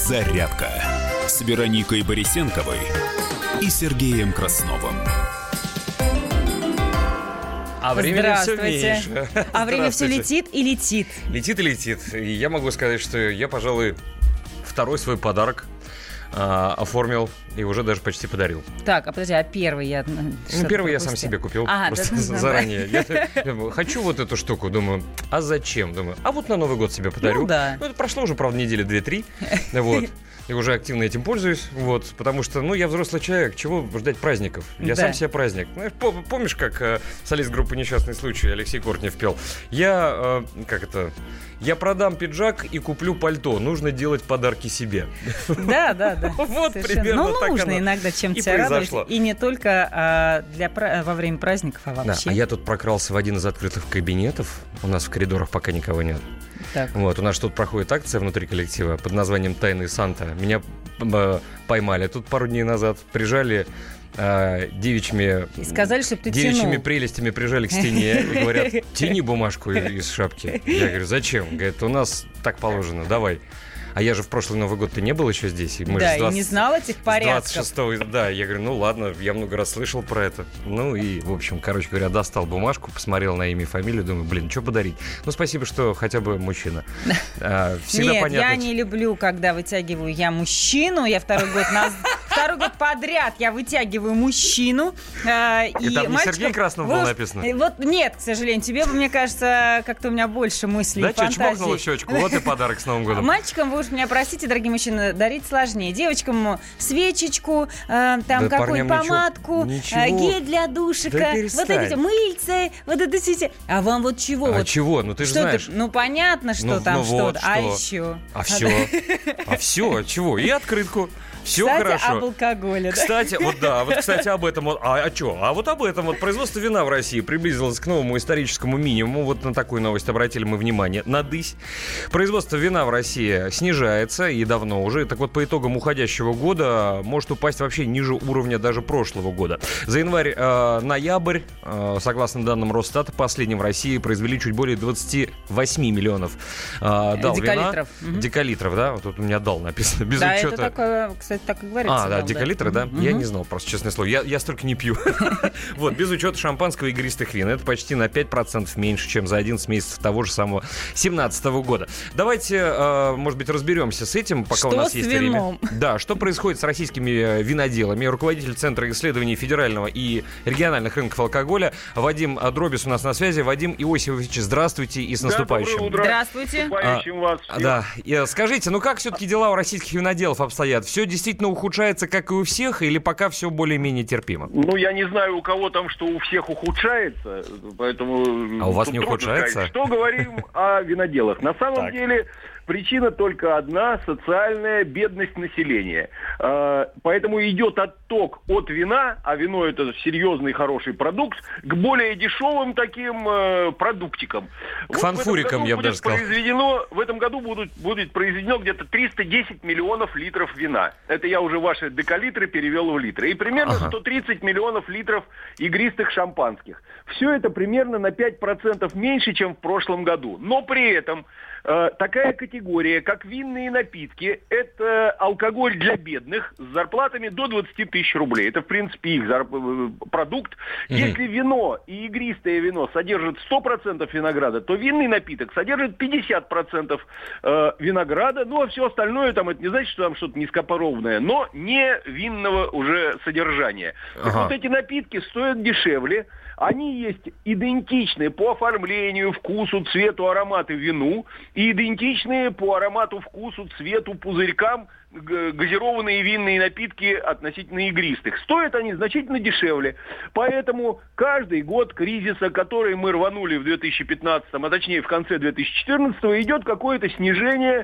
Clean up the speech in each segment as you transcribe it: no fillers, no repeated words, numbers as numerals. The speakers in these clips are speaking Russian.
«Зарядка» с Вероникой Борисенковой и Сергеем Красновым. А время все Здравствуйте. меньше. А время все летит и летит. Летит и летит. И я могу сказать, что я, пожалуй, второй свой подарок оформил и уже даже почти подарил. Так, а подожди, а первый я... Первый я сам себе купил просто заранее. Я думаю, хочу вот эту штуку. Думаю, а зачем? Думаю, а вот на Новый год себе подарю. Ну да. Это прошло уже, правда, недели 2-3. Вот. И уже активно этим пользуюсь, вот, потому что, я взрослый человек, чего ждать праздников? Я сам себе праздник. Знаешь, помнишь, как солист группы «Несчастный случай» Алексей Кортнев пел? Я продам пиджак и куплю пальто. Нужно делать подарки себе. Да. Вот примерно так нужно оно иногда чем-то и себя радовать. произошло. И не только во время праздников, а Да, вообще. а я тут прокрался в один из открытых кабинетов. У нас в коридорах пока никого нет. Так. Вот, у нас тут проходит акция внутри коллектива под названием «Тайный Санта». Меня поймали тут пару дней назад, прижали девичьими... И сказали, чтобы ты девичьими тянул. прелестями прижали к стене и говорят: тяни бумажку из шапки. Я говорю: зачем? Говорят: у нас так положено, давай. А я же в прошлый Новый год-то не был еще здесь. И мы Да, же и не знал этих порядков. 26-го, да, я говорю, ладно, я много раз слышал про это. И, в общем, короче говоря, достал бумажку, посмотрел на имя и фамилию, думаю, что подарить? Спасибо, что хотя бы мужчина. Всегда Нет, понятно. я не люблю, когда вытягиваю я мужчину. Я второй год подряд я вытягиваю мужчину. И там не Сергей Краснов был написано? Вот нет, к сожалению. Тебе, мне кажется, как-то у меня больше мыслей и Да, что, чмокнула в фантазий. щечку, вот и подарок с Новым годом. Мальчикам, вы уж меня простите, дорогие мужчины, дарить сложнее. Девочкам свечечку, там какую-то парням помадку, ничего. гель для душика, Да вот перестань. эти мыльцы, вот это все. А вам вот чего? А вот чего? Ты же знаешь. Понятно, что там вот что-то. А что. еще? А все, чего? И открытку. Все Кстати, хорошо. об алкоголе, да? Кстати, об этом. А что? А вот об этом. Производство вина в России приблизилось к новому историческому минимуму. Вот на такую новость обратили мы внимание. Надысь. Производство вина в России снижается, и давно уже. Так вот, по итогам уходящего года может упасть вообще ниже уровня даже прошлого года. За январь-ноябрь, согласно данным Росстата, последним в России произвели чуть более 28 миллионов декалитров. вина. Декалитров, да? Вот тут у меня дал написано. Без Да, учета. это такое, кстати, так и говорится. Да, декалитры, да? Я не знал, просто, честное слово. Я столько не пью. Вот, без учета шампанского и игристых вин. Это почти на 5% меньше, чем за 11 месяцев того же самого 2017 года. Давайте, может быть, разберемся с этим, пока у нас есть время. Да, что происходит с российскими виноделами? Руководитель Центра исследований федерального и региональных рынков алкоголя Вадим Дробис у нас на связи. Вадим Иосифович, здравствуйте и с наступающим. Доброе утро. Здравствуйте. С наступающим вас всех. Да, и скажите, как все-таки дела у российских виноделов обстоят? Все действительно ухудшается, как и у всех, или пока все более-менее терпимо? Я не знаю, у кого там что у всех ухудшается, поэтому... А у вас не ухудшается? Сказать. Что говорим о виноделах? На самом деле... Причина только одна – социальная бедность населения. Поэтому идет отток от вина, а вино – это серьезный хороший продукт, к более дешевым таким продуктикам. К фанфурикам, я бы даже сказал. В этом году будет произведено где-то 310 миллионов литров вина. Это я уже ваши декалитры перевел в литры. И примерно 130 миллионов литров игристых шампанских. Все это примерно на 5% меньше, чем в прошлом году. Но при этом... такая категория, как винные напитки, это алкоголь для бедных с зарплатами до 20 тысяч рублей. Это, в принципе, их продукт. Если вино и игристое вино содержат 100% винограда, то винный напиток содержит 50% винограда. А все остальное, это не значит, что там что-то низкопробное, но не винного уже содержания. Так вот эти напитки стоят дешевле. Они есть идентичны по оформлению, вкусу, цвету, аромату вину и идентичные по аромату, вкусу, цвету, пузырькам газированные винные напитки относительно игристых. Стоят они значительно дешевле. Поэтому каждый год кризиса, который мы рванули в 2015, а точнее в конце 2014, идет какое-то снижение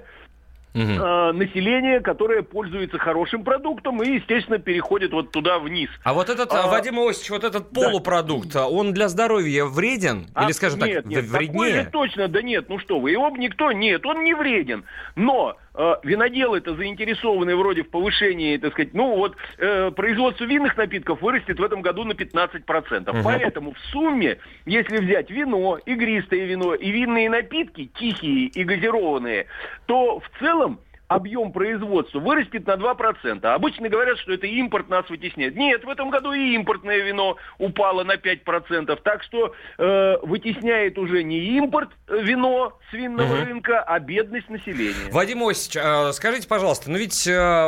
население, которое пользуется хорошим продуктом и, естественно, переходит вот туда вниз. А вот этот, Вадим Иосифович, вот этот полупродукт, он для здоровья вреден? Или, скажем так, вреднее? Такой же точно, что вы, его бы никто, он не вреден. Но виноделы-то заинтересованы вроде в повышении, производство винных напитков вырастет в этом году на 15%. Поэтому в сумме, если взять вино, игристое вино и винные напитки, тихие и газированные, то в целом объем производства вырастет на 2%. Обычно говорят, что это импорт нас вытесняет. Нет, в этом году и импортное вино упало на 5%. Так что вытесняет уже не импорт вино с винного рынка, а бедность населения. Вадим Осич, скажите, пожалуйста, ну ведь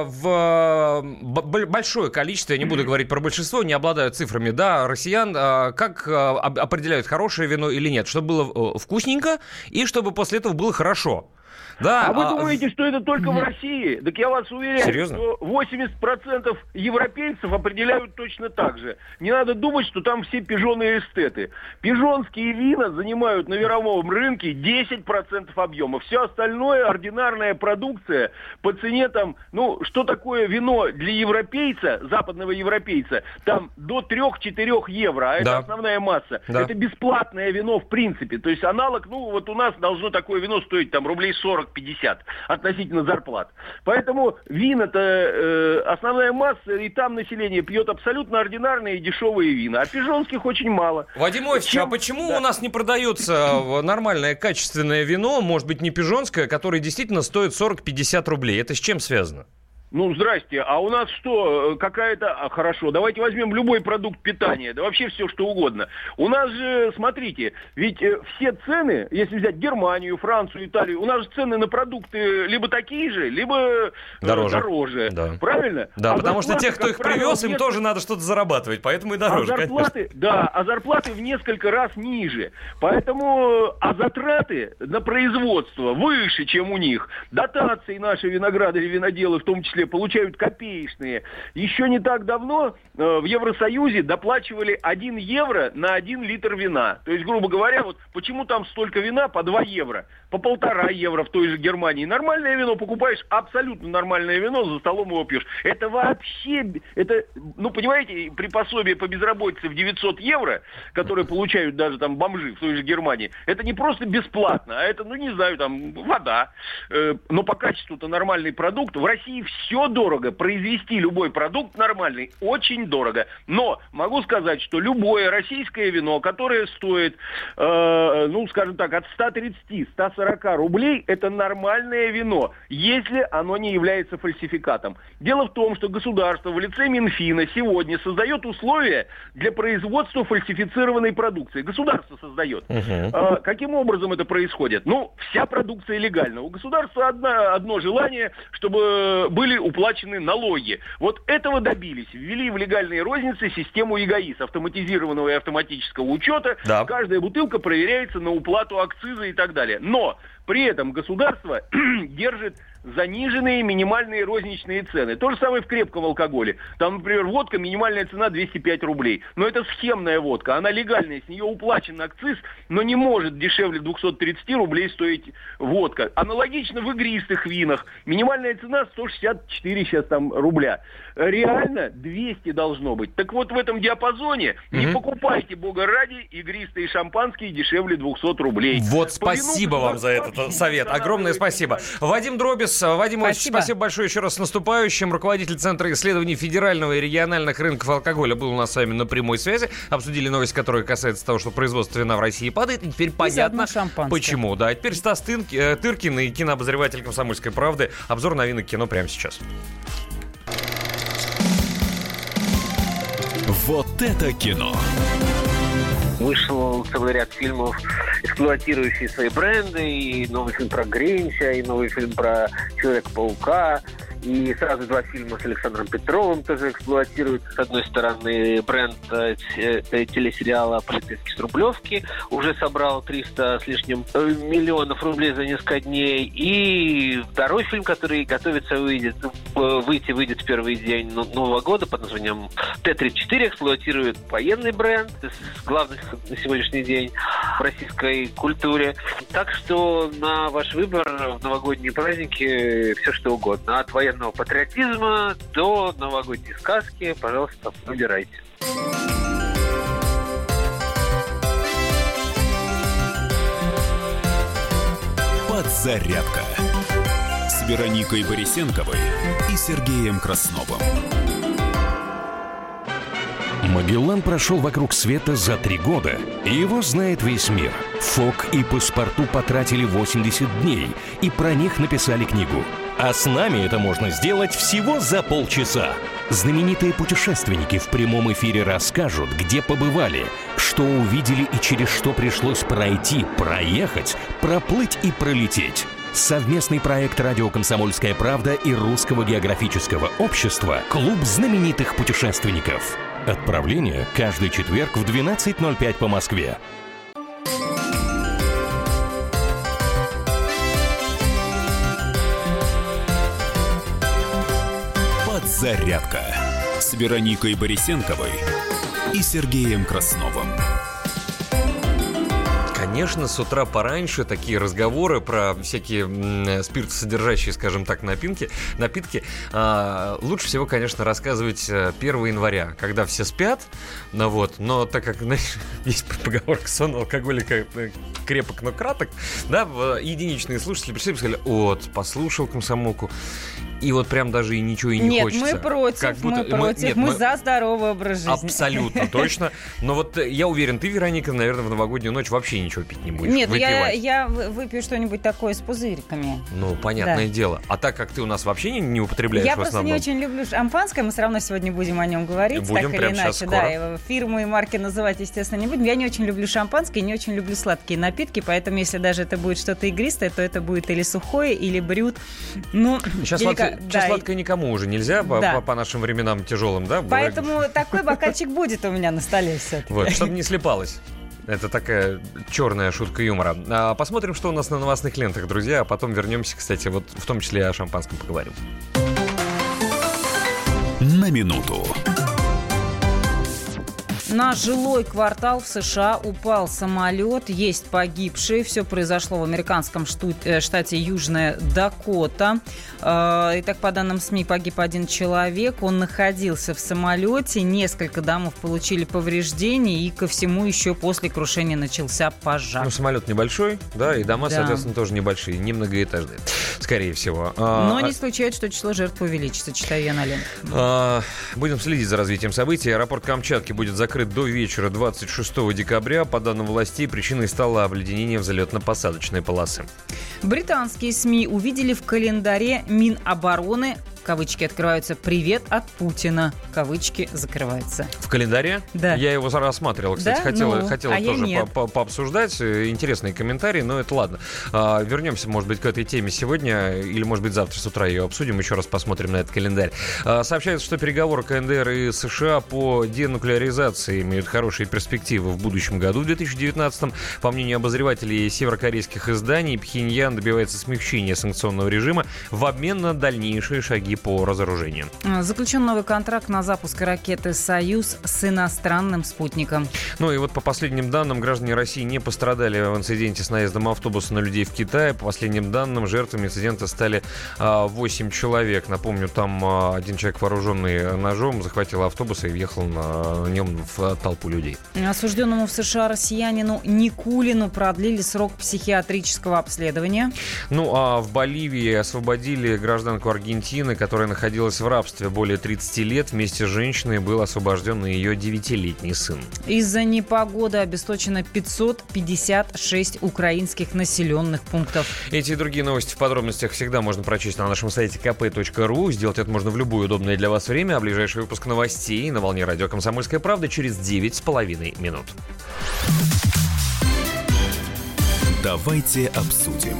большое количество, я не буду говорить про большинство, не обладают цифрами, да, россиян, как определяют, хорошее вино или нет, чтобы было вкусненько и чтобы после этого было хорошо. Да, а вы думаете, что это только в России? Так я вас уверяю, серьезно? Что 80% европейцев определяют точно так же. Не надо думать, что там все пижоны эстеты. Пижонские вина занимают на мировом рынке 10% объема. Все остальное ординарная продукция по цене там, ну, что такое вино для европейца, западного европейца, там до 3-4 евро, а это основная масса. Да. Это бесплатное вино в принципе. То есть аналог, ну, вот у нас должно такое вино стоить там рублей 40-50 относительно зарплат. Поэтому вина-то основная масса, и там население пьет абсолютно ординарные и дешевые вина. А пижонских очень мало. Вадим Осич, а почему у нас не продается нормальное качественное вино, может быть, не пижонское, которое действительно стоит 40-50 рублей? Это с чем связано? Ну, здрасте, а у нас что, какая-то... Хорошо, давайте возьмем любой продукт питания, да вообще все, что угодно. У нас же, смотрите, ведь все цены, если взять Германию, Францию, Италию, у нас же цены на продукты либо такие же, либо дороже. Да. Правильно? Да, потому что тех, кто их привез, им тоже надо что-то зарабатывать, поэтому и дороже, конечно. Да, а зарплаты в несколько раз ниже. Поэтому, а затраты на производство выше, чем у них. Дотации наши виноградари, виноделы в том числе получают копеечные. Еще не так давно в Евросоюзе доплачивали 1 евро на 1 литр вина. То есть, грубо говоря, вот почему там столько вина по 2 евро, по 1,5 евро в той же Германии. Нормальное вино покупаешь, абсолютно нормальное вино, за столом его пьешь. Это вообще, это, ну, понимаете, при пособии по безработице в 900 евро, которые получают даже там бомжи в той же Германии, это не просто бесплатно, а это, ну, не знаю, там, вода. Но по качеству-то нормальный продукт. В России все дорого. Произвести любой продукт нормальный очень дорого. Но могу сказать, что любое российское вино, которое стоит, ну, скажем так, от 130-140 рублей, это нормальное вино, если оно не является фальсификатом. Дело в том, что государство в лице Минфина сегодня создает условия для производства фальсифицированной продукции. Государство создает. Каким образом это происходит? Ну, вся продукция легальна. У государства одно желание, чтобы были уплачены налоги. Вот этого добились. Ввели в легальные розницы систему ЕГАИС, автоматизированного и автоматического учета. Да. Каждая бутылка проверяется на уплату акциза и так далее. Но при этом государство держит заниженные минимальные розничные цены. То же самое в крепком алкоголе. Там, например, водка, минимальная цена 205 рублей. Но это схемная водка. Она легальная, с нее уплачен акциз, но не может дешевле 230 рублей стоить водка. Аналогично в игристых винах. Минимальная цена 164 сейчас там рубля. Реально 200 должно быть. Так вот в этом диапазоне не покупайте, бога ради, игристые шампанские дешевле 200 рублей. Вот спасибо вам за этот совет. Огромное спасибо. Вадим Дробис. Вадим Ильич, спасибо большое еще раз с наступающим. Руководитель Центра исследований федерального и региональных рынков алкоголя был у нас с вами на прямой связи. Обсудили новость, которая касается того, что производство вина в России падает. И теперь понятно, почему. Да, теперь Стас Тыркин и кинообозреватель «Комсомольской правды». Обзор новинок кино прямо сейчас. Вот это кино. Вышел целый ряд фильмов, эксплуатирующие свои бренды, и новый фильм про Гринча, и новый фильм про Человека-паука, и сразу 2 фильма с Александром Петровым тоже эксплуатируют. С одной стороны, бренд телесериала «Полицейский с Рублевки» уже собрал 300 с лишним миллионов рублей за несколько дней. И второй фильм, который готовится выйдет в первый день Нового года под названием Т-34, эксплуатирует военный бренд, из главных на сегодняшний день в российской культуре. Так что на ваш выбор в новогодние праздники все что угодно. От военного патриотизма до новогодней сказки, пожалуйста, выбирайте. Подзарядка с Вероникой Борисенковой и Сергеем Красновым. Магеллан прошел вокруг света за 3 года, и его знает весь мир. Фок и Паспарту потратили 80 дней, и про них написали книгу. А с нами это можно сделать всего за полчаса. Знаменитые путешественники в прямом эфире расскажут, где побывали, что увидели и через что пришлось пройти, проехать, проплыть и пролететь. Совместный проект «Радио Комсомольская правда» и Русского географического общества «Клуб знаменитых путешественников». Отправление каждый четверг в 12:05 по Москве. Подзарядка с Вероникой Борисенковой и Сергеем Красновым. Конечно, с утра пораньше такие разговоры про всякие спиртосодержащие, скажем так, напитки лучше всего, конечно, рассказывать 1 января, когда все спят, но так как, знаешь, есть поговорка «сон алкоголика крепок, но краток», да, единичные слушатели пришли и сказали: послушал комсомолку, и вот прям даже и ничего и не хочется. Нет, мы против, мы за здоровый образ жизни. Абсолютно точно. Но вот я уверен, ты, Вероника, наверное, в новогоднюю ночь вообще ничего пить не будешь. Нет, я выпью что-нибудь такое с пузырьками. Ну, понятное дело. А так как ты у нас вообще не употребляешь в основном... Я просто не очень люблю шампанское, мы все равно сегодня будем о нем говорить. Будем так прямо или иначе. сейчас скоро. Да, фирмы и марки называть, естественно, не будем. Я не очень люблю шампанское, не очень люблю сладкие напитки, поэтому если даже это будет что-то игристое, то это будет или сухое, или брют. Ну, сейчас сладкое никому уже нельзя, по нашим временам тяжелым, да? Поэтому такой бокальчик будет у меня на столе все-таки. Вот, чтобы не слепалось. Это такая черная шутка юмора. Посмотрим, что у нас на новостных лентах, друзья, а потом вернемся, кстати, вот в том числе и о шампанском поговорим. На минуту. На жилой квартал в США упал самолет, есть погибшие. Все произошло в американском штате Южная Дакота. Итак, по данным СМИ, погиб один человек. Он находился в самолете, несколько домов получили повреждения, и ко всему еще после крушения начался пожар. Ну, самолет небольшой, да, и дома, соответственно, тоже небольшие, не многоэтажные, скорее всего. Но не исключает, что число жертв увеличится, читаю я на ленту. Будем следить за развитием событий. Аэропорт Камчатки будет закрыт до вечера 26 декабря. По данным властей, причиной стало обледенение взлетно-посадочной полосы. Британские СМИ увидели в календаре Минобороны, кавычки открываются, «Привет от Путина», кавычки закрываются. В календаре? Да. Я его рассматривал, кстати, да? хотел тоже пообсуждать. Интересные комментарии, но это ладно. Вернемся, может быть, к этой теме сегодня, или, может быть, завтра с утра ее обсудим, еще раз посмотрим на этот календарь. Сообщается, что переговоры КНДР и США по денуклеаризации имеют хорошие перспективы в будущем году, в 2019-м. По мнению обозревателей северокорейских изданий, Пхеньян добивается смягчения санкционного режима в обмен на дальнейшие шаги по разоружению. Заключен новый контракт на запуск ракеты «Союз» с иностранным спутником. Ну и вот по последним данным, граждане России не пострадали в инциденте с наездом автобуса на людей в Китае. По последним данным, жертвами инцидента стали 8 человек. Напомню, там один человек, вооруженный ножом, захватил автобус и въехал на нем в толпу людей. Осужденному в США россиянину Никулину продлили срок психиатрического обследования. Ну а в Боливии освободили гражданку Аргентины, которая находилась в рабстве более 30 лет. Вместе с женщиной был освобожден и ее 9-летний сын. Из-за непогоды обесточено 556 украинских населенных пунктов. Эти и другие новости в подробностях всегда можно прочесть на нашем сайте kp.ru. Сделать это можно в любое удобное для вас время. А ближайший выпуск новостей на волне радио «Комсомольская правда» через 9,5 минут. Давайте обсудим.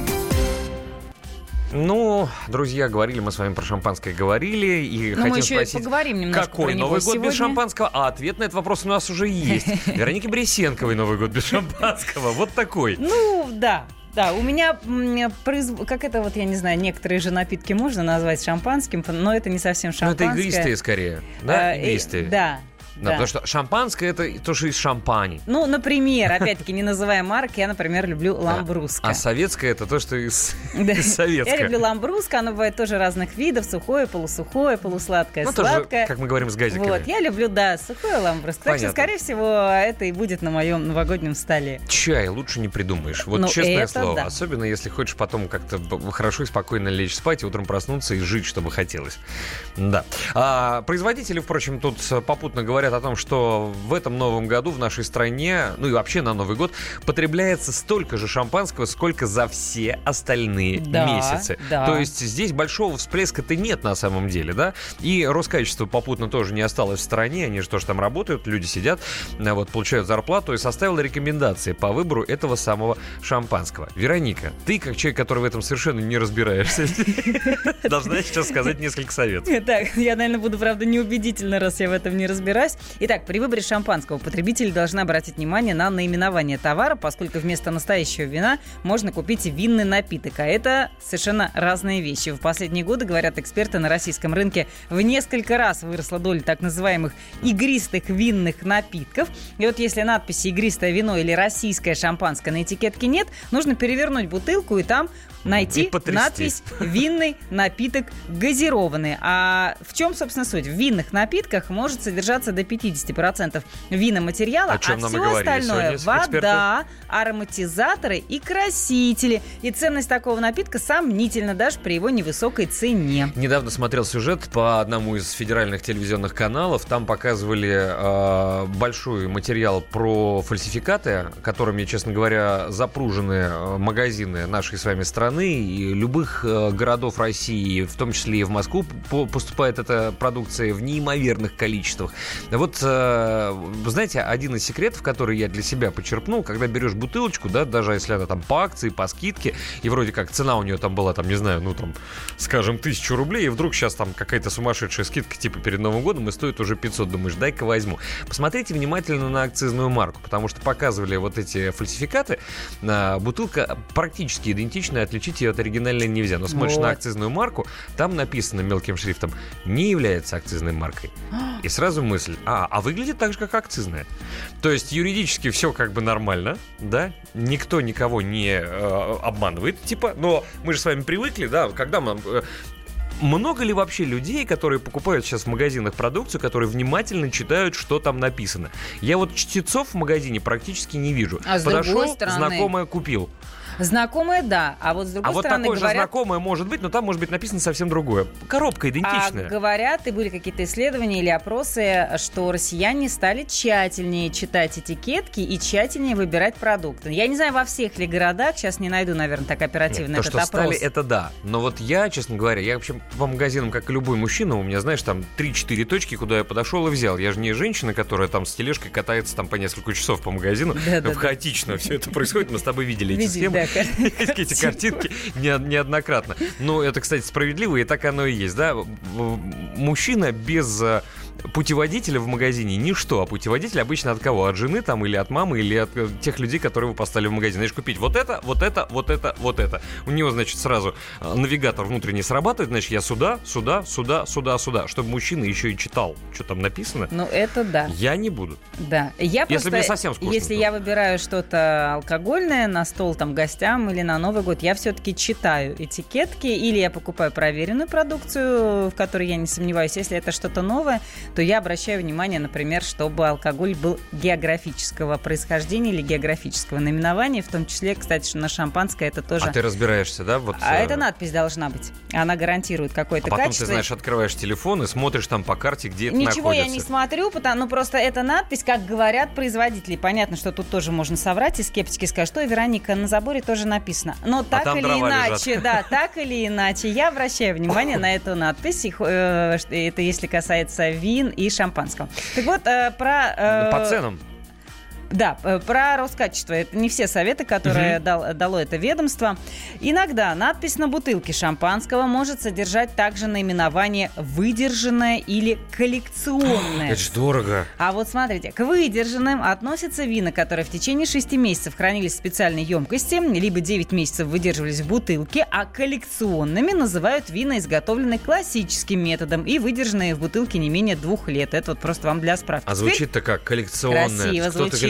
Ну, друзья, говорили мы с вами про шампанское, говорили. И хотим мы еще спросить, поговорим немножко какой про него Новый год сегодня. без шампанского? А ответ на этот вопрос у нас уже есть. Вероники Борисенковой Новый год без шампанского. Вот такой. Ну, да. Да, у меня, как это вот, я не знаю, некоторые же напитки можно назвать шампанским, но это не совсем шампанское. Ну, это игристые скорее, да? Игристые. Да. Да, потому что шампанское — это то, что из шампани. Ну, например, опять-таки, не называя марки, я, например, люблю ламбруско. А советское — это то, что из советского. Я люблю ламбруско, оно бывает тоже разных видов, сухое, полусухое, полусладкое, тоже, сладкое. как мы говорим, с газиками. Вот, я люблю, да, сухое ламбруско. Так что, скорее всего, это и будет на моем новогоднем столе. Чай лучше не придумаешь, вот честное слово. Да. Особенно, если хочешь потом как-то хорошо и спокойно лечь спать, и утром проснуться и жить, чтобы хотелось. Да. Производители, впрочем, тут попутно говорят говорят о том, что в этом Новом году в нашей стране, ну и вообще на Новый год, потребляется столько же шампанского, сколько за все остальные месяцы. Да. То есть здесь большого всплеска-то нет на самом деле, да? И Роскачество попутно тоже не осталось в стороне, они же тоже там работают, люди сидят, вот, получают зарплату, и составила рекомендации по выбору этого самого шампанского. Вероника, ты, как человек, который в этом совершенно не разбираешься, должна сейчас сказать несколько советов. Так, я, наверное, буду, правда, неубедительна, раз я в этом не разбираюсь. Итак, при выборе шампанского потребители должны обратить внимание на наименование товара, поскольку вместо настоящего вина можно купить винный напиток, а это совершенно разные вещи. В последние годы, говорят эксперты, на российском рынке в несколько раз выросла доля так называемых игристых винных напитков. И вот если надписи «игристое вино» или «российское шампанское» на этикетке нет, нужно перевернуть бутылку и там найти надпись «винный напиток газированный». А в чем, собственно, суть? В винных напитках может содержаться до 50% виноматериала, а все остальное – вода, ароматизаторы и красители. И ценность такого напитка сомнительна даже при его невысокой цене. Недавно смотрел сюжет по одному из федеральных телевизионных каналов. Там показывали большой материал про фальсификаты, которыми, честно говоря, запружены магазины нашей с вами страны и любых городов России, в том числе и в Москву, поступает эта продукция в неимоверных количествах. Вот, знаете, один из секретов, который я для себя почерпнул, когда берешь бутылочку, да, даже если она там по акции, по скидке, и вроде как цена у нее там была, там, не знаю, ну там, скажем, 1000 рублей, и вдруг сейчас там какая-то сумасшедшая скидка типа перед Новым годом и стоит уже 500, думаешь, дай-ка возьму. Посмотрите внимательно на акцизную марку, потому что показывали вот эти фальсификаты, бутылка практически идентичная, отличить ее от оригинальной нельзя, но смотришь на акцизную марку, там написано мелким шрифтом «не является акцизной маркой». И сразу мысль, а выглядит так же, как акцизная. То есть юридически все как бы нормально, да, никто никого не обманывает, типа, но мы же с вами привыкли, да, когда мы... Много ли вообще людей, которые покупают сейчас в магазинах продукцию, которые внимательно читают, что там написано? Я вот чтецов в магазине практически не вижу. А с другой стороны... знакомое купил. Знакомое, да. А вот с другой стороны, вот такое же знакомое может быть, но там может быть написано совсем другое. Коробка идентичная. А говорят, и были какие-то исследования или опросы, что россияне стали тщательнее читать этикетки и тщательнее выбирать продукты. Я не знаю, во всех ли городах, сейчас не найду, наверное, так оперативно этот опрос. То, что стали, это да. Но вот я, честно говоря, я вообще по магазинам, как и любой мужчина, у меня, знаешь, там 3-4 точки, куда я подошел и взял. Я же не женщина, которая там с тележкой катается там по несколько часов по магазину. Хаотично все это происходит. Мы с тобой видели эти схемы. Эти картинки неоднократно. Ну, это, кстати, справедливо, и так оно и есть, да? Мужчина без путеводителя в магазине ничто, а путеводитель обычно от кого? От жены там, или от мамы, или от тех людей, которые его поставили в магазин. Знаешь, купить вот это, вот это, вот это, вот это. У него, значит, сразу навигатор внутренний срабатывает, значит, я сюда, сюда, сюда, сюда, сюда, чтобы мужчина еще и читал, что там написано. Ну, это да. Я не буду. Да. Если мне совсем скучно. Если я выбираю что-то алкогольное на стол там гостям или на Новый год, я все-таки читаю этикетки, или я покупаю проверенную продукцию, в которой я не сомневаюсь. Если это что-то новое, то я обращаю внимание, например, чтобы алкоголь был географического происхождения или географического наименования, в том числе, кстати, на шампанское это тоже... А ты разбираешься, да? Вот, эта надпись должна быть. Она гарантирует какое-то качество. А потом ты, знаешь, открываешь телефон и смотришь там по карте, где это находится. Ничего я не смотрю, просто эта надпись, как говорят производители. Понятно, что тут тоже можно соврать, и скептики скажут, что, Вероника, на заборе тоже написано. Но так или иначе, лежат. Да, так или иначе, я обращаю внимание на эту надпись. Это если касается вин и шампанского. Так вот, по ценам. Да, про Роскачество. Это не все советы, которые дало это ведомство. Иногда надпись на бутылке шампанского может содержать также наименование «выдержанное» или «коллекционное». Это ж дорого. А вот смотрите, к выдержанным относятся вина, которые в течение 6 месяцев хранились в специальной емкости, либо 9 месяцев выдерживались в бутылке, а коллекционными называют вина, изготовленные классическим методом и выдержанные в бутылке не менее 2 лет. Это вот просто вам для справки. А звучит-то как коллекционное. Красиво звучит.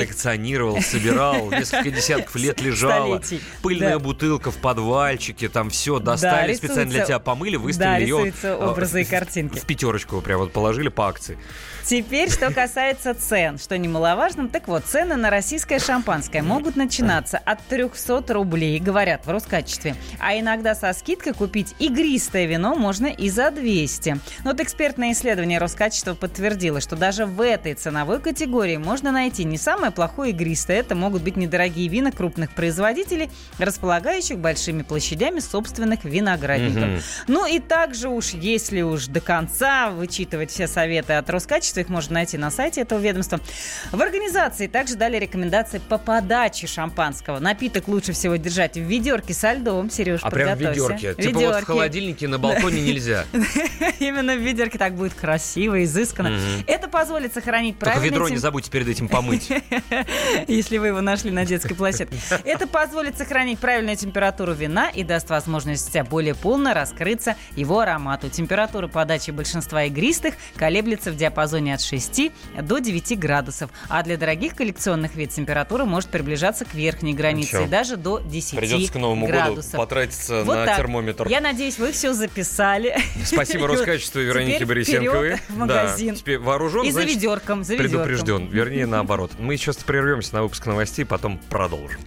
коллекционировал, собирал, несколько десятков лет лежала. Столетий. Пыльная бутылка в подвальчике, там все достали, специально для тебя помыли, выставили ее. Рисуются образы и картинки. В пятерочку прям вот положили по акции. Теперь, что касается цен, что немаловажно. Так вот, цены на российское шампанское могут начинаться от 300 рублей, говорят в Роскачестве. А иногда со скидкой купить игристое вино можно и за 200. Но вот экспертное исследование Роскачества подтвердило, что даже в этой ценовой категории можно найти не самое плохое игристое. Это могут быть недорогие вина крупных производителей, располагающих большими площадями собственных виноградников. Ну и также уж, если уж до конца вычитывать все советы от Роскачества, их можно найти на сайте этого ведомства. В организации также дали рекомендации по подаче шампанского. Напиток лучше всего держать в ведерке со льдом. Сереж, подготовься. Прям в ведерке? Типа вот в холодильнике на балконе нельзя? Именно в ведерке так будет красиво, изысканно. Это позволит сохранить правильный... Только ведро не забудьте перед этим помыть. Если вы его нашли на детской площадке. Это позволит сохранить правильную температуру вина и даст возможность более полно раскрыться его аромату. Температура подачи большинства игристых колеблется в диапазоне от 6 до 9 градусов. А для дорогих коллекционных вин температура может приближаться к верхней границе и даже до 10 градусов. Придется к Новому году потратиться вот на так. термометр. Я надеюсь, вы все записали. Спасибо Роскачеству и Веронике Борисенковой. В магазин. Да. Теперь вооружен, и значит, за ведерком. предупрежден. Вернее, наоборот. Мы сейчас прервемся на выпуск новостей, потом продолжим.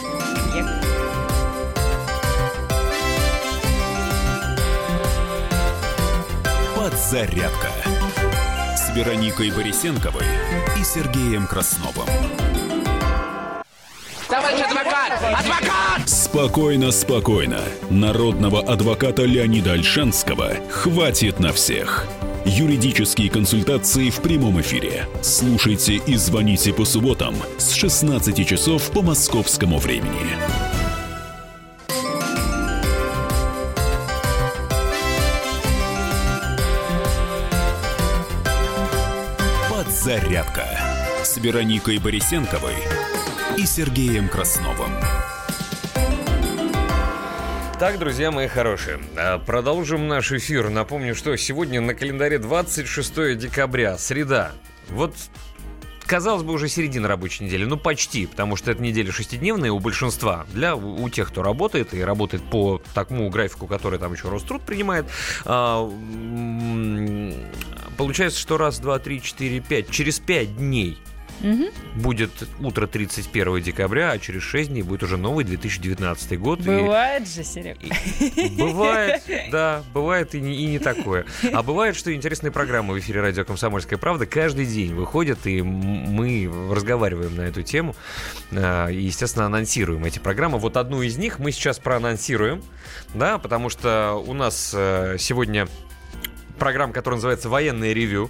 Подзарядка с Вероникой Борисенковой и Сергеем Красновым. Товарищ адвокат! Адвокат! Спокойно, спокойно. Народного адвоката Леонида Ольшанского хватит на всех. Юридические консультации в прямом эфире. Слушайте и звоните по субботам с 16 часов по московскому времени. Подзарядка с Вероникой Борисенковой и Сергеем Красновым. Так, друзья мои хорошие, продолжим наш эфир. Напомню, что сегодня на календаре 26 декабря, среда. Вот, казалось бы, уже середина рабочей недели, ну почти, потому что эта неделя шестидневная у большинства. У тех, кто работает и работает по такому графику, который там еще Роструд принимает, получается, что раз, два, три, четыре, пять, через 5 дней будет утро 31 декабря, а через 6 дней будет уже новый 2019 год. Бывает же, Серег. Бывает, да, бывает и не такое. А бывает, что интересные программы в эфире радио «Комсомольская правда» каждый день выходят, и мы разговариваем на эту тему и, естественно, анонсируем эти программы. Вот одну из них мы сейчас проанонсируем, да, потому что у нас сегодня программа, которая называется «Военное ревью».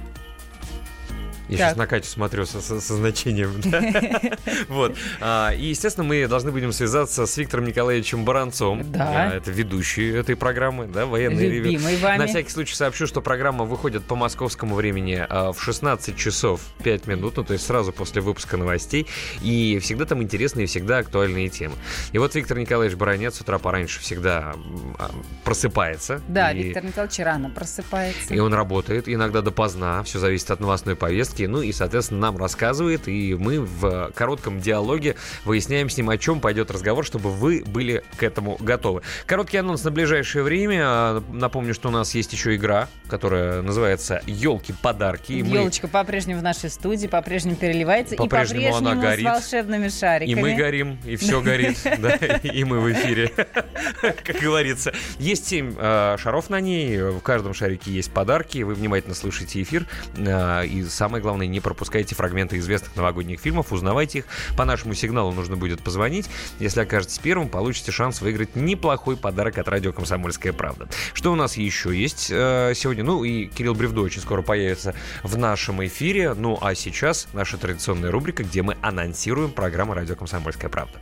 Я сейчас на Катю смотрю со значением. Вот. И, естественно, мы должны будем связаться с Виктором Николаевичем Баранцом. Да. Это ведущий этой программы, да, «Военный ревью». Любимый вами. На всякий случай сообщу, что программа выходит по московскому времени в 16 часов 5 минут, ну, то есть сразу после выпуска новостей. И всегда там интересные, всегда актуальные темы. И вот Виктор Николаевич Баранец с утра пораньше всегда просыпается. Да, Виктор Николаевич рано просыпается. И он работает, иногда допоздна, все зависит от новостной повестки. Ну и, соответственно, нам рассказывает, и мы в коротком диалоге выясняем с ним, о чем пойдет разговор, чтобы вы были к этому готовы. Короткий анонс на ближайшее время. Напомню, что у нас есть еще игра, которая называется «Елки-подарки». Елочка по-прежнему в нашей студии, по-прежнему переливается, по-прежнему и по-прежнему она горит. с волшебными шариками. И мы горим, и все горит, да, и мы в эфире, как говорится. Есть 7 шаров на ней, в каждом шарике есть подарки, вы внимательно слушайте эфир, и самое главное, не пропускайте фрагменты известных новогодних фильмов, узнавайте их. По нашему сигналу нужно будет позвонить. Если окажетесь первым, получите шанс выиграть неплохой подарок от радио «Комсомольская правда». Что у нас еще есть сегодня? Ну и Кирилл Бревдо очень скоро появится в нашем эфире. Ну а сейчас наша традиционная рубрика, где мы анонсируем программу «Радио «Комсомольская правда».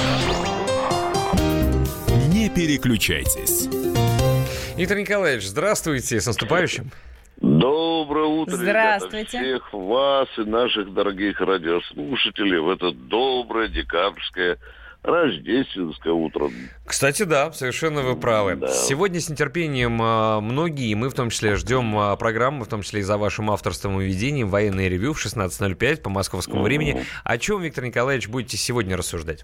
Не переключайтесь. Виктор Николаевич, здравствуйте, с наступающим. Доброе утро, здравствуйте, ребята, всех вас и наших дорогих радиослушателей в это доброе декабрьское рождественское утро. Кстати, да, совершенно вы правы. Да. Сегодня с нетерпением многие, мы в том числе, ждем программы, в том числе и за вашим авторством и ведением, военное ревью в 16:05 по московскому времени. О чем, Виктор Николаевич, будете сегодня рассуждать?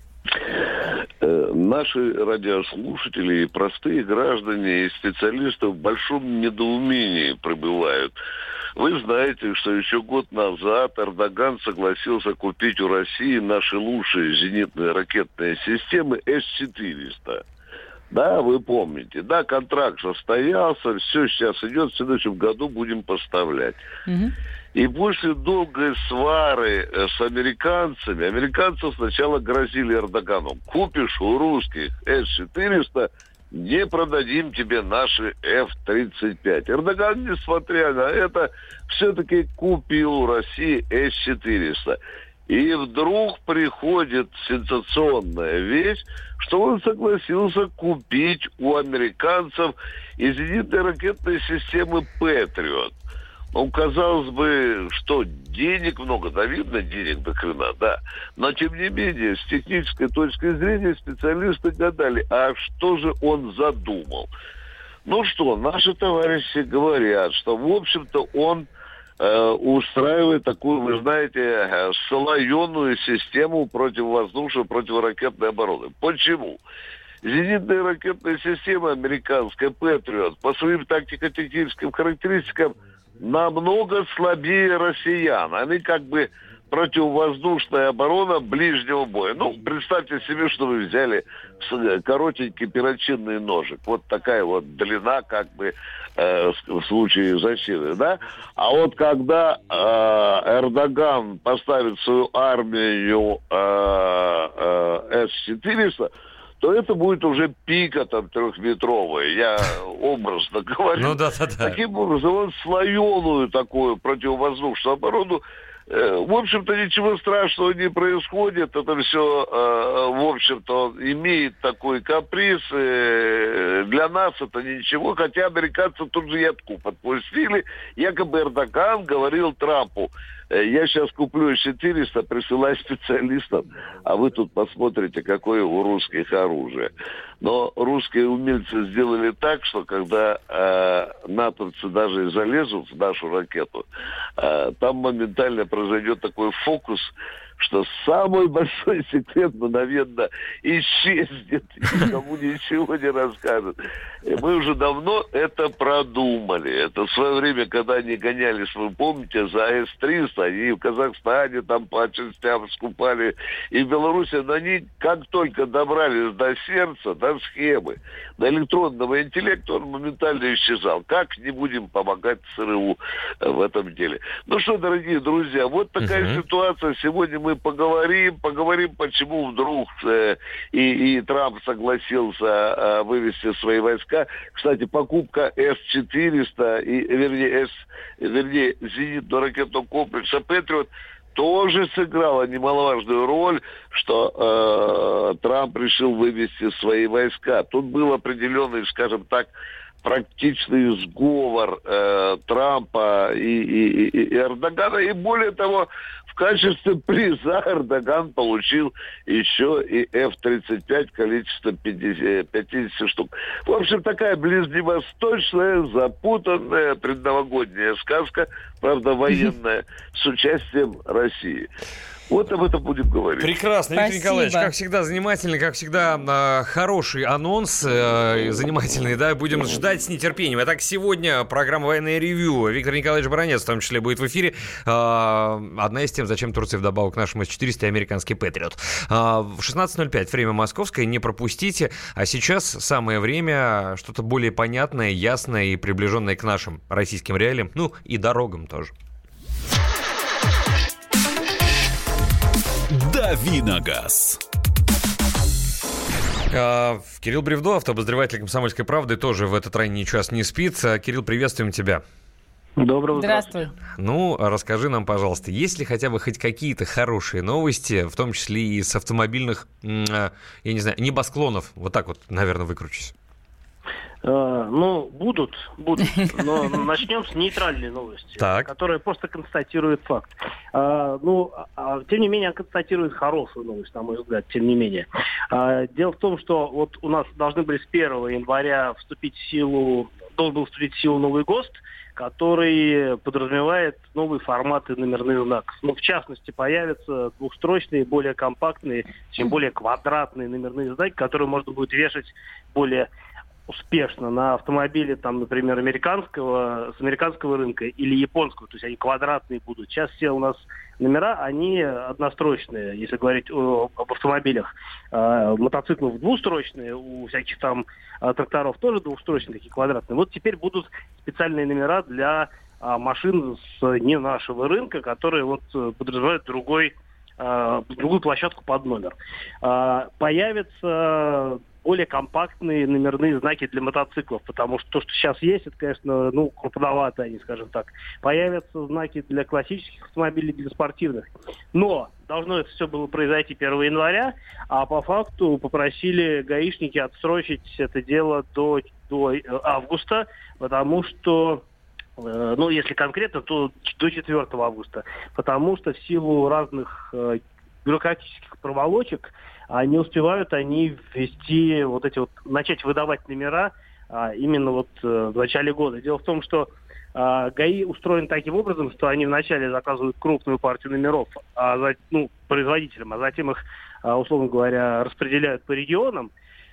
Наши радиослушатели, простые граждане и специалисты в большом недоумении пребывают. Вы знаете, что еще год назад Эрдоган согласился купить у России наши лучшие зенитные ракетные системы С-400. Да, вы помните. Да, контракт состоялся, все сейчас идет, в следующем году будем поставлять. И после долгой свары с американцами, американцы сначала грозили Эрдогану: купишь у русских С-400, не продадим тебе наши F-35. Эрдоган, несмотря на это, все-таки купил у России С-400. И вдруг приходит сенсационная вещь, что он согласился купить у американцев и зенитные ракетные системы «Патриот». Ну, казалось бы, что денег много, да, видно, денег до хрена, да. Но, тем не менее, с технической точки зрения специалисты гадали, а что же он задумал? Ну что, наши товарищи говорят, что, в общем-то, он устраивает такую, вы знаете, слоеную систему противовоздушной, противоракетной обороны. Почему? Зенитные ракетные системы американская «Патриот» по своим тактико-техническим характеристикам намного слабее россиян. Они как бы противовоздушная оборона ближнего боя. Ну, представьте себе, что вы взяли коротенький перочинный ножик. Вот такая вот длина, как бы, в случае защиты, да? А вот когда Эрдоган поставит свою армию С-400, то это будет уже пика там трехметровая, я образно говорю. Ну да. Таким образом, он слоеную такую противовоздушную оборону. В общем-то, ничего страшного не происходит. Это все, в общем-то, имеет такой каприз. Для нас это ничего. Хотя американцы тут же ядку подпустили. Якобы Эрдоган говорил Трампу: я сейчас куплю С-400, присылай специалистов, а вы тут посмотрите, какое у русских оружие. Но русские умельцы сделали так, что когда натовцы даже залезут в нашу ракету, там моментально произойдет такой фокус, что самый большой секрет мгновенно исчезнет, и никому ничего не расскажет. И мы уже давно это продумали. Это в свое время, когда они гонялись, вы помните, за С-300, они в Казахстане там по частям скупали, и в Беларуси, но они как только добрались до сердца, до схемы, до электронного интеллекта, он моментально исчезал. Как не будем помогать ЦРУ в этом деле? Ну что, дорогие друзья, вот такая ситуация. Сегодня мы поговорим, почему вдруг и Трамп согласился вывести свои войска. Кстати, покупка С-400, вернее, зенитного ракетного комплекса «Патриот» тоже сыграла немаловажную роль, что Трамп решил вывести свои войска. Тут был определенный, скажем так, практичный сговор Трампа и Эрдогана. И более того, в качестве приза Эрдоган получил еще и F-35 количеством 50 штук. В общем, такая ближневосточная, запутанная предновогодняя сказка, правда, военная, с участием России. Вот об этом будем говорить. Прекрасно, Виктор Николаевич, как всегда занимательный, как всегда хороший анонс, занимательный, да, будем ждать с нетерпением. Итак, сегодня программа «Военное ревью». Виктор Николаевич Баранец в том числе будет в эфире. Одна из тем, зачем Турция вдобавок к нашему С-400 и американский «Патриот». В 16:05 время московское, не пропустите. А сейчас самое время что-то более понятное, ясное и приближенное к нашим российским реалиям, ну и дорогам тоже. Давиногаз. Кирилл Бревдо, автообозреватель «Комсомольской правды», тоже в этот ранний час не спит. Кирилл, приветствуем тебя. Доброго утра. Здравствуй. Ну, расскажи нам, пожалуйста, есть ли хотя бы хоть какие-то хорошие новости, в том числе и с автомобильных, я не знаю, небосклонов? Вот так вот, наверное, выкручусь. Будут. Но начнем с нейтральной новости, которая просто констатирует факт. Тем не менее, она констатирует хорошую новость, на мой взгляд, тем не менее. Дело в том, что вот у нас должны были с 1 января должен был вступить в силу новый ГОСТ, который подразумевает новые форматы номерных знаков. В частности, появятся двухстрочные, более компактные, чем более квадратные номерные знаки, которые можно будет вешать более успешно на автомобиле, например, с американского рынка или японского, то есть они квадратные будут. Сейчас все у нас номера, они однострочные, если говорить об автомобилях. Мотоциклов двустрочные, у всяких тракторов тоже двухстрочные, такие квадратные. Вот теперь будут специальные номера для машин с не нашего рынка, которые подразумевают другую площадку под номер. Появятся более компактные номерные знаки для мотоциклов, потому что то, что сейчас есть, это, конечно, крупновато они, скажем так. Появятся знаки для классических автомобилей, для спортивных. Но должно это все было произойти 1 января, а по факту попросили гаишники отсрочить это дело до августа, потому что если конкретно, то до 4 августа, потому что в силу разных бюрократических проволочек не успевают они ввести начать выдавать номера именно в начале года. Дело в том, что ГАИ устроен таким образом, что они вначале заказывают крупную партию номеров производителям, а затем их, условно говоря, распределяют по регионам.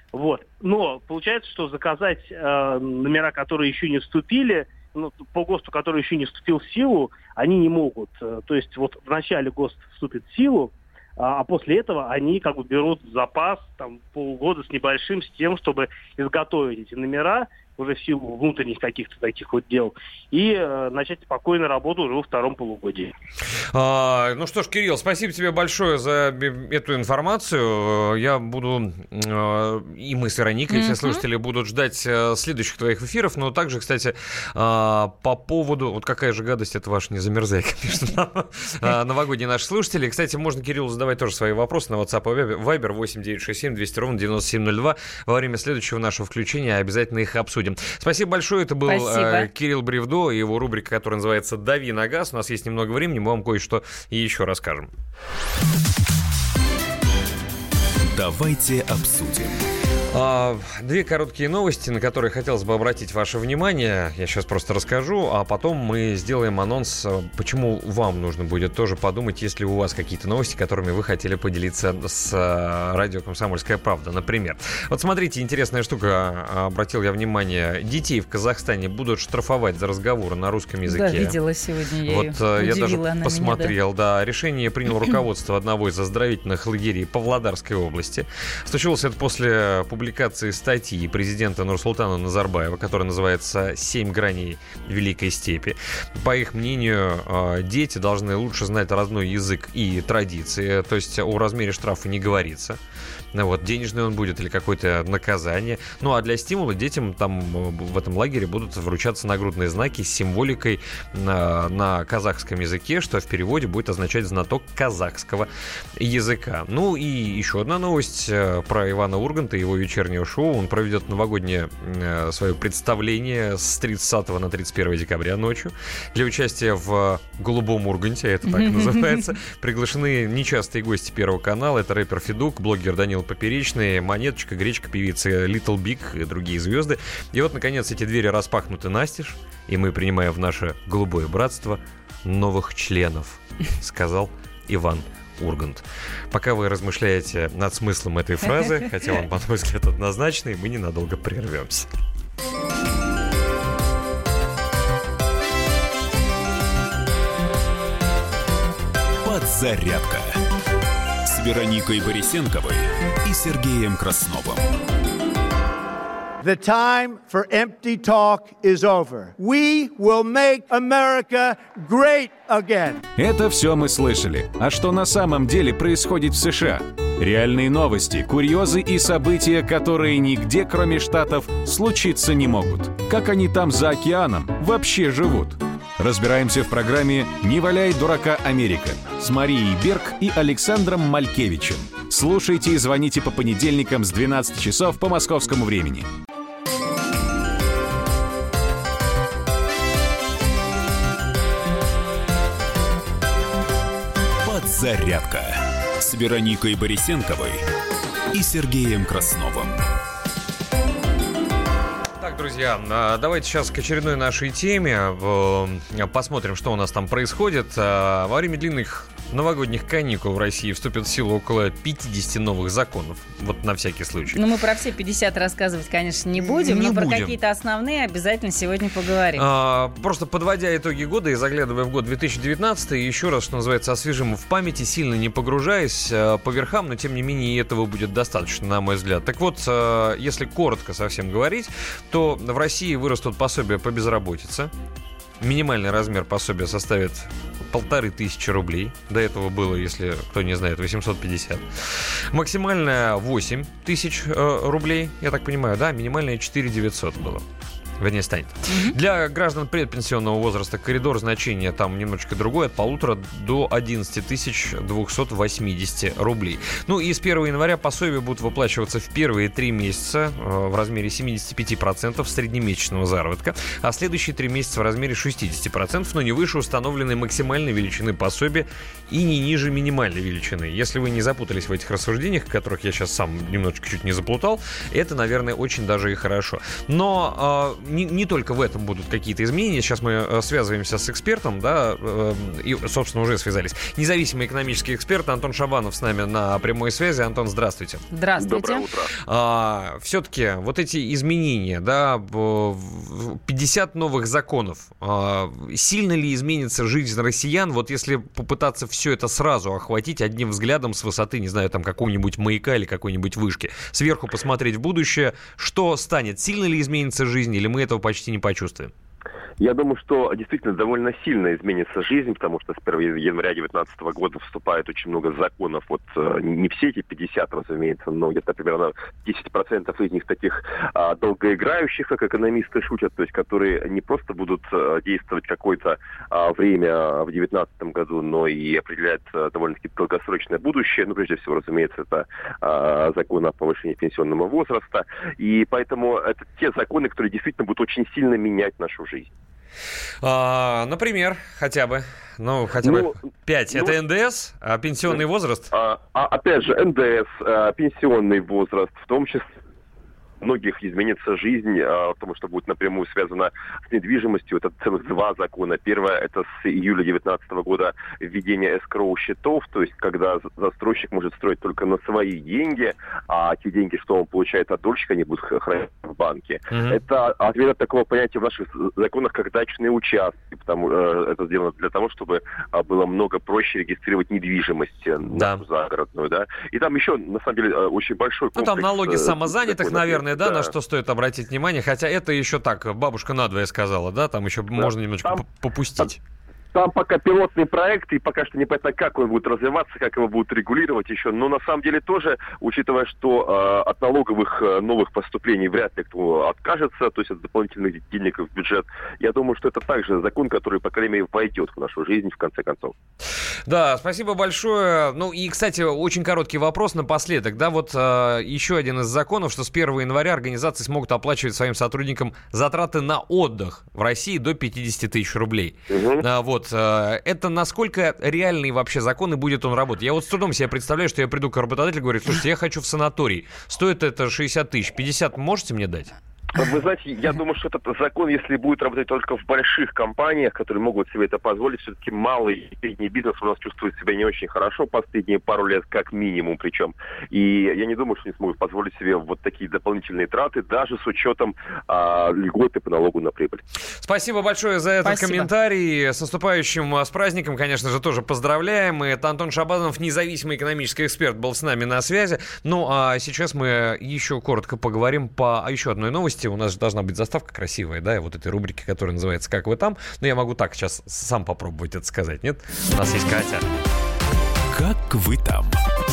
Но получается, что заказать номера, которые еще не вступили, по ГОСТу, который еще не вступил в силу, они не могут. То есть в начале ГОСТ вступит в силу, а после этого они берут в запас полгода с небольшим с тем, чтобы изготовить эти номера уже в силу внутренних каких-то таких дел и начать спокойно работу уже во втором полугодии. Что ж, Кирилл, спасибо тебе большое за эту информацию. Я буду, и мы с Вероникой, все слушатели будут ждать следующих твоих эфиров, но также, кстати, по поводу, какая же гадость, это ваш не замерзай, конечно, новогодние наши слушатели. Кстати, можно Кириллу задавать тоже свои вопросы на WhatsApp и Viber 8-967-200-97-02. Во время следующего нашего включения обязательно их обсудим. Спасибо большое. Это был Кирилл Бревдо и его рубрика, которая называется «Дави на газ». У нас есть немного времени, мы вам кое-что и еще расскажем. Давайте обсудим. Две короткие новости, на которые хотелось бы обратить ваше внимание. Я сейчас просто расскажу, а потом мы сделаем анонс, почему вам нужно будет тоже подумать, есть ли у вас какие-то новости, которыми вы хотели поделиться с радио «Комсомольская правда». Например, смотрите, интересная штука, обратил я внимание. Детей в Казахстане будут штрафовать за разговоры на русском языке. Да, видела сегодня я я даже посмотрел, да. Решение приняло руководство одного из оздоровительных лагерей Павлодарской области. Случилось это после публикации статьи президента Нурсултана Назарбаева, которая называется «7 граней Великой степи». По их мнению, дети должны лучше знать родной язык и традиции, то есть о размере штрафа не говорится. Денежный он будет или какое-то наказание. А для стимула детям в этом лагере будут вручаться нагрудные знаки с символикой на казахском языке, что в переводе будет означать «знаток казахского языка». И еще одна новость про Ивана Урганта и его вечернее шоу. Он проведет новогоднее свое представление с 30 на 31 декабря ночью. Для участия в «Голубом Урганте», это так называется, приглашены нечастые гости Первого канала. Это рэпер Федук, блогер Данил Поперечный, Монеточка, Гречка, певица Little Big и другие звезды. И наконец, эти двери распахнуты настежь, и мы принимаем в наше голубое братство новых членов, сказал Иван Ургант. Пока вы размышляете над смыслом этой фразы, хотя он, по мой взгляд, однозначный, мы ненадолго прервемся. Подзарядка с Вероникой Борисенковой и Сергеем Красновым. The time for empty talk is over. We will make America great again. Это все мы слышали. А что на самом деле происходит в США? Реальные новости, курьезы и события, которые нигде, кроме Штатов, случиться не могут. Как они там за океаном вообще живут? Разбираемся в программе «Не валяй дурака, Америка» с Марией Берг и Александром Малькевичем. Слушайте и звоните по понедельникам с 12 часов по московскому времени. «Зарядка» с Вероникой Борисенковой и Сергеем Красновым. Так, друзья, давайте сейчас к очередной нашей теме. Посмотрим, что у нас там происходит. Во время длинных новогодних каникул в России вступит в силу около 50 новых законов. Вот на всякий случай. Ну, мы про все 50 рассказывать, конечно, не будем, но про какие-то основные обязательно сегодня поговорим. Просто подводя итоги года и заглядывая в год 2019, еще раз, что называется, освежим в памяти, сильно не погружаясь по верхам, но тем не менее и этого будет достаточно, на мой взгляд. Так вот, если коротко совсем говорить, то в России вырастут пособия по безработице. Минимальный размер пособия составит 1500 рублей. До этого было, если кто не знает, 850. Максимальная 8 тысяч рублей. Я так понимаю, да? Минимальная 4900 было. Вернее, станет. Для граждан предпенсионного возраста коридор значения там немножечко другой, от 1500 до 11 280 рублей. Ну и с 1 января пособия будут выплачиваться в первые 3 месяца в размере 75% среднемесячного заработка, а следующие 3 месяца в размере 60%, но не выше установленной максимальной величины пособия и не ниже минимальной величины. Если вы не запутались в этих рассуждениях, в которых я сейчас сам немножечко чуть не заплутал, это, наверное, очень даже и хорошо. Но не только в этом будут какие-то изменения. Сейчас мы связываемся с экспертом, да, и, собственно, уже связались. Независимый экономический эксперт Антон Шабанов с нами на прямой связи. Антон, здравствуйте. Здравствуйте. Доброе утро. Все-таки вот эти изменения, да, 50 новых законов, сильно ли изменится жизнь россиян, вот если попытаться все это сразу охватить одним взглядом с высоты, не знаю, там какого-нибудь маяка или какой-нибудь вышки, сверху посмотреть в будущее, что станет? Сильно ли изменится жизнь, или мы этого почти не почувствуем? Я думаю, что действительно довольно сильно изменится жизнь, потому что с 1 января 2019 года вступает очень много законов. Вот не все эти 50, разумеется, но где-то примерно 10% из них таких долгоиграющих, как экономисты шутят, то есть которые не просто будут действовать какое-то время в 2019 году, но и определять довольно-таки долгосрочное будущее. Ну, прежде всего, разумеется, это закон о повышении пенсионного возраста. И поэтому это те законы, которые действительно будут очень сильно менять нашу жизнь. Например, хотя бы 5. Это НДС, а пенсионный возраст? Опять же, НДС, пенсионный возраст, в том числе многих изменится жизнь, потому что будет напрямую связано с недвижимостью. Это целых 2 закона. Первое, это с июля 2019 года введение эскроу-счетов, то есть когда застройщик может строить только на свои деньги, а те деньги, что он получает от дольщика, они будут хранить в банке. Это ответ от такого понятия в наших законах, как дачные участки, потому это сделано для того, чтобы было много проще регистрировать недвижимость нашу загородную, да. И там еще, на самом деле, очень большой комплекс. Ну, там налоги самозанятых, наверное, да, на что стоит обратить внимание, хотя это еще так, бабушка надвое сказала, да, там еще можно немножко попустить. Там пока пилотный проект, и пока что непонятно, как он будет развиваться, как его будут регулировать еще. Но на самом деле тоже, учитывая, что от налоговых новых поступлений вряд ли кто откажется, то есть от дополнительных денег в бюджет, я думаю, что это также закон, который, по крайней мере, войдет в нашу жизнь в конце концов. Да, спасибо большое. Ну и, кстати, очень короткий вопрос напоследок. Да, вот еще один из законов, что с 1 января организации смогут оплачивать своим сотрудникам затраты на отдых в России до 50 тысяч рублей. Вот. Это насколько реальный вообще закон и будет он работать? Я вот с трудом себе представляю, что я приду к работодателю и говорю: слушайте, я хочу в санаторий. Стоит это 60 тысяч. 50 можете мне дать? Вы знаете, я думаю, что этот закон, если будет работать только в больших компаниях, которые могут себе это позволить, все-таки малый и средний бизнес у нас чувствует себя не очень хорошо последние пару лет, как минимум причем. И я не думаю, что они смогут позволить себе вот такие дополнительные траты, даже с учетом льготы по налогу на прибыль. Спасибо большое за этот комментарий. С наступающим, с праздником, конечно же, тоже поздравляем. И это Антон Шабанов, независимый экономический эксперт, был с нами на связи. Ну, а сейчас мы еще коротко поговорим по еще одной новости. У нас же должна быть заставка красивая, да, и вот этой рубрики, которая называется «Как вы там?». Но я могу так сейчас сам попробовать это сказать, нет? У нас есть Катя. Как вы там?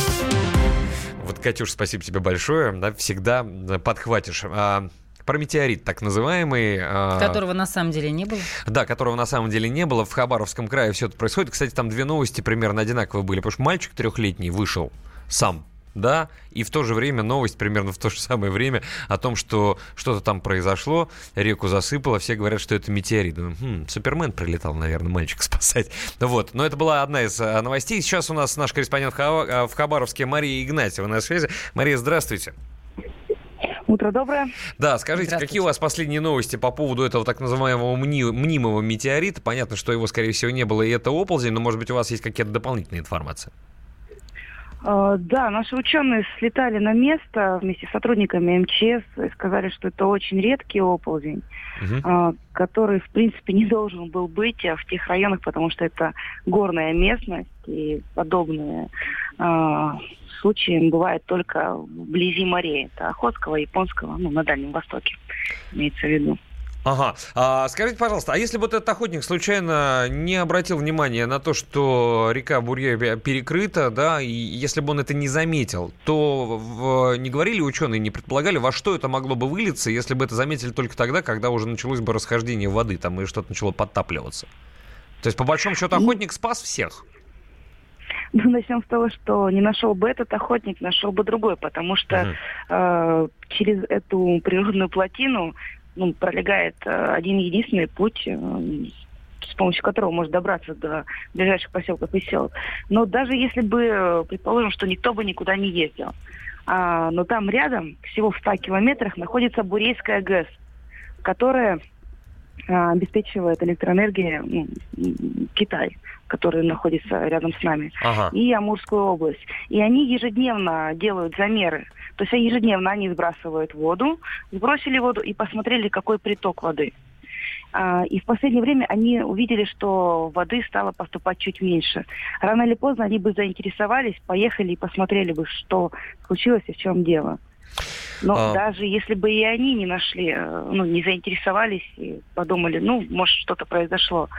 Вот, Катюш, спасибо тебе большое. Да, всегда подхватишь. Про метеорит, так называемый. Которого на самом деле не было. Да, которого на самом деле не было. В Хабаровском крае все это происходит. Кстати, там 2 новости примерно одинаковые были. Потому что мальчик 3-летний вышел сам да, и в то же время новость примерно в то же самое время о том, что что-то там произошло, реку засыпало, все говорят, что это метеорит. Супермен прилетал, наверное, мальчика спасать. Вот, но это была одна из новостей. Сейчас у нас наш корреспондент в Хабаровске Мария Игнатьева на связи. Мария, здравствуйте. Утро доброе. Да, скажите, какие у вас последние новости по поводу этого так называемого мнимого метеорита? Понятно, что его, скорее всего, не было, и это оползень, но, может быть, у вас есть какие-то дополнительные информации? Да, наши ученые слетали на место вместе с сотрудниками МЧС и сказали, что это очень редкий оползень, который, в принципе, не должен был быть в тех районах, потому что это горная местность, и подобные случаи бывают только вблизи морей. Это Охотского, Японского, на Дальнем Востоке, имеется в виду. Ага. Скажите, пожалуйста, а если бы этот охотник случайно не обратил внимания на то, что река Бурья перекрыта, да, и если бы он это не заметил, то не говорили ученые, не предполагали, во что это могло бы вылиться, если бы это заметили только тогда, когда уже началось бы расхождение воды, там, и что-то начало подтапливаться? То есть, по большому счету, охотник спас всех? Начнем с того, что не нашел бы этот охотник, нашел бы другой, потому что через эту природную плотину пролегает один единственный путь, с помощью которого можно добраться до ближайших поселков и сел. Но даже если бы, предположим, что никто бы никуда не ездил, но там рядом, всего в 100 километрах, находится Бурейская ГЭС, которая обеспечивает электроэнергией Китай, который находится рядом с нами, и Амурскую область. И они ежедневно делают замеры. То есть ежедневно они сбрасывают воду, сбросили воду и посмотрели, какой приток воды. И в последнее время они увидели, что воды стало поступать чуть меньше. Рано или поздно они бы заинтересовались, поехали и посмотрели бы, что случилось и в чем дело. Но даже если бы и они не нашли, не заинтересовались и подумали, может, что-то произошло,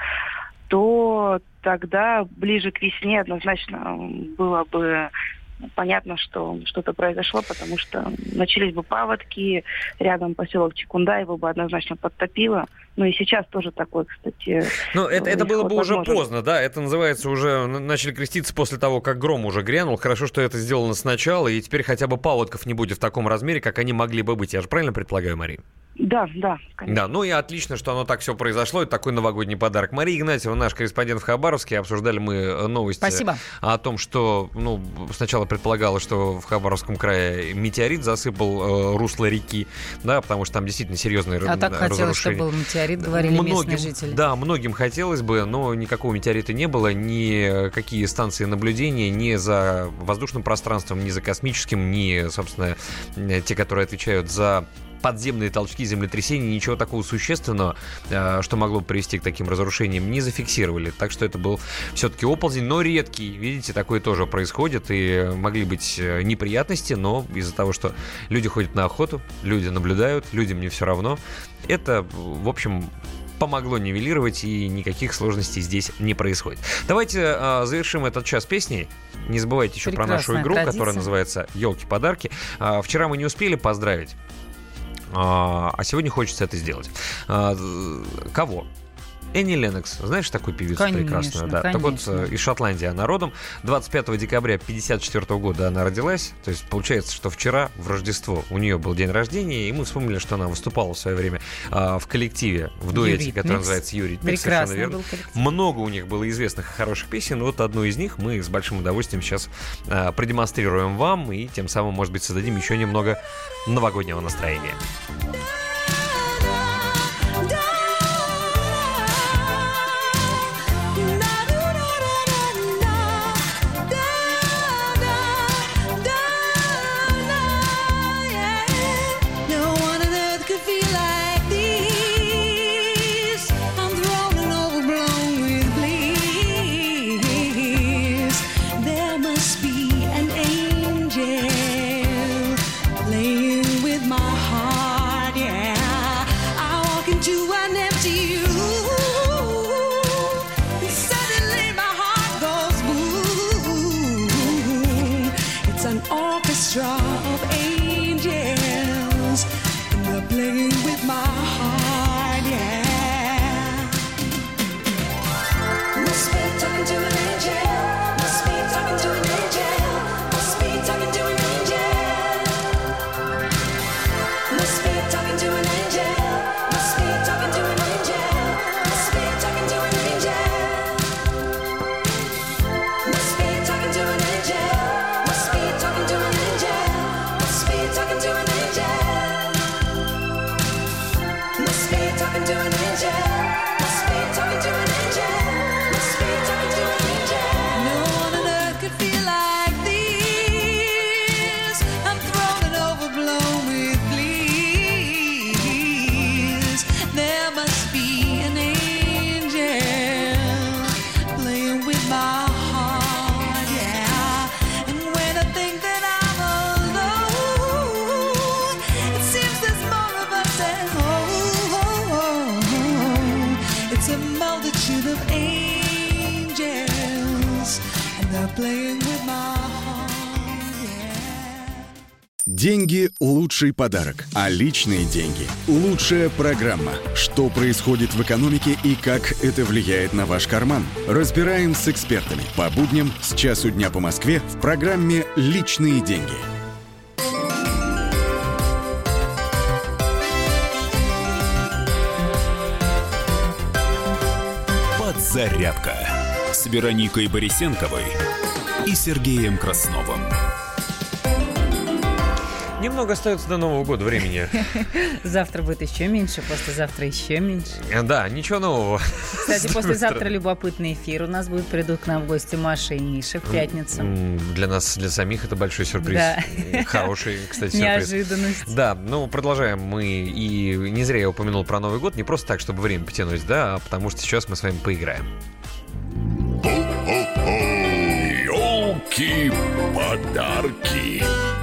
то тогда ближе к весне однозначно было бы понятно, что что-то произошло, потому что начались бы паводки, рядом поселок Чекунда, его бы однозначно подтопило. И сейчас тоже такой, кстати... это было бы уже поздно, да? Это называется уже... Начали креститься после того, как гром уже грянул. Хорошо, что это сделано сначала, и теперь хотя бы паводков не будет в таком размере, как они могли бы быть. Я же правильно предполагаю, Мария? Да, конечно. Да, и отлично, что оно так все произошло. Это такой новогодний подарок. Мария Игнатьева, наш корреспондент в Хабаровске. Обсуждали мы новости о том, что сначала предполагалось, что в Хабаровском крае метеорит засыпал русло реки, да, потому что там действительно серьезные разрушения. Так хотелось, чтобы был метеорит, говорили местные жители. Да, многим хотелось бы, но никакого метеорита не было. Никакие станции наблюдения ни за воздушным пространством, ни за космическим, ни, собственно, те, которые отвечают за подземные толчки, землетрясения, ничего такого существенного, что могло бы привести к таким разрушениям, не зафиксировали. Так что это был все-таки оползень, но редкий. Видите, такое тоже происходит, и могли быть неприятности, но из-за того, что люди ходят на охоту, люди наблюдают, людям не все равно, это, в общем, помогло нивелировать, и никаких сложностей здесь не происходит. Давайте завершим этот час песней. Не забывайте еще про нашу игру, которая называется «Елки-подарки». Вчера мы не успели поздравить, а сегодня хочется это сделать. Кого? Энни Леннокс, знаешь такую певицу прекрасную? Да. Так вот, из Шотландии она родом. 25 декабря 1954 года она родилась. То есть получается, что вчера, в Рождество, у нее был день рождения, и мы вспомнили, что она выступала в свое время в коллективе, в дуэте, который называется «Юритмикс». Совершенно верно. Много у них было известных и хороших песен. Вот одну из них мы с большим удовольствием сейчас продемонстрируем вам, и тем самым, может быть, создадим еще немного новогоднего настроения. Playing with my heart, yeah. of angels, and they're playing with my heart. Деньги – лучший подарок, а личные деньги – лучшая программа. Что происходит в экономике и как это влияет на ваш карман? Разбираем с экспертами по будням с часу дня по Москве в программе «Личные деньги». Подзарядка с Вероникой Борисенковой и Сергеем Красновым. Немного остается до Нового года времени. Завтра будет еще меньше, послезавтра еще меньше. Да, ничего нового. Кстати, послезавтра любопытный эфир. У нас будут, придут к нам в гости Маша и Миша в пятницу. Для нас, для самих это большой сюрприз. Да. Хороший, кстати, сюрприз. Неожиданность. Да, ну, продолжаем мы. И не зря я упомянул про Новый год. Не просто так, чтобы время потянуть, да, а потому что сейчас мы с вами поиграем. Ёлки-подарки.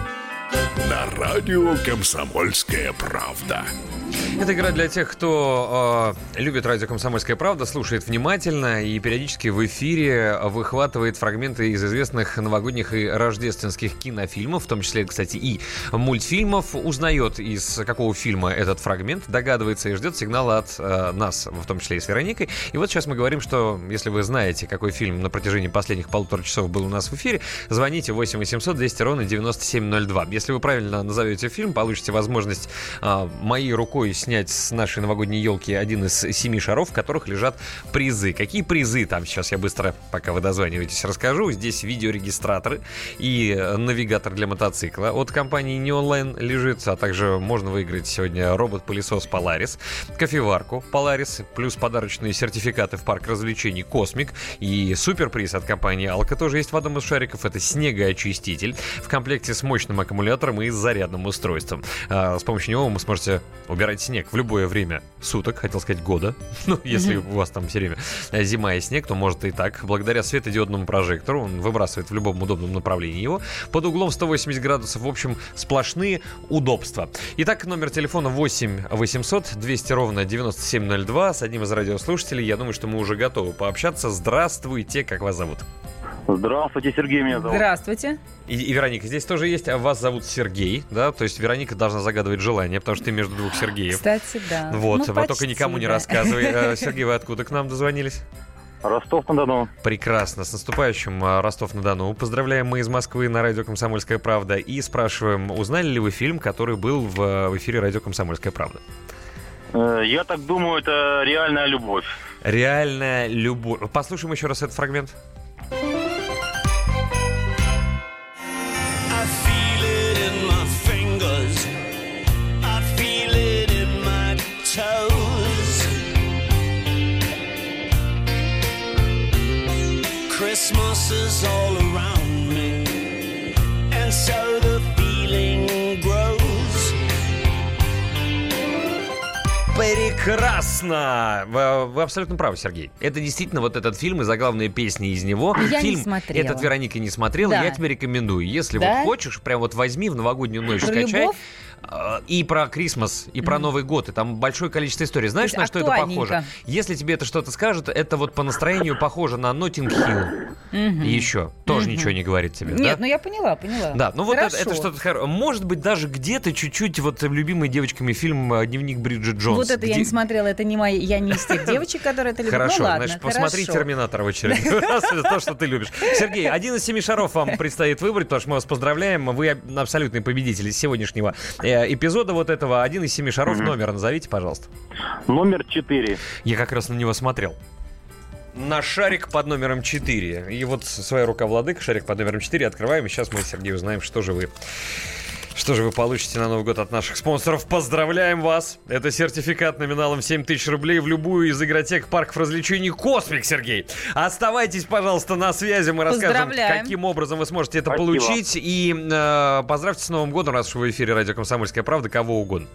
На радио «Комсомольская правда». Это игра для тех, кто любит радио «Комсомольская правда», слушает внимательно и периодически в эфире выхватывает фрагменты из известных новогодних и рождественских кинофильмов, в том числе, кстати, и мультфильмов, узнает, из какого фильма этот фрагмент, догадывается и ждет сигнала от нас, в том числе и с Вероникой. И вот сейчас мы говорим, что если вы знаете, какой фильм на протяжении последних 1,5 часов был у нас в эфире, звоните 8 800 200 ровно 9702. Если вы правильно назовете фильм, получите возможность моей рукой снять с нашей новогодней елки один из 7 шаров, в которых лежат призы. Какие призы там сейчас я быстро, пока вы дозваниваетесь, расскажу. Здесь видеорегистраторы и навигатор для мотоцикла от компании Neoline лежит, а также можно выиграть сегодня робот-пылесос Polaris, кофеварку Polaris, плюс подарочные сертификаты в парк развлечений Космик и суперприз от компании Алка тоже есть в одном из шариков. Это снегоочиститель в комплекте с мощным аккумулятором и с зарядным устройством. С помощью него вы сможете убирать снег в любое время суток, хотел сказать года. Ну, если у вас там все время зима и снег, то может и так. Благодаря светодиодному прожектору он выбрасывает в любом удобном направлении его под углом 180 градусов. В общем, сплошные удобства. Итак, номер телефона 8 800 200 ровно 9702 с одним из радиослушателей. Я думаю, что мы уже готовы пообщаться. Здравствуйте, как вас зовут? Здравствуйте, Сергей меня зовут. Здравствуйте. И Вероника здесь тоже есть, а вас зовут Сергей, да? То есть Вероника должна загадывать желание, потому что ты между двух Сергеев. Kстати, да. Вот, ну, вы только никому не рассказывай. Сергей, вы откуда к нам дозвонились? Ростов-на-Дону. Прекрасно. С наступающим, Ростов-на-Дону. Поздравляем мы из Москвы на радио «Комсомольская правда» и спрашиваем, узнали ли вы фильм, который был в эфире радио «Комсомольская правда»? Я так думаю, это «Реальная любовь». «Реальная любовь». Послушаем еще раз этот фрагмент. Christmas is all around me, and so the feeling grows. Прекрасно! Вы абсолютно правы, Сергей. Это действительно вот этот фильм и заглавные песни из него. Я фильм не смотрела. Этот Вероника не смотрела, да. Я тебе рекомендую. Если да? вот хочешь, прям вот возьми в новогоднюю ночь, Про скачай. любовь? И про Крисмас, и про Новый год, и там большое количество историй. Знаешь, на что это похоже? Если тебе это что-то скажет, это вот по настроению похоже на Ноттинг Хилл. И еще. Тоже ничего не говорит тебе, да? Нет, ну я поняла. Да, ну вот это что-то хорошее. Может быть, даже где-то чуть-чуть вот любимый девочками фильм «Дневник Бриджит Джонс». Вот это я не смотрела, это не моя, я не из тех девочек, которые это любят. Хорошо, ну, ладно, значит, посмотри «Терминатора» в очередной раз, то, что ты любишь. Сергей, один из 7 шаров вам предстоит выбрать, потому что мы вас поздравляем. Вы абсолютный победитель сегодняшнего эпизода вот этого. Один из 7 шаров. Номер назовите, пожалуйста. Номер 4. Я как раз на него смотрел. На шарик под номером 4. И вот своя рука владыка, шарик под номером 4 открываем. И сейчас мы, Сергей, узнаем, что же вы получите на Новый год от наших спонсоров. Поздравляем вас! Это сертификат номиналом 7000 рублей в любую из игротек парков развлечений «Космик», Сергей. Оставайтесь, пожалуйста, на связи. Мы расскажем, каким образом вы сможете это получить. И поздравьте с Новым годом, раз уж в эфире радио «Комсомольская правда», кого угодно.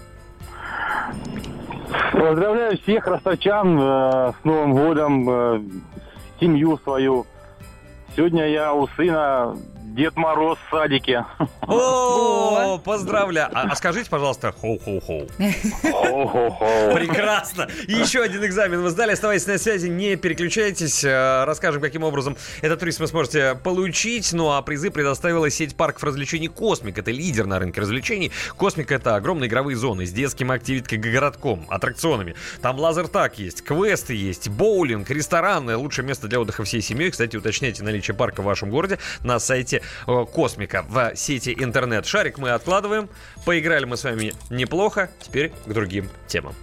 Поздравляю всех ростовчан с Новым годом, семью свою. Сегодня я у сына Дед Мороз в садике. О, поздравляю. А скажите, пожалуйста, хоу-хоу-хоу. Прекрасно. И еще один экзамен вы сдали. Оставайтесь на связи, не переключайтесь. Расскажем, каким образом этот приз вы сможете получить. Ну а призы предоставила сеть парков развлечений «Космик». Это лидер на рынке развлечений. «Космик» — это огромные игровые зоны с детским активити-городком, аттракционами. Там лазертаг есть, квесты есть, боулинг, рестораны. Лучшее место для отдыха всей семьей. Кстати, уточняйте наличие парка в вашем городе на сайте «Космика» в сети интернет. Шарик мы откладываем. Поиграли мы с вами неплохо. Теперь к другим темам.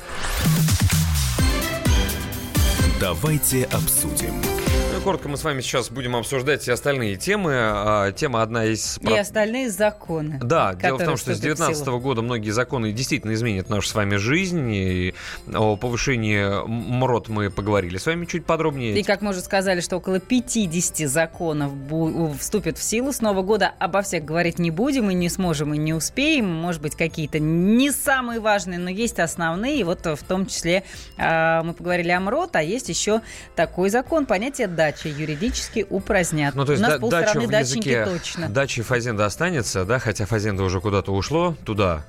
Давайте обсудим. Коротко мы с вами сейчас будем обсуждать и остальные темы. Тема одна из... И остальные законы. Да, дело в том, что с 2019 года многие законы действительно изменят нашу с вами жизнь. И о повышении МРОТ мы поговорили с вами чуть подробнее. И как мы уже сказали, что около 50 законов вступят в силу с Нового года. Обо всех говорить не будем, и не сможем, и не успеем. Может быть, какие-то не самые важные, но есть основные. И вот в том числе мы поговорили о МРОТ, а есть еще такой закон, понятие дачи юридически упразднят. Ну, то есть у нас полстраны дачники точно. Дачи фазенда останется, да, хотя фазенда уже куда-то ушло, туда.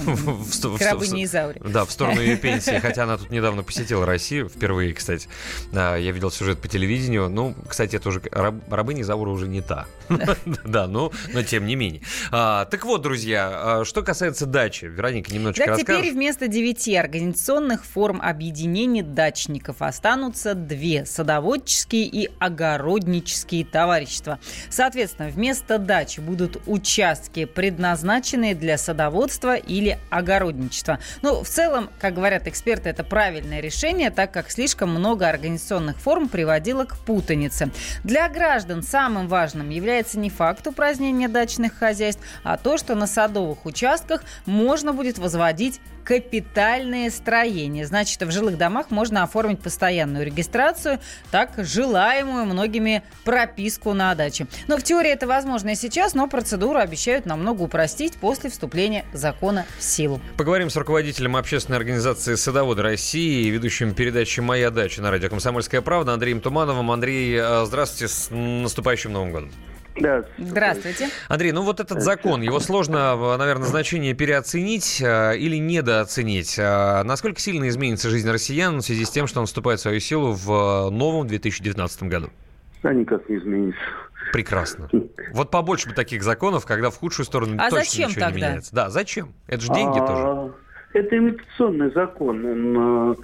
К рабыне Изауре. Да, в сторону ее пенсии, хотя она тут недавно посетила Россию, впервые, кстати. Я видел сюжет по телевидению. Ну, кстати, это уже рабыня Изаура уже не та. Да, но тем не менее. Так вот, друзья, что касается дачи, Вероника немножечко расскажет. Да, теперь вместо 9 организационных форм объединения дачников останутся 2: садоводческие и огороднические товарищества. Соответственно, вместо дачи будут участки, предназначенные для садоводства или огородничества. Ну, в целом, как говорят эксперты, это правильное решение, так как слишком много организационных форм приводило к путанице. Для граждан самым важным является не факт упразднения дачных хозяйств, а то, что на садовых участках можно будет возводить капитальные строения. Значит, в жилых домах можно оформить постоянную регистрацию, так желаемую многими прописку на даче. Но в теории это возможно и сейчас, но процедуру обещают намного упростить после вступления закона в силу. Поговорим с руководителем общественной организации «Садоводы России» и ведущим передачи «Моя дача» на радио «Комсомольская правда» Андреем Тумановым. Андрей, здравствуйте, с наступающим Новым годом. Да. Здравствуйте. Андрей, ну вот этот закон, его сложно, наверное, значение переоценить или недооценить. Насколько сильно изменится жизнь россиян в связи с тем, что он вступает в свою силу в новом 2019 году? Да, никак не изменится. Прекрасно. Вот побольше бы таких законов, когда в худшую сторону точно зачем ничего тогда не меняется. Да, зачем? Это же деньги тоже. Это имитационный закон. Он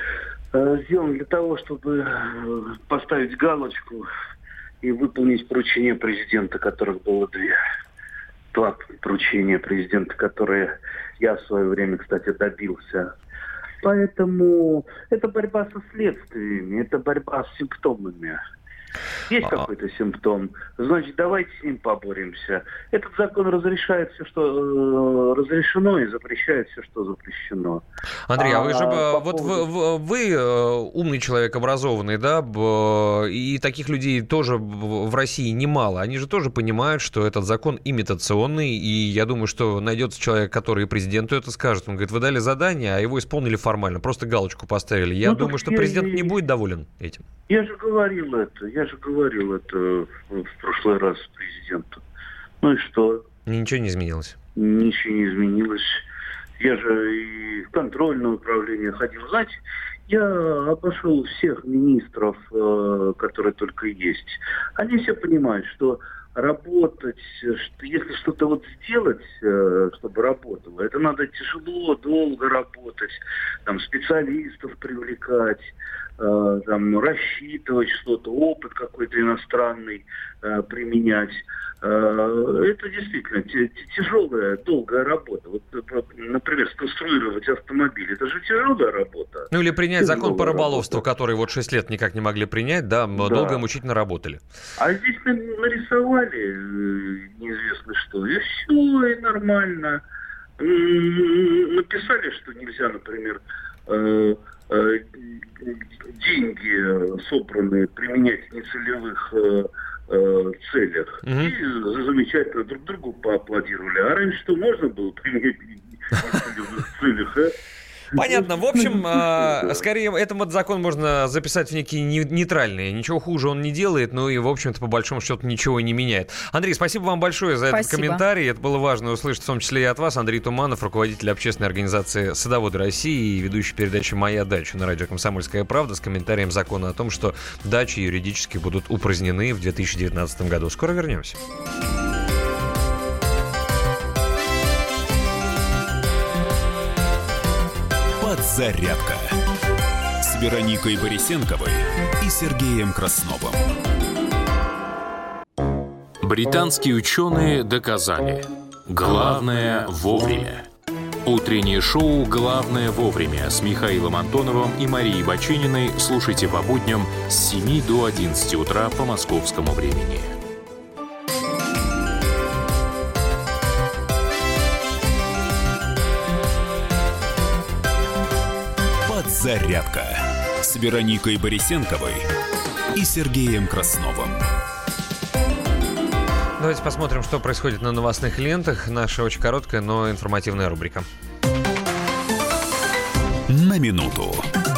сделан для того, чтобы поставить галочку и выполнить поручение президента, которых было 2 поручения президента, которые я в свое время, кстати, добился. Поэтому это борьба со следствиями, это борьба с симптомами. Есть какой-то симптом, значит, давайте с ним поборемся. Этот закон разрешает все, что разрешено, и запрещает все, что запрещено. Андрей, вы же вы умный человек, образованный, да, и таких людей тоже в России немало. Они же тоже понимают, что этот закон имитационный, и я думаю, что найдется человек, который президенту это скажет. Он говорит, вы дали задание, а его исполнили формально, просто галочку поставили. Я думаю, что президент не будет доволен этим. Я же говорил это в прошлый раз президенту. Ну и что? Ничего не изменилось? Ничего не изменилось. Я же и в контрольное управление ходил. Знаете, я обошел всех министров, которые только есть. Они все понимают, что работать, что если что-то вот сделать, чтобы работало, это надо тяжело, долго работать, там специалистов привлекать, там рассчитывать что-то, опыт какой-то иностранный применять. Это действительно тяжелая, долгая работа. Вот, например, сконструировать автомобиль, это же тяжелая работа. Ну или принять закон по рыболовству, который вот 6 лет никак не могли принять, да, долго и мучительно работали. А здесь нарисовали неизвестно что, и все, и нормально. Написали, что нельзя, например, деньги, собранные, применять в нецелевых целях. И замечательно друг другу поаплодировали. А раньше что можно было применять в нецелевых целях, Понятно. В общем, скорее, этот закон можно записать в некие нейтральные. Ничего хуже он не делает, ну и, в общем-то, по большому счету, ничего не меняет. Андрей, спасибо вам большое за этот комментарий. Это было важно услышать, в том числе и от вас. Андрей Туманов, руководитель общественной организации «Садоводы России» и ведущий передачи «Моя дача» на радио «Комсомольская правда» с комментарием закона о том, что дачи юридически будут упразднены в 2019 году. Скоро вернемся. Подзарядка с Вероникой Борисенковой и Сергеем Красновым. Британские ученые доказали: главное вовремя. Утреннее шоу «Главное вовремя» с Михаилом Антоновым и Марией Бачининой слушайте по будням с 7 до 11 утра по московскому времени. Подзарядка с Вероникой Борисенковой и Сергеем Красновым. Давайте посмотрим, что происходит на новостных лентах. Наша очень короткая, но информативная рубрика. На минуту.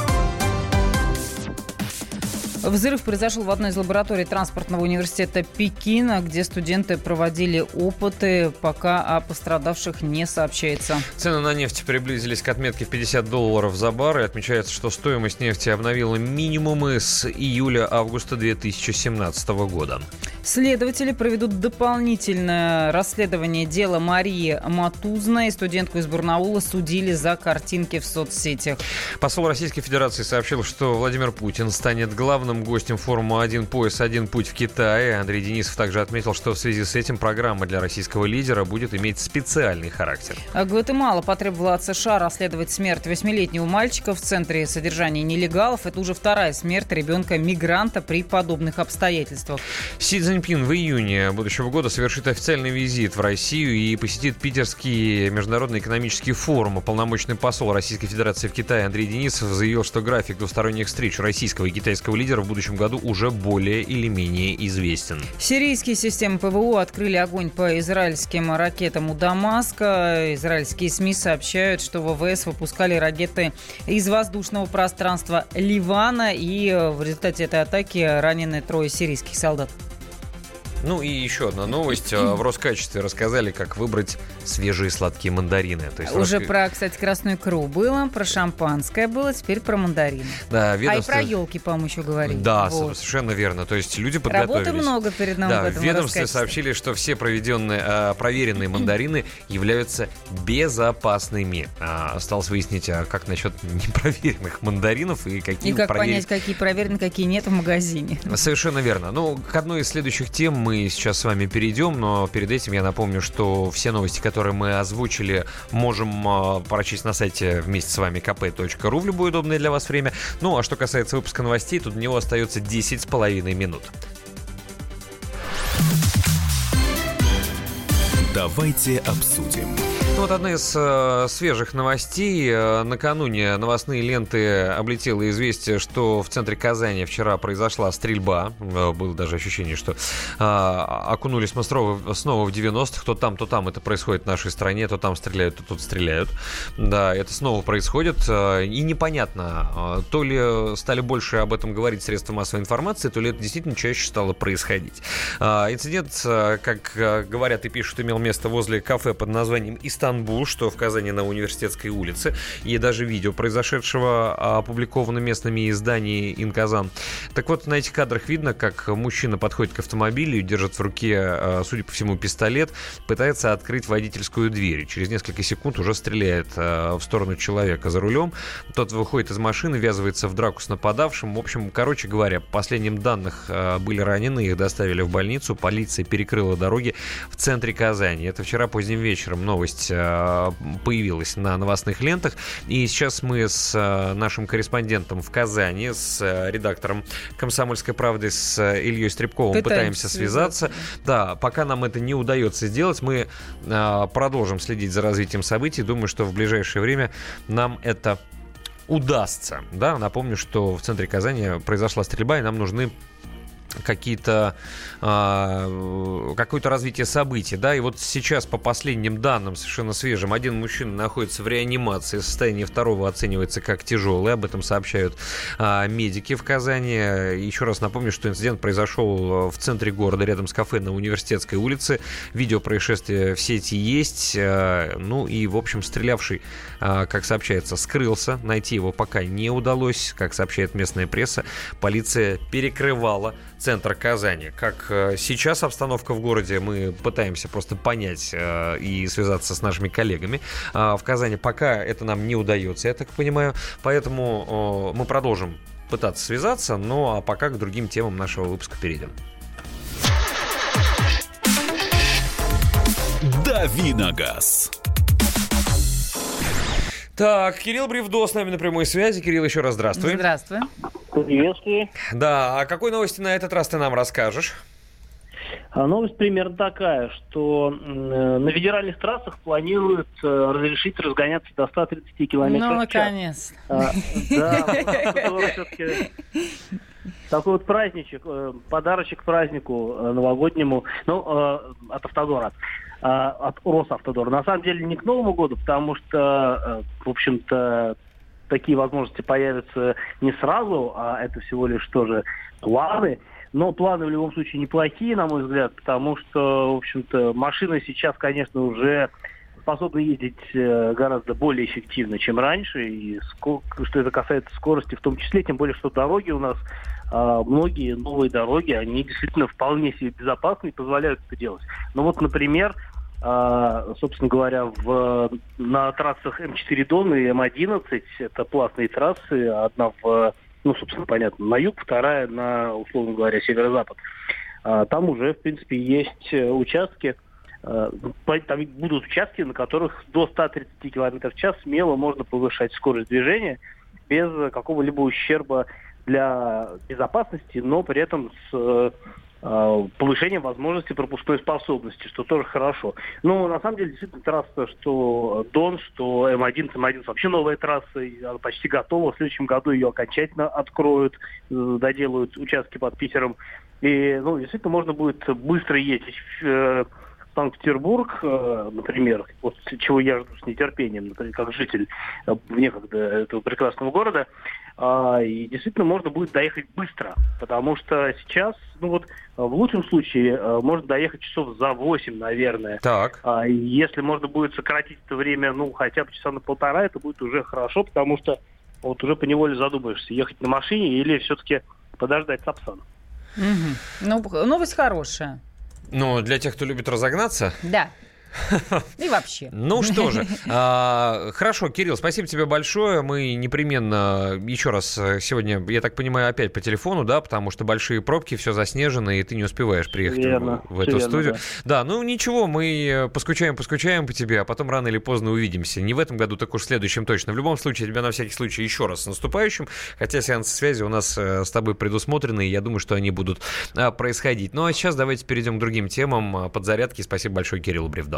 Взрыв произошел в одной из лабораторий транспортного университета Пекина, где студенты проводили опыты, пока о пострадавших не сообщается. Цены на нефть приблизились к отметке в $50 за барр, и отмечается, что стоимость нефти обновила минимумы с июля-августа 2017 года. Следователи проведут дополнительное расследование дела Марии Матузной. Студентку из Барнаула судили за картинки в соцсетях. Посол Российской Федерации сообщил, что Владимир Путин станет главным гостем форума «Один пояс, один путь» в Китае. Андрей Денисов также отметил, что в связи с этим программа для российского лидера будет иметь специальный характер. Гватемала потребовала от США расследовать смерть 8-летнего мальчика в центре содержания нелегалов. Это уже вторая смерть ребенка-мигранта при подобных обстоятельствах. Си Цзиньпин в июне будущего года совершит официальный визит в Россию и посетит Питерский международный экономический форум. Полномочный посол Российской Федерации в Китае Андрей Денисов заявил, что график двусторонних встреч российского и китайского лидера в будущем году уже более или менее известен. Сирийские системы ПВО открыли огонь по израильским ракетам у Дамаска. Израильские СМИ сообщают, что ВВС выпускали ракеты из воздушного пространства Ливана, и в результате этой атаки ранены 3 сирийских солдат. Ну и еще одна новость. В Роскачестве рассказали, как выбрать свежие сладкие мандарины. То есть уже про, кстати, красную икру было, про шампанское было, теперь про мандарины. Да, ведомство... А и про елки, по-моему, еще говорили. Да, вот. Совершенно верно. То есть люди подготовились. Работы много перед Новым годом. Да, в ведомстве сообщили, что все проверенные мандарины являются безопасными. Осталось выяснить, как насчет непроверенных мандаринов и какие как понять, какие проверены, какие нет в магазине. Совершенно верно. Ну, к одной из следующих тем мы сейчас с вами перейдем, но перед этим я напомню, что все новости, которые мы озвучили, можем прочесть на сайте вместе с вами kp.ru в любое удобное для вас время. Ну, а что касается выпуска новостей, то до него остается 10,5 минут. Давайте обсудим. Ну, вот одна из свежих новостей. Накануне новостные ленты облетело известие, что в центре Казани вчера произошла стрельба. Было даже ощущение, что окунулись мы снова в 90-х. То там это происходит в нашей стране, то там стреляют, то тут стреляют. Да, это снова происходит. И непонятно, то ли стали больше об этом говорить средства массовой информации, то ли это действительно чаще стало происходить. Инцидент, как говорят и пишут, имел место возле кафе под названием «Истанбул», что в Казани на Университетской улице. И даже видео произошедшего опубликовано местными изданиями «Инказан». Так вот, на этих кадрах видно, как мужчина подходит к автомобилю, держит в руке, судя по всему, пистолет, пытается открыть водительскую дверь. Через несколько секунд уже стреляет в сторону человека за рулем. Тот выходит из машины, ввязывается в драку с нападавшим. В общем, короче говоря, по последним данным были ранены, их доставили в больницу. Полиция перекрыла дороги в центре Казани. Это вчера поздним вечером новость появилась на новостных лентах. И сейчас мы с нашим корреспондентом в Казани, с редактором «Комсомольской правды», с Ильей Стребковым пытаемся связаться. Да, пока нам это не удается сделать, мы продолжим следить за развитием событий. Думаю, что в ближайшее время нам это удастся. Да, напомню, что в центре Казани произошла стрельба, и нам нужны какое-то развитие событий, да, и вот сейчас по последним данным, совершенно свежим, один мужчина находится в реанимации, состояние второго оценивается как тяжелое, об этом сообщают медики в Казани. Еще раз напомню, что инцидент произошел в центре города, рядом с кафе на Университетской улице. Видео происшествия в сети есть, ну и, в общем, стрелявший, как сообщается, скрылся, найти его пока не удалось, как сообщает местная пресса, полиция перекрывала центр Казани. Как сейчас обстановка в городе, мы пытаемся просто понять и связаться с нашими коллегами в Казани. Пока это нам не удается, я так понимаю. Поэтому мы продолжим пытаться связаться, ну а пока к другим темам нашего выпуска перейдем. Дави на газ. Так, Кирилл Бревдо с нами на прямой связи. Кирилл, еще раз здравствуй. Здравствуй. Приветствую. Да, а какой новости на этот раз ты нам расскажешь? Новость примерно такая, что на федеральных трассах планируют разрешить разгоняться до 130 километров в час. Наконец. Да, все-таки такой вот праздничек, подарочек к празднику новогоднему, от Автодора. От Росавтодора. На самом деле не к Новому году, потому что, в общем-то, такие возможности появятся не сразу, а это всего лишь тоже планы. Но планы в любом случае неплохие, на мой взгляд, потому что, в общем-то, машины сейчас, конечно, уже способны ездить гораздо более эффективно, чем раньше. И что это касается скорости в том числе, тем более, что дороги у нас, многие новые дороги, они действительно вполне себе безопасны и позволяют это делать. Ну вот, например, собственно говоря, на трассах М4 Дон и М11, это платные трассы, одна собственно, понятно, на юг, вторая на, условно говоря, северо-запад. Там уже, в принципе, есть участки, там будут участки, на которых до 130 км в час смело можно повышать скорость движения без какого-либо ущерба для безопасности, но при этом с повышением возможности пропускной способности, что тоже хорошо. Но на самом деле действительно трасса, что Дон, что М11, М11 вообще новая трасса, она почти готова. В следующем году ее окончательно откроют, доделают участки под Питером. И действительно можно будет быстро ездить в Санкт-Петербург, например, вот чего я жду с нетерпением, например, как житель некогда этого прекрасного города. И действительно можно будет доехать быстро, потому что сейчас, в лучшем случае, можно доехать часов за 8, наверное. Так. Если можно будет сократить это время, хотя бы часа на полтора, это будет уже хорошо, потому что вот уже поневоле задумаешься, ехать на машине или все-таки подождать Сапсан. Угу. Новость хорошая. Для тех, кто любит разогнаться? Да. И вообще. Ну что же, хорошо, Кирилл, спасибо тебе большое. Мы непременно еще раз сегодня, я так понимаю, опять по телефону, да, потому что большие пробки, все заснежено, и ты не успеваешь приехать в эту студию. Да, ничего, мы поскучаем по тебе, а потом рано или поздно увидимся. Не в этом году, так уж в следующем точно. В любом случае, тебя на всякий случай еще раз с наступающим, хотя сеансы связи у нас с тобой предусмотрены, и я думаю, что они будут происходить. Ну а сейчас давайте перейдем к другим темам подзарядки. Спасибо большое Кириллу Бревдо.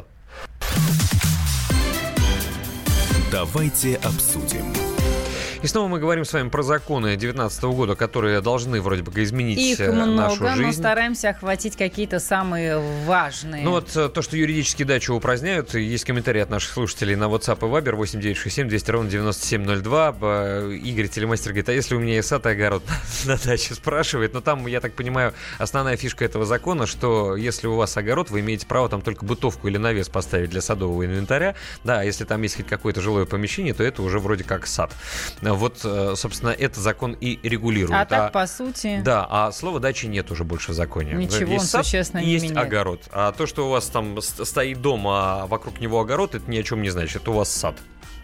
Давайте обсудим. И снова мы говорим с вами про законы 2019 года, которые должны вроде бы изменить их нашу много, жизнь. Но стараемся охватить какие-то самые важные. То, что юридические дачи упраздняют, есть комментарии от наших слушателей на WhatsApp и Viber 8967-200-97-02. Игорь, телемастер, говорит, а если у меня и сад, и огород на даче, спрашивает. Но там, я так понимаю, основная фишка этого закона, что если у вас огород, вы имеете право там только бытовку или навес поставить для садового инвентаря. Да, если там есть хоть какое-то жилое помещение, то это уже вроде как сад. Вот, собственно, это закон и регулирует. А так, по сути... Да, а слова дачи нет уже больше в законе. Ничего есть он существенно не есть меняет. Огород. А то, что у вас там стоит дом, а вокруг него огород, это ни о чем не значит. Это у вас сад.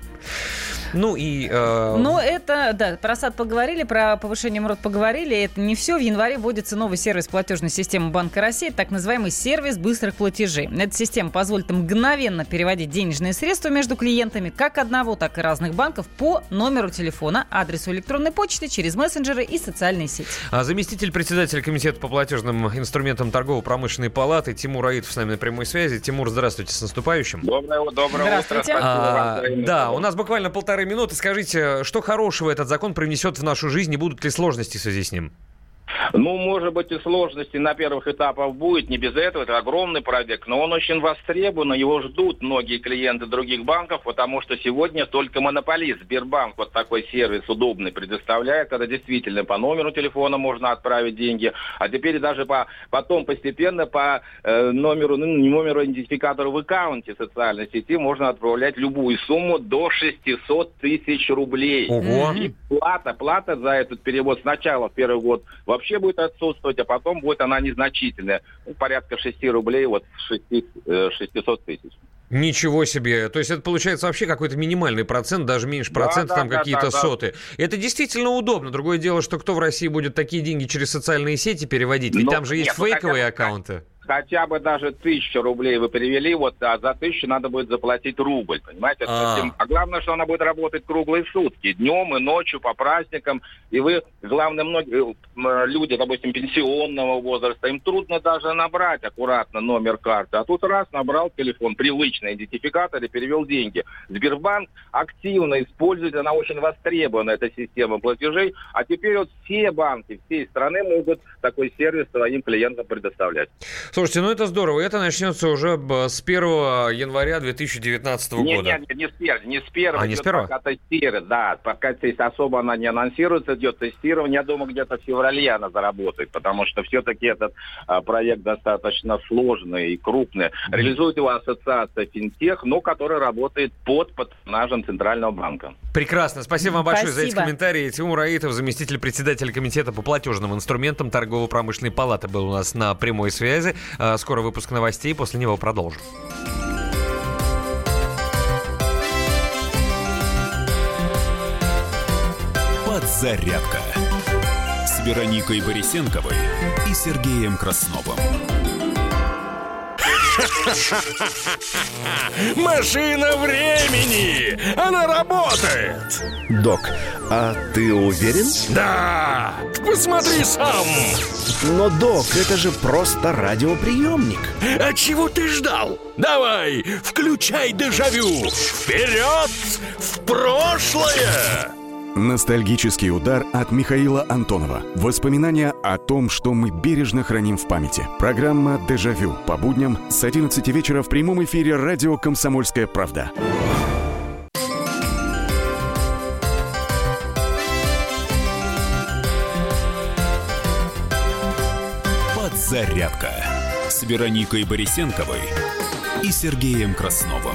Это, да, про сад поговорили, про повышение МРОТ поговорили. Это не все. В январе вводится новый сервис платежной системы Банка России, так называемый сервис быстрых платежей. Эта система позволит мгновенно переводить денежные средства между клиентами как одного, так и разных банков по номеру телефона, адресу электронной почты, через мессенджеры и социальные сети. Заместитель председателя комитета по платежным инструментам торгово-промышленной палаты Тимур Аитов с нами на прямой связи. Тимур, здравствуйте, с наступающим. Доброе утро. Да, у нас буквально 1,5 минуты. Скажите, что хорошего этот закон привнесет в нашу жизнь и будут ли сложности в связи с ним? Ну, может быть, и сложности на первых этапах будет, не без этого, это огромный проект, но он очень востребован, его ждут многие клиенты других банков, потому что сегодня только монополист Сбербанк вот такой сервис удобный предоставляет, когда действительно по номеру телефона можно отправить деньги, а теперь даже потом постепенно по номеру, не номеру идентификатора в аккаунте социальной сети можно отправлять любую сумму до 600 тысяч рублей. Ого. И плата за этот перевод сначала в первый год вообще будет отсутствовать, а потом будет она незначительная. Порядка 6 рублей, вот 600 тысяч. Ничего себе. То есть это получается вообще какой-то минимальный процент, даже меньше процента, там какие-то соты. Это действительно удобно. Другое дело, что кто в России будет такие деньги через социальные сети переводить? Ведь там же есть фейковые аккаунты. Хотя бы даже 1000 рублей вы перевели, а за 1000 надо будет заплатить рубль, понимаете? А главное, что она будет работать круглые сутки, днем и ночью, по праздникам. И вы, главное, многие люди, допустим, пенсионного возраста, им трудно даже набрать аккуратно номер карты. А тут раз набрал телефон, привычный идентификатор и перевел деньги. Сбербанк активно использует, она очень востребована, эта система платежей. А теперь вот все банки всей страны могут такой сервис своим клиентам предоставлять. Слушайте, ну это здорово. Это начнется уже с 1 января 2019 года. Нет, не с 1. Не с 1. А, не с 1? Пока тестирует, да. Пока особо она не анонсируется, идет тестирование. Я думаю, где-то в феврале она заработает, потому что все-таки этот проект достаточно сложный и крупный. Реализует его ассоциация «Финтех», но которая работает под патронажем Центрального банка. Прекрасно. Спасибо вам большое за эти комментарии. Тимур Аитов, заместитель председателя комитета по платежным инструментам Торгово-промышленной палаты, был у нас на прямой связи. Скоро выпуск новостей, после него продолжим. Подзарядка с Вероникой Борисенковой и Сергеем Красновым. Машина времени! Она работает! Док, а ты уверен? Да! Посмотри сам! Но, док, это же просто радиоприемник. А чего ты ждал? Давай, включай дежавю! Вперед! В прошлое! Ностальгический удар от Михаила Антонова. Воспоминания о том, что мы бережно храним в памяти. Программа «Дежавю» по будням с 11 вечера в прямом эфире радио «Комсомольская правда». Подзарядка с Вероникой Борисенковой и Сергеем Красновым.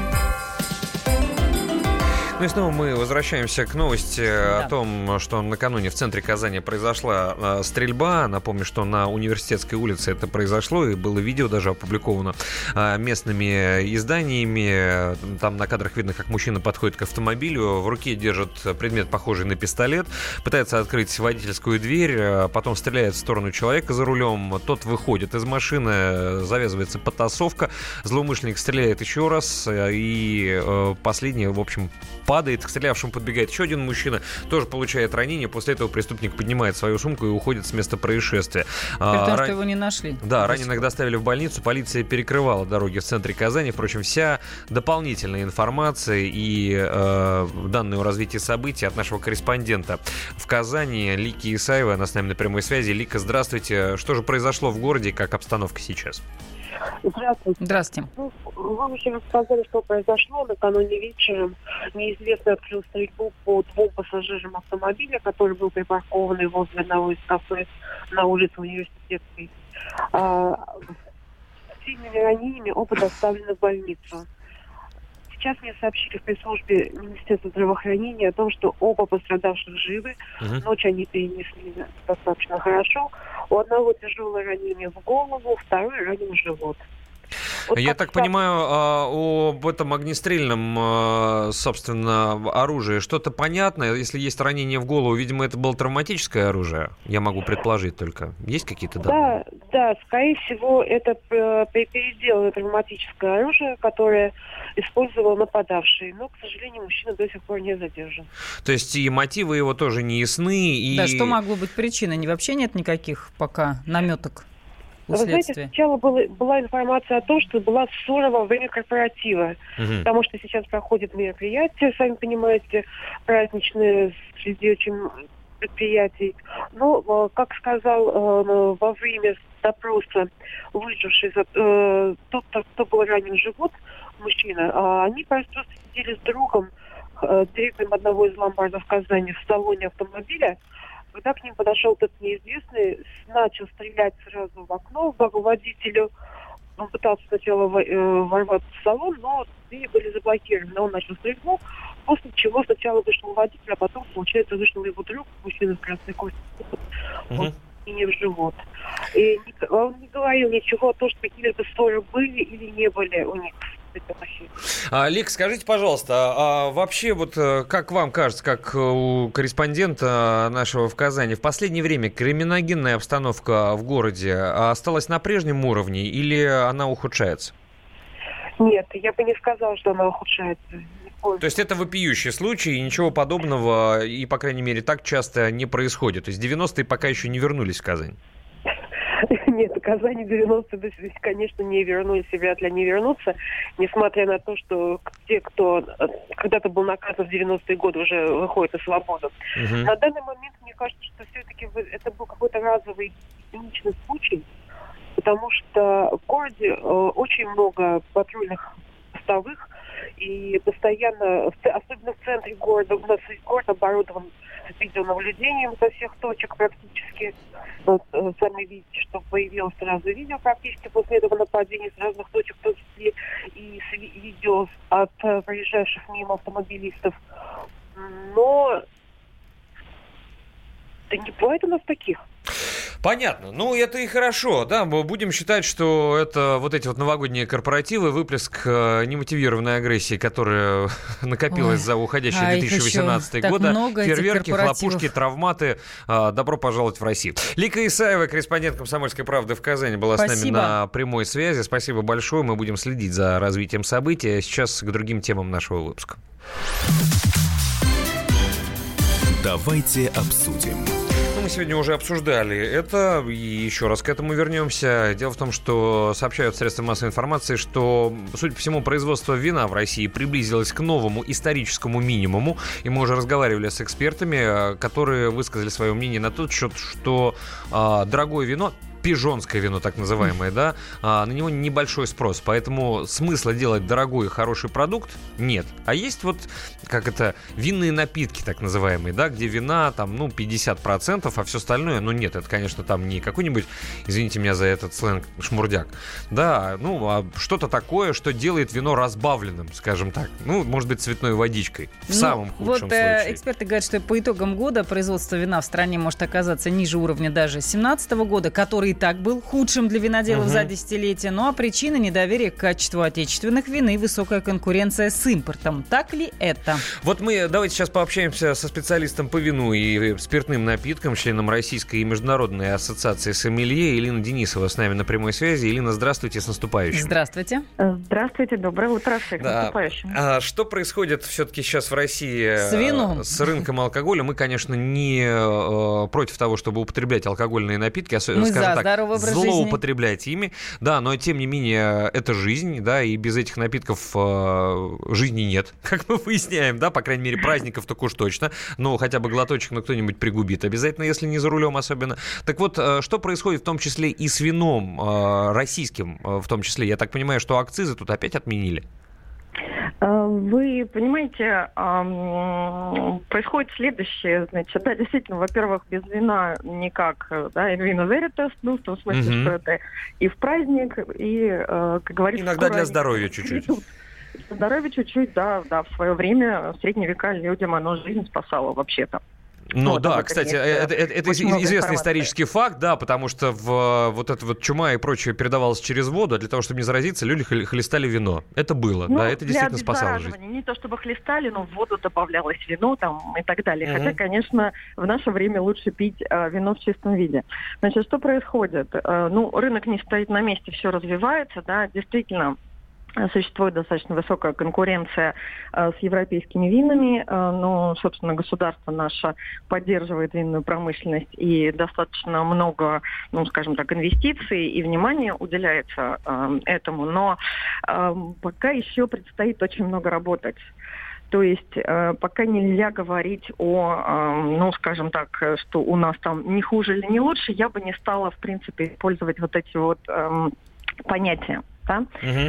Ну и снова мы возвращаемся к новости о том, что накануне в центре Казани произошла стрельба. Напомню, что на Университетской улице это произошло, и было видео даже опубликовано местными изданиями. Там на кадрах видно, как мужчина подходит к автомобилю, в руке держит предмет, похожий на пистолет, пытается открыть водительскую дверь, потом стреляет в сторону человека за рулем, тот выходит из машины, завязывается потасовка, злоумышленник стреляет еще раз, и последний, в общем, падает, к стрелявшему подбегает еще один мужчина, тоже получает ранение. После этого преступник поднимает свою сумку и уходит с места происшествия. Потому что его не нашли. Да, раненых доставили в больницу. Полиция перекрывала дороги в центре Казани. Впрочем, вся дополнительная информация и данные о развитии событий от нашего корреспондента в Казани Лики Исаевой. Она с нами на прямой связи. Лика, здравствуйте. Что же произошло в городе? Как обстановка сейчас? Здравствуйте. Здравствуйте. Вам уже рассказали, что произошло. Накануне вечером неизвестный открыл стрельбу по 2 пассажирам автомобиля, который был припаркован возле одного из кафе на улице Университетской. С сильными ранениями оба доставлены в больницу. Сейчас мне сообщили в пресс-службе Министерства здравоохранения о том, что оба пострадавших живы. Ночь они перенесли достаточно хорошо. У одного тяжелое ранение в голову, второй ранен в живот. Вот я так понимаю, об этом огнестрельном, собственно, оружии что-то понятно? Если есть ранение в голову, видимо, это было травматическое оружие? Я могу предположить только. Есть какие-то данные? Да, скорее всего, это переделанное травматическое оружие, которое использовал нападавший. Но, к сожалению, мужчина до сих пор не задержан. То есть и мотивы его тоже не ясны? И... Да, что могло быть причиной? Вообще нет никаких пока наметок? Вы знаете, сначала была информация о том, что была ссора во время корпоратива, потому что сейчас проходит мероприятие, сами понимаете, праздничное, среди очень предприятий. Но, как сказал во время допроса выживший тот, кто был ранен в живот, мужчина, они просто сидели с другом, директором одного из ломбардов в Казани, в салоне автомобиля, когда к ним подошел этот неизвестный, начал стрелять сразу в окно водителю. Он пытался сначала ворваться в салон, но двери были заблокированы. Он начал стрельбу, после чего сначала вышел водитель, а потом, получается, вышел его друг, мужчина в красной куртке, и не в живот. И он не говорил ничего о том, что какие-то ссоры были или не были у них. Лик, скажите, пожалуйста, а вообще вот как вам кажется, как у корреспондента нашего в Казани, в последнее время криминогенная обстановка в городе осталась на прежнем уровне или она ухудшается? Нет, я бы не сказала, что она ухудшается. То есть это вопиющий случай, и ничего подобного, и, по крайней мере, так часто не происходит. То есть 90-е пока еще не вернулись в Казань. Нет, в Казани 90-е, конечно, не вернулись и вряд ли не вернутся, несмотря на то, что те, кто когда-то был наказан в 90-е годы, уже выходят на свободу. На данный момент, мне кажется, что все-таки это был какой-то разовый единичный случай, потому что в городе очень много патрульных постовых, и постоянно, особенно в центре города, у нас весь город оборудован видеонаблюдением со всех точек практически. Вот, сами видите, что появилось сразу видео практически после этого нападения с разных точек, в том числе и видео от проезжающих мимо автомобилистов. Но да не бывает у нас таких. Понятно. Ну, это и хорошо, да. Мы будем считать, что это вот эти вот новогодние корпоративы, выплеск немотивированной агрессии, которая накопилась за уходящий 2018 год. Фейерверки, хлопушки, травматы. Добро пожаловать в Россию. Лика Исаева, корреспондент «Комсомольской правды» в Казани, была с нами на прямой связи. Спасибо большое. Мы будем следить за развитием событий. А сейчас к другим темам нашего выпуска. Давайте обсудим. Мы сегодня уже обсуждали это, и еще раз к этому вернемся. Дело в том, что сообщают средства массовой информации, что, судя по всему, производство вина в России приблизилось к новому историческому минимуму. И мы уже разговаривали с экспертами, которые высказали свое мнение на тот счет, что дорогое вино, пижонское вино, так называемое, да, на него небольшой спрос, поэтому смысла делать дорогой и хороший продукт нет. А есть вот, как это, винные напитки, так называемые, да, где вина там, 50%, а все остальное, нет, это, конечно, там не какой-нибудь, извините меня за этот сленг, шмурдяк, да, а что-то такое, что делает вино разбавленным, скажем так, может быть, цветной водичкой, в самом худшем случае. Эксперты говорят, что по итогам года производство вина в стране может оказаться ниже уровня даже 2017 года, который и так был худшим для виноделов за десятилетия. Ну а причина — недоверие к качеству отечественных вин и высокая конкуренция с импортом. Так ли это? Вот мы давайте сейчас пообщаемся со специалистом по вину и спиртным напиткам, членом Российской и Международной ассоциации сомелье. Элина Денисова с нами на прямой связи. Элина, здравствуйте, с наступающим. Здравствуйте. Здравствуйте, доброе утро всех, с наступающим. А что происходит все-таки сейчас в России с вином? С рынком алкоголя? Мы, конечно, не против того, чтобы употреблять алкогольные напитки, скажем так, злоупотреблять ими, да, но тем не менее это жизнь, да, и без этих напитков жизни нет, как мы выясняем, да, по крайней мере праздников так уж точно, хотя бы глоточек, кто-нибудь пригубит обязательно, если не за рулем особенно. Так вот, что происходит в том числе и с вином российским, в том числе, я так понимаю, что акцизы тут опять отменили? Вы понимаете, происходит следующее, значит, да, действительно, во-первых, без вина никак, да, вино веритас, в том смысле, что это и в праздник, и, как говорится... Иногда для здоровья чуть-чуть. Для здоровья чуть-чуть, да, в свое время, в средние века людям оно жизнь спасало вообще-то. Да, кстати, это известный исторический факт, да, потому что вот эта вот чума и прочее передавалось через воду, а для того, чтобы не заразиться, люди хлестали вино. Это было, да, это действительно спасало жизнь. Не то чтобы хлестали, но в воду добавлялось вино там и так далее. Хотя, конечно, в наше время лучше пить вино в чистом виде. Значит, что происходит? Рынок не стоит на месте, все развивается, да, действительно. Существует достаточно высокая конкуренция с европейскими винами, собственно, государство наше поддерживает винную промышленность и достаточно много, скажем так, инвестиций и внимания уделяется этому, но пока еще предстоит очень много работать. То есть пока нельзя говорить о, скажем так, что у нас там не хуже или не лучше, я бы не стала, в принципе, использовать вот эти вот понятия. Да?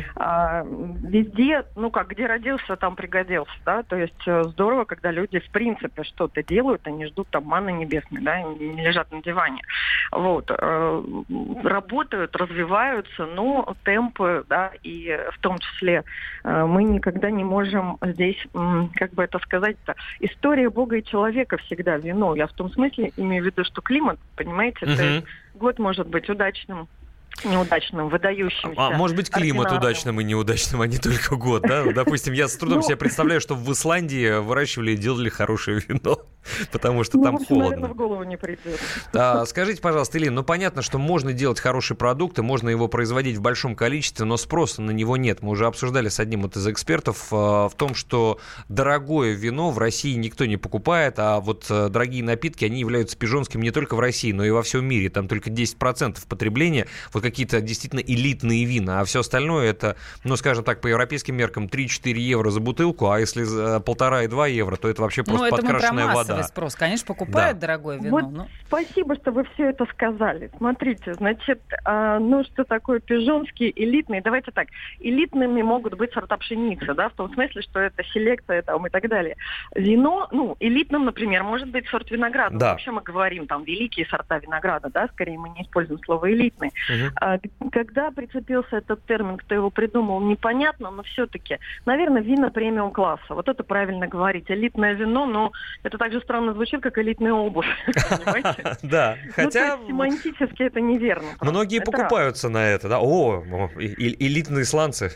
Везде, где родился, там пригодился, да, то есть здорово, когда люди в принципе что-то делают, они ждут там манны небесной, да, не лежат на диване, вот, работают, развиваются, но темпы, да, и в том числе мы никогда не можем здесь, как бы это сказать-то, история Бога и человека всегда вино, я в том смысле имею в виду, что климат, понимаете, это год может быть удачным, неудачным, выдающимся. А может быть, климат удачным и неудачным, а не только год, да? Допустим, я с трудом себе представляю, что в Исландии выращивали и делали хорошее вино, потому что там холодно. Наверное, в голову не придет. Скажите, пожалуйста, Илина, понятно, что можно делать хорошие продукты, можно его производить в большом количестве, но спроса на него нет. Мы уже обсуждали с одним из экспертов в том, что дорогое вино в России никто не покупает, а вот дорогие напитки, они являются пижонскими не только в России, но и во всем мире. Там только 10% потребления, вот какие-то действительно элитные вина, а все остальное это, скажем так, по европейским меркам 3-4 евро за бутылку, а если 1,5 и 2 евро, то это вообще просто подкрашенная вода. Спрос. Конечно, покупают дорогое вино. Вот спасибо, что вы все это сказали. Смотрите, значит, что такое пижонский, элитный? Давайте так, элитными могут быть сорта пшеницы, да, в том смысле, что это селекция там, и так далее. Вино, элитным, например, может быть сорт винограда. Да. Вообще мы говорим там великие сорта винограда, да, скорее мы не используем слово элитный. Когда прицепился этот термин, кто его придумал, непонятно, но все-таки, наверное, вина премиум класса. Вот это правильно говорить. Элитное вино, но это также странно звучит, как элитная обувь. Понимаете? Да, хотя... Семантически это неверно. Многие покупаются на это, да? О, элитные сланцы.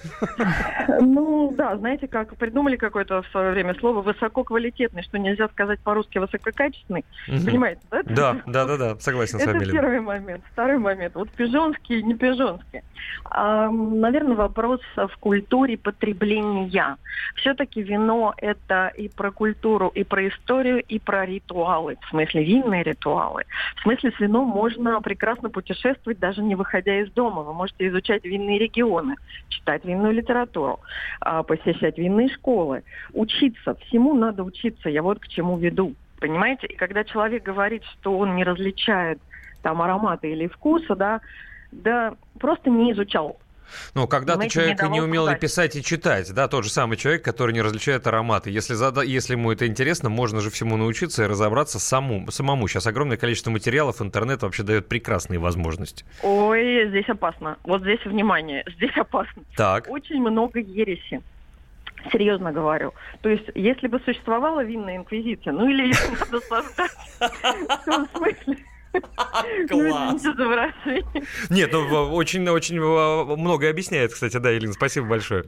Да, знаете, как придумали какое-то в свое время слово высококвалитетный, что нельзя сказать по-русски высококачественный. Понимаете, да? Да, согласен с вами. Это первый момент. Второй момент. Вот пижонский, не пижонский. Наверное, вопрос в культуре потребления. Все-таки вино это и про культуру, и про историю, и про ритуалы. В смысле винные ритуалы. В смысле с вином можно прекрасно путешествовать, даже не выходя из дома. Вы можете изучать винные регионы, читать винную литературу, посещать винные школы. Учиться. Всему надо учиться. Я вот к чему веду. Понимаете? И когда человек говорит, что он не различает там ароматы или вкуса, да, просто не изучал. Когда-то человек не умел и писать, и читать, да, тот же самый человек, который не различает ароматы. Если ему это интересно, можно же всему научиться и разобраться самому. Сейчас огромное количество материалов, интернет вообще дает прекрасные возможности. Ой, здесь опасно. Вот здесь внимание, здесь опасно. Так. Очень много ереси. Серьезно говорю. То есть, если бы существовала винная инквизиция, или ее надо создать, в том смысле... Класс! Нет, очень многое объясняет, кстати, да, Елена, спасибо большое.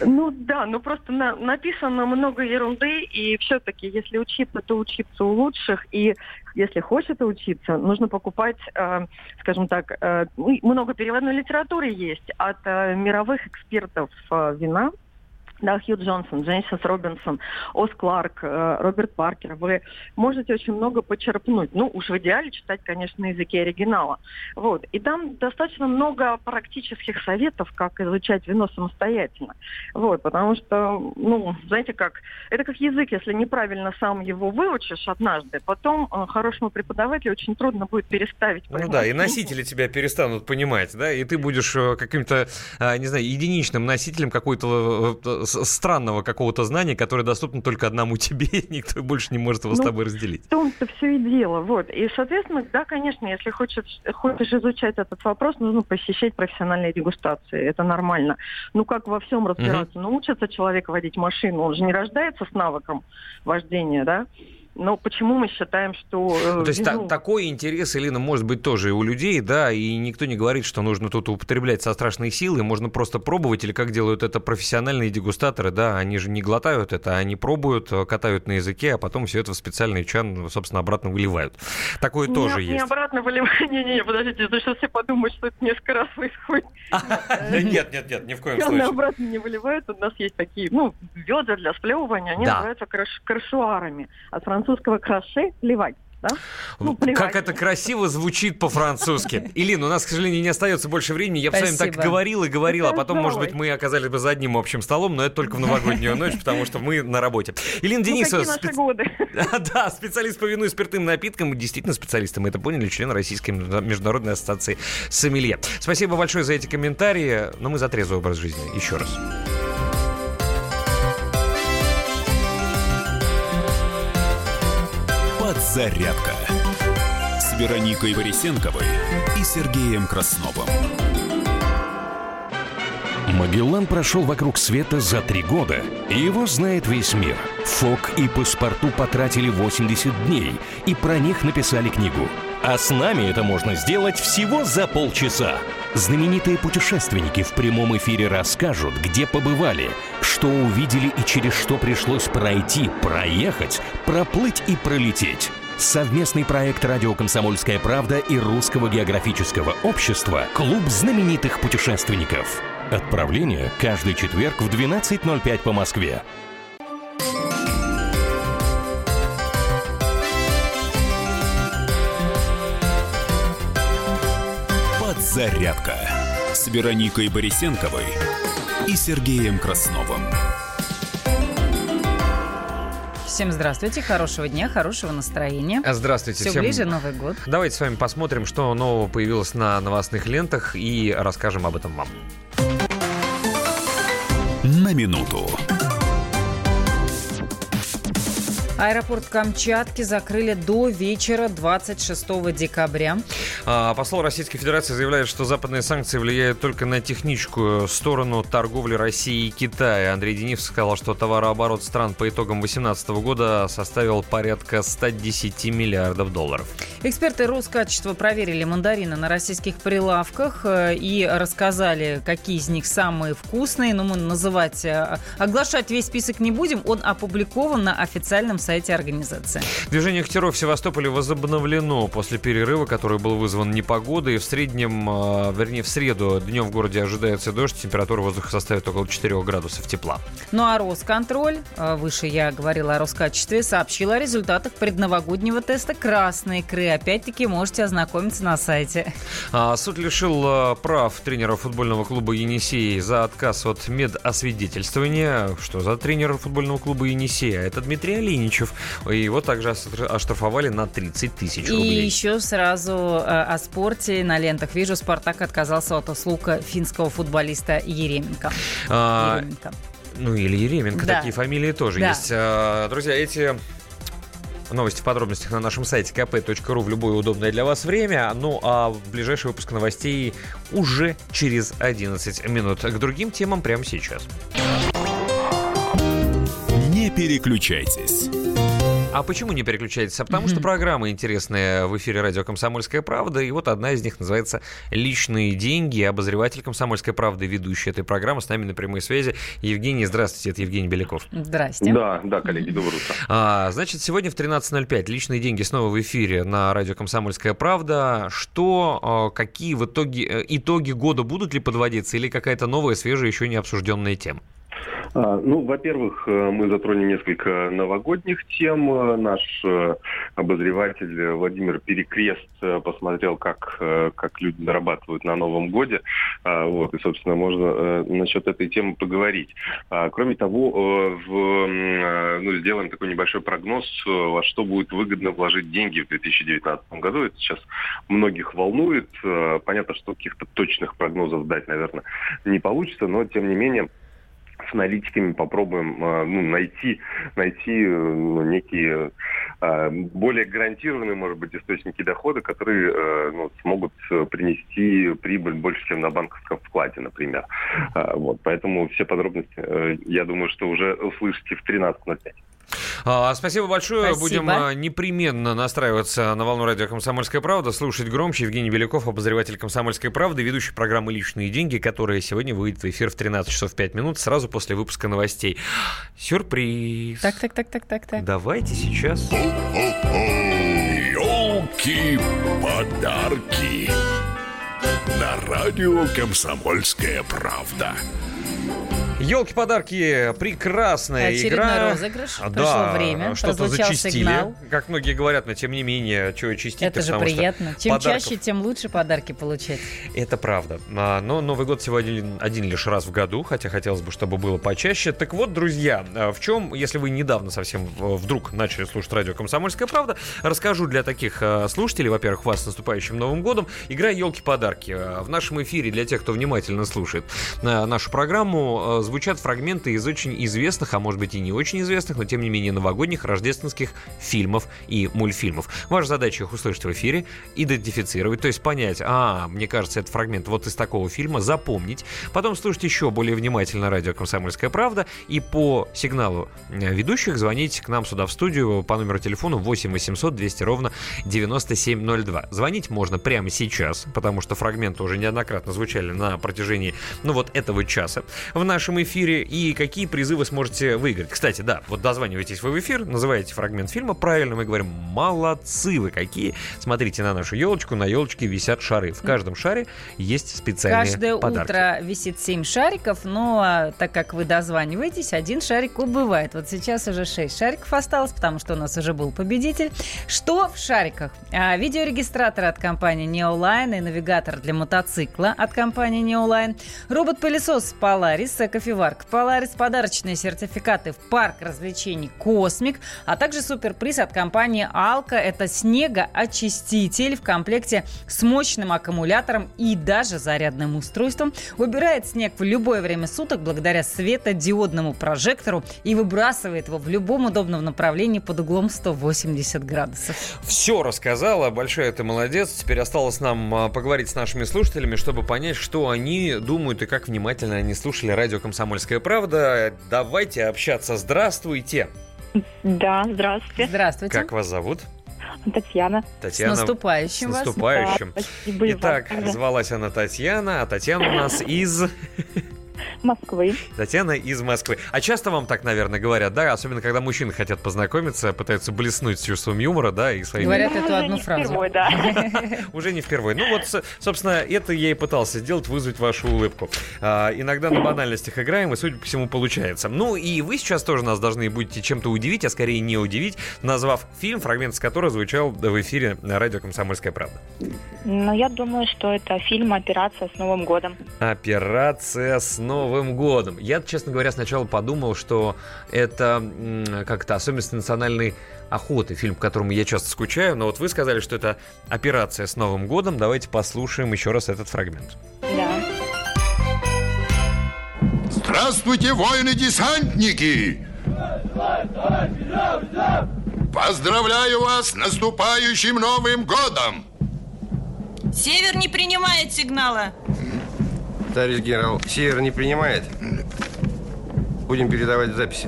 Просто написано много ерунды, и все-таки, если учиться, то учиться у лучших, и если хочется учиться, нужно покупать, скажем так, много переводной литературы есть от мировых экспертов вина. Да, Хью Джонсон, Джеймс Робинсон, Оз Кларк, Роберт Паркер. Вы можете очень много почерпнуть. Уж в идеале читать, конечно, на языке оригинала. Вот. И там достаточно много практических советов, как изучать вино самостоятельно. Вот. Потому что, знаете как, это как язык, если неправильно сам его выучишь однажды, потом хорошему преподавателю очень трудно будет переставить. И носители тебя перестанут понимать, да, и ты будешь каким-то, не знаю, единичным носителем какой-то странного какого-то знания, которое доступно только одному тебе, никто больше не может его с тобой разделить. В том-то все и дело. Вот. И, соответственно, да, конечно, если хочешь изучать этот вопрос, нужно посещать профессиональные дегустации. Это нормально. Как во всем разбираться? Учится человек водить машину, он же не рождается с навыком вождения, да? Но почему мы считаем, что... То есть такой интерес, Елена, может быть тоже и у людей, да, и никто не говорит, что нужно тут употреблять со страшной силой, можно просто пробовать, или как делают это профессиональные дегустаторы, да, они же не глотают это, они пробуют, катают на языке, а потом все это в специальный чан, собственно, обратно выливают. Такое тоже есть. Не обратно выливают, не, подождите, сейчас все подумают, что это несколько раз происходит. Нет, ни в коем случае. Обратно не выливают, у нас есть такие, ведра для сплевывания, они называются крашуарами, от французского краше – ливать. да? Ну, плевать. Как это красиво звучит по-французски. Илина, у нас, к сожалению, не остается больше времени. Я бы с вами так говорил, а потом, может быть, мы оказались бы за одним общим столом, но это только в новогоднюю ночь, потому что мы на работе. Илина Денисова, да, специалист по вину и спиртным напиткам, действительно специалист, мы это поняли, член Российской международной ассоциации сомелье. Спасибо большое за эти комментарии, но мы за трезвый образ жизни. Еще раз. Подзарядка с Вероникой Борисенковой и Сергеем Красновым. Магеллан прошел вокруг света за 3 года, и его знает весь мир. Фок и Паспарту потратили 80 дней, и про них написали книгу. А с нами это можно сделать всего за полчаса. Знаменитые путешественники в прямом эфире расскажут, где побывали, что увидели и через что пришлось пройти, проехать, проплыть и пролететь. Совместный проект «Радио Комсомольская правда» и Русского географического общества «Клуб знаменитых путешественников». Отправление каждый четверг в 12:05 по Москве. Подзарядка с Вероникой Борисенковой и Сергеем Красновым. Всем здравствуйте, хорошего дня, хорошего настроения. Здравствуйте. Все ближе Новый год. Давайте с вами посмотрим, что нового появилось на новостных лентах, и расскажем об этом вам. На минуту. Аэропорт Камчатки закрыли до вечера 26 декабря. Посол Российской Федерации заявляет, что западные санкции влияют только на техническую сторону торговли России и Китая. Андрей Денисов сказал, что товарооборот стран по итогам 2018 года составил порядка 110 миллиардов долларов. Эксперты Роскачества проверили мандарины на российских прилавках и рассказали, какие из них самые вкусные. Но мы оглашать весь список не будем. Он опубликован на официальном сайте организации. Движение катеров в Севастополе возобновлено после перерыва, который был вызван непогодой. В среду днем в городе ожидается дождь. Температура воздуха составит около 4 градусов тепла. Ну а Росконтроль, выше я говорила о Роскачестве, сообщил о результатах предновогоднего теста «Красные икры». Опять-таки можете ознакомиться на сайте. Суд лишил прав тренера футбольного клуба «Енисей» за отказ от медосвидетельствования. Что за тренер футбольного клуба «Енисей»? Это Дмитрий Олейничев. И его также оштрафовали на 30 тысяч рублей. И еще сразу о спорте. На лентах вижу, «Спартак» отказался от услуг финского футболиста Еременко. Ну или Еременко, да. Такие фамилии тоже есть. Друзья, эти новости в подробностях на нашем сайте kp.ru в любое удобное для вас время. Ну а ближайший выпуск новостей уже через 11 минут. К другим темам прямо сейчас. Не переключайтесь. А почему не переключайтесь? Потому что программы интересные в эфире радио «Комсомольская правда». И вот одна из них называется «Личные деньги». Обозреватель «Комсомольской правды», ведущий этой программы, с нами на прямой связи. Евгений, здравствуйте, это Евгений Беляков. Здрасте. Да, коллеги, доброе утро. Значит, сегодня в 13:05 «Личные деньги» снова в эфире на радио «Комсомольская правда». Какие в итоги года будут ли подводиться или какая-то новая, свежая, еще не обсужденная тема? Во-первых, мы затронем несколько новогодних тем. Наш обозреватель Владимир Перекрест посмотрел, как люди зарабатывают на Новом годе. И, собственно, можно насчет этой темы поговорить. Кроме того, сделаем такой небольшой прогноз, во что будет выгодно вложить деньги в 2019 году. Это сейчас многих волнует. Понятно, что каких-то точных прогнозов дать, наверное, не получится, но, тем не менее, с аналитиками попробуем найти некие более гарантированные, может быть, источники дохода, которые смогут принести прибыль больше, чем на банковском вкладе, например. Поэтому все подробности, я думаю, что уже услышите в 13:05. Спасибо большое. Будем непременно настраиваться на волну радио «Комсомольская правда», слушать громче. Евгений Беляков, обозреватель «Комсомольской правды», ведущий программы «Личные деньги», которая сегодня выйдет в эфир в 13 часов 5 минут, сразу после выпуска новостей. Сюрприз. Так. Давайте сейчас. Ёлки-подарки на радио «Комсомольская правда». Елки-подарки, прекрасная очередной игра. Розыгрыш. Пришло время. Что-то зачистили. Сигнал. Как многие говорят, но тем не менее, чего чистить. Это же приятно. Чем чаще, тем лучше подарки получать. Это правда. Но Новый год всего один лишь раз в году, хотя хотелось бы, чтобы было почаще. Так вот, друзья, в чем, если вы недавно совсем вдруг начали слушать радио «Комсомольская правда», расскажу для таких слушателей, во-первых, вас с наступающим Новым годом. Игра «Елки-подарки». В нашем эфире, для тех, кто внимательно слушает нашу программу, звучат фрагменты из очень известных, а может быть и не очень известных, но тем не менее новогодних рождественских фильмов и мультфильмов. Ваша задача их услышать в эфире, идентифицировать, то есть понять, мне кажется, этот фрагмент вот из такого фильма, запомнить, потом слушать еще более внимательно радио «Комсомольская правда» и по сигналу ведущих звонить к нам сюда в студию по номеру телефона 8 800 200 ровно 9702. Звонить можно прямо сейчас, потому что фрагменты уже неоднократно звучали на протяжении, этого часа в нашем эфире. И какие призы вы сможете выиграть. Кстати, да, вот дозваниваетесь вы в эфир, называете фрагмент фильма правильно, мы говорим: молодцы вы какие. Смотрите на нашу елочку, на елочке висят шары. В каждом шаре есть специальные каждое подарки. Утро висит 7 шариков, но так как вы дозваниваетесь, один шарик убывает. Вот сейчас уже 6 шариков осталось, потому что у нас уже был победитель. Что в шариках? Видеорегистратор от компании Neoline и навигатор для мотоцикла от компании Neoline, робот-пылесос Polaris, кофеварка Polaris, подарочные сертификаты в парк развлечений «Космик», а также суперприз от компании «Алка». Это снегоочиститель в комплекте с мощным аккумулятором и даже зарядным устройством. Убирает снег в любое время суток благодаря светодиодному прожектору и выбрасывает его в любом удобном направлении под углом 180 градусов. Все рассказала. Большая ты молодец. Теперь осталось нам поговорить с нашими слушателями, чтобы понять, что они думают и как внимательно они слушали радио «Комсомольская правда». Давайте общаться. Здравствуйте. Да, здравствуйте. Здравствуйте. Как вас зовут? Татьяна. С наступающим вас. С наступающим. Да, спасибо. Итак, звалась она Татьяна, а Татьяна у нас из... Москвы. Татьяна из Москвы. А часто вам так, наверное, говорят, да? Особенно, когда мужчины хотят познакомиться, пытаются блеснуть с чувством юмора, да? И своими... Говорят эту одну фразу. Впервой, да. Уже не впервые. Ну вот, собственно, это я и пытался сделать, вызвать вашу улыбку. Иногда на банальностях играем, и, судя по всему, получается. Ну и вы сейчас тоже нас должны будете чем-то удивить, а скорее не удивить, назвав фильм, фрагмент с которого звучал в эфире на радио «Комсомольская правда». Ну, я думаю, что это фильм «Операция с Новым годом». «Операция с Новым годом». Я, честно говоря, сначала подумал, что это как-то особенность национальной охоты, фильм, по которому я часто скучаю, но вот вы сказали, что это «Операция с Новым годом». Давайте послушаем еще раз этот фрагмент. Да. Здравствуйте, воины-десантники! Поздравляю вас с наступающим Новым годом! Север не принимает сигнала. Товарищ генерал, Север не принимает. Будем передавать записи.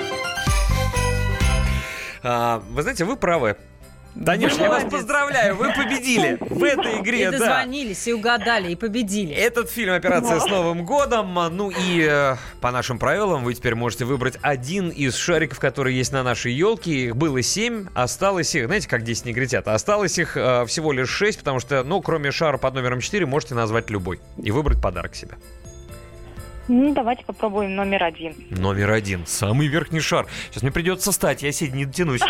Вы знаете, вы правы. Танюша, я вас поздравляю, вы победили в этой игре. И дозвонились, и угадали, и победили. Этот фильм «Операция с Новым годом». Ну и по нашим правилам вы теперь можете выбрать один из шариков, которые есть на нашей елке. Их было 7, осталось их, знаете, как 10 негритят, осталось их всего лишь 6, потому что, кроме шара под номером 4, можете назвать любой и выбрать подарок себе. Ну, давайте попробуем номер 1. Номер 1, самый верхний шар. Сейчас мне придется встать, я сидеть не дотянусь.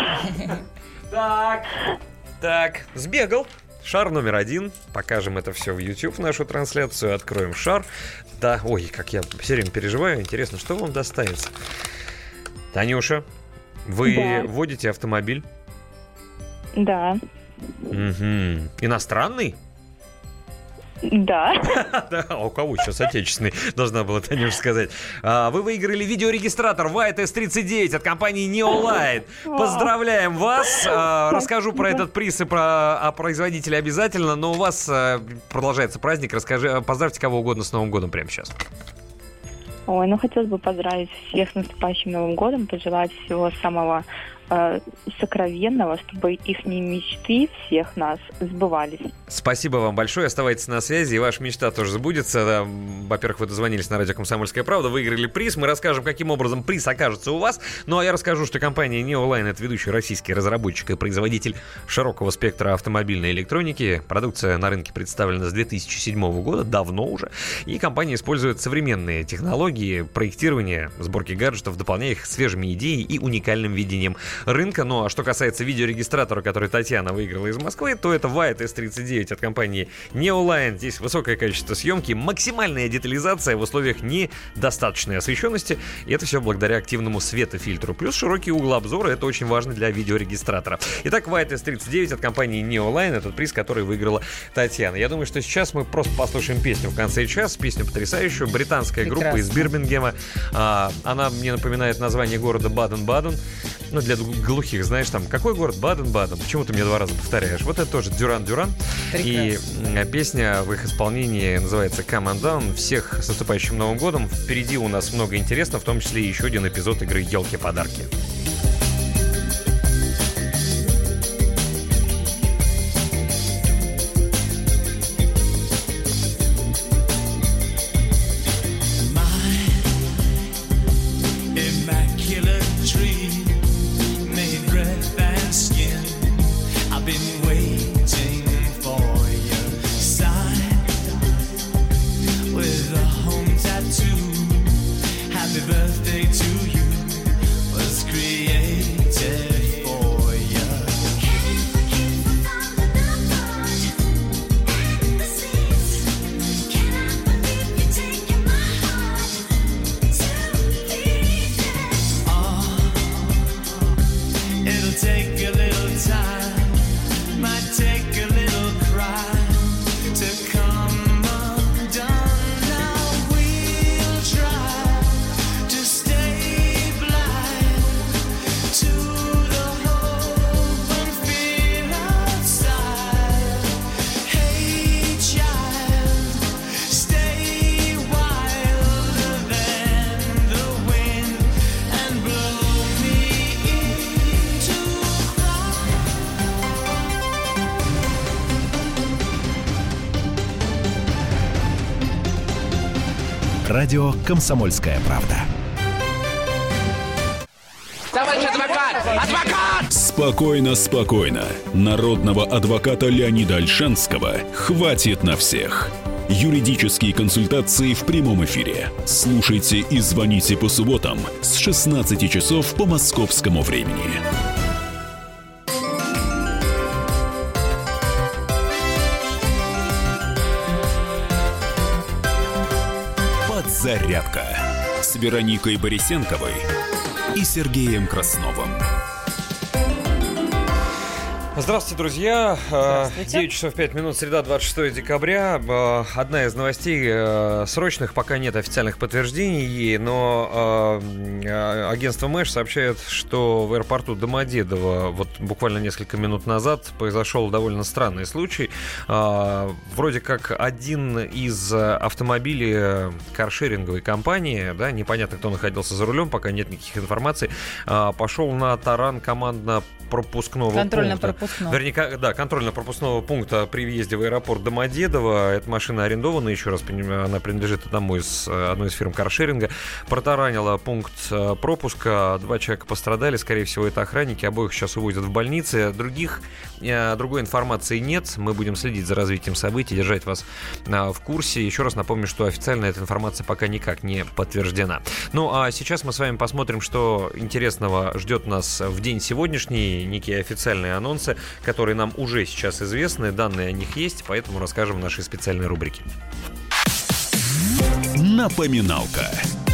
Так, сбегал. Шар номер 1. Покажем это все в YouTube, нашу трансляцию. Откроем шар. Да, ой, как я все время переживаю. Интересно, что вам достанется? Танюша, вы водите автомобиль? Да. Угу. Иностранный? Да. Да, а у кого сейчас отечественный, должна была Танюша сказать. Вы выиграли видеорегистратор White S39 от компании Neoline. Поздравляем вас. Расскажу про этот приз и о производителе обязательно, но у вас продолжается праздник. Поздравьте кого угодно с Новым годом прямо сейчас. Ой, хотелось бы поздравить всех с наступающим Новым годом, пожелать всего самого сокровенного, чтобы их мечты всех нас сбывались. Спасибо вам большое. Оставайтесь на связи, и ваша мечта тоже сбудется. Да, во-первых, вы дозвонились на радио «Комсомольская правда», выиграли приз. Мы расскажем, каким образом приз окажется у вас. Ну, а я расскажу, что компания Neoline — это ведущий российский разработчик и производитель широкого спектра автомобильной электроники. Продукция на рынке представлена с 2007 года, давно уже. И компания использует современные технологии проектирования, сборки гаджетов, дополняя их свежими идеями и уникальным видением рынка. Ну, а что касается видеорегистратора, который Татьяна выиграла из Москвы, то это White S39 от компании Neoline. Здесь высокое качество съемки, максимальная детализация в условиях недостаточной освещенности. И это все благодаря активному светофильтру. Плюс широкий угол обзора. Это очень важно для видеорегистратора. Итак, White S39 от компании Neoline. Этот приз, который выиграла Татьяна. Я думаю, что сейчас мы просто послушаем песню в конце часа. Песню потрясающую. Британская группа из Бирмингема. Она мне напоминает название города Баден-Баден. Ну, для глухих, знаешь, там, какой город? Баден-Баден. Почему ты мне 2 раза повторяешь? Вот это тоже Дюран-Дюран. И песня в их исполнении называется Come on Down. Всех с наступающим Новым годом. Впереди у нас много интересного, в том числе еще один эпизод игры «Елки-подарки». Радио «Комсомольская правда». Товарищ адвокат! Адвокат! Спокойно, спокойно. Народного адвоката Леонида Ольшанского хватит на всех. Юридические консультации в прямом эфире. Слушайте и звоните по субботам с 16 часов по московскому времени. Подзарядка с Вероникой Борисенковой и Сергеем Красновым. Здравствуйте, друзья. Здравствуйте. 9 часов 5 минут, среда, 26 декабря. Одна из новостей срочных, пока нет официальных подтверждений, но агентство Мэш сообщает, что в аэропорту Домодедово вот буквально несколько минут назад произошел довольно странный случай. Вроде как один из автомобилей каршеринговой компании, да, непонятно, кто находился за рулем, пока нет никаких информаций, пошел на таран командно-пропускного пункта. Вернее, да, контрольно-пропускного пункта при въезде в аэропорт Домодедово. Эта машина арендована, еще раз, она принадлежит одной из фирм каршеринга. Протаранила пункт пропуска. 2 человека пострадали, скорее всего, это охранники. Обоих сейчас увозят в больницы. Другой информации нет. Мы будем следить за развитием событий, держать вас в курсе. Еще раз напомню, что официально эта информация пока никак не подтверждена. Ну, а сейчас мы с вами посмотрим, что интересного ждет нас в день сегодняшний. Некие официальные анонсы, которые нам уже сейчас известны, данные о них есть, поэтому расскажем в нашей специальной рубрике. Напоминалка.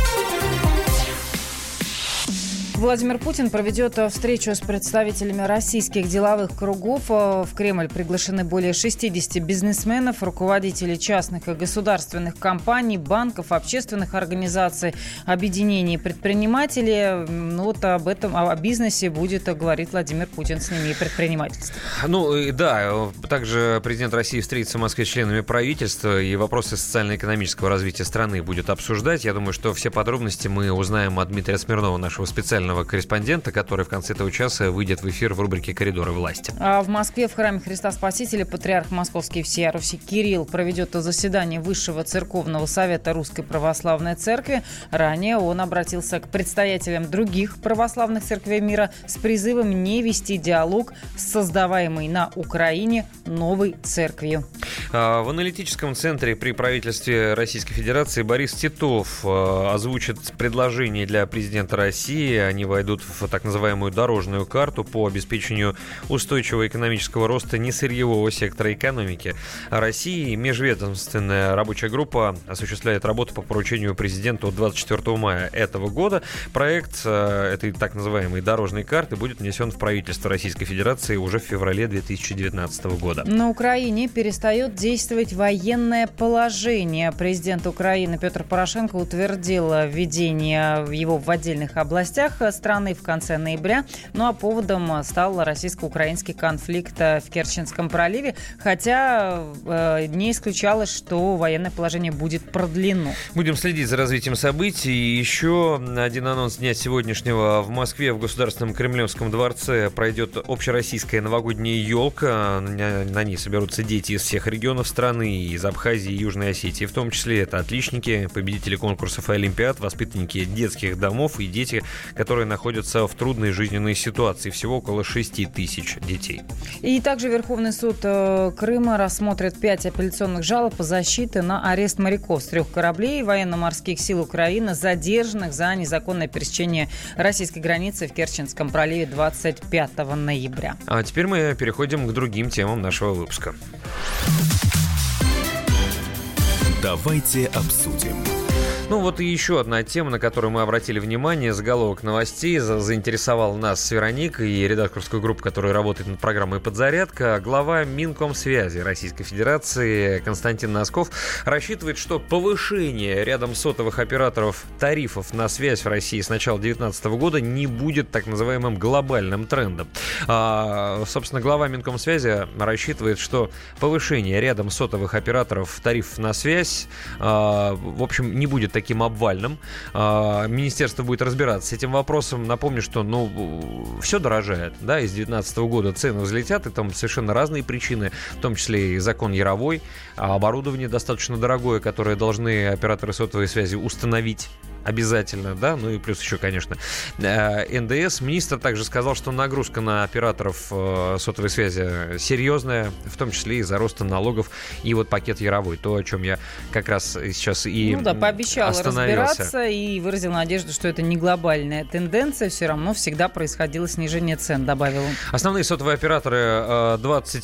Владимир Путин проведет встречу с представителями российских деловых кругов. В Кремль приглашены более 60 бизнесменов, руководителей частных и государственных компаний, банков, общественных организаций, объединений предпринимателей. Вот об этом, о бизнесе будет говорить Владимир Путин с ними и предпринимательством. Ну, да, также президент России встретится в Москве с членами правительства и вопросы социально-экономического развития страны будет обсуждать. Я думаю, что все подробности мы узнаем от Дмитрия Смирнова, нашего специального специального корреспондента, который в конце этого часа выйдет в эфир в рубрике «Коридоры власти». А в Москве в храме Христа Спасителя патриарх Московский всея Руси Кирилл проведет заседание Высшего Церковного Совета Русской Православной Церкви. Ранее он обратился к предстоятелям других православных церквей мира с призывом не вести диалог с создаваемой на Украине новой церковью. В аналитическом центре при правительстве Российской Федерации Борис Титов озвучит предложение для президента России. Они войдут в так называемую дорожную карту по обеспечению устойчивого экономического роста несырьевого сектора экономики России. Межведомственная рабочая группа осуществляет работу по поручению президента от 24 мая этого года. Проект этой так называемой дорожной карты будет внесен в правительство Российской Федерации уже в феврале 2019 года. На Украине перестает действовать военное положение. Президент Украины Петр Порошенко утвердил введение его в отдельных областях страны в конце ноября. Ну а поводом стал российско-украинский конфликт в Керченском проливе, хотя не исключалось, что военное положение будет продлено. Будем следить за развитием событий. И еще один анонс дня сегодняшнего. В Москве в Государственном Кремлевском дворце пройдет общероссийская новогодняя елка. На ней соберутся дети из всех регионов страны, из Абхазии и Южной Осетии. В том числе это отличники, победители конкурсов и олимпиад, воспитанники детских домов и дети, которые находятся в трудной жизненной ситуации. Всего около 6 тысяч детей. И также Верховный суд Крыма рассмотрит 5 апелляционных жалоб защиты на арест моряков с 3 кораблей военно-морских сил Украины, задержанных за незаконное пересечение российской границы в Керченском проливе 25 ноября. А теперь мы переходим к другим темам нашего выпуска. Давайте обсудим. Ну вот и еще одна тема, на которую мы обратили внимание. Заголовок новостей заинтересовал нас с Вероникой и редакторскую группу, которая работает над программой «Подзарядка». Глава Минкомсвязи Российской Федерации Константин Носков рассчитывает, что повышение рядом сотовых операторов тарифов на связь в России с начала 2019 года не будет так называемым глобальным трендом. Собственно, глава Минкомсвязи рассчитывает, что повышение рядом сотовых операторов тарифов на связь, в общем, не будет таким обвальным. Министерство будет разбираться с этим вопросом. Напомню, что все дорожает. Да, из 2019 года цены взлетят, и там совершенно разные причины, в том числе и закон Яровой, оборудование достаточно дорогое, которое должны операторы сотовой связи установить обязательно, да, ну и плюс еще, конечно, НДС. Министр также сказал, что нагрузка на операторов сотовой связи серьезная, в том числе из-за роста налогов и вот пакет Яровой, то, о чем я как раз сейчас и пообещал разбираться и выразил надежду, что это не глобальная тенденция, все равно всегда происходило снижение цен, добавил он. Основные сотовые операторы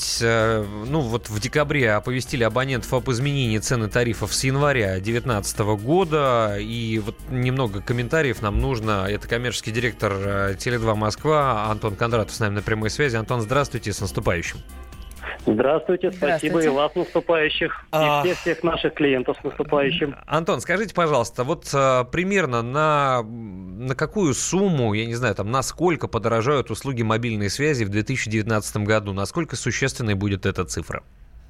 в декабре оповестили абонентов об изменении цены тарифов с января 2019 года, и вот немного комментариев нам нужно. Это коммерческий директор Теле2 Москва Антон Кондратов с нами на прямой связи. Антон, здравствуйте, с наступающим. Здравствуйте, спасибо и вас, наступающих, и всех наших клиентов с наступающим. Антон, скажите, пожалуйста, вот примерно на какую сумму, я не знаю, там, на сколько подорожают услуги мобильной связи в 2019 году? Насколько существенной будет эта цифра?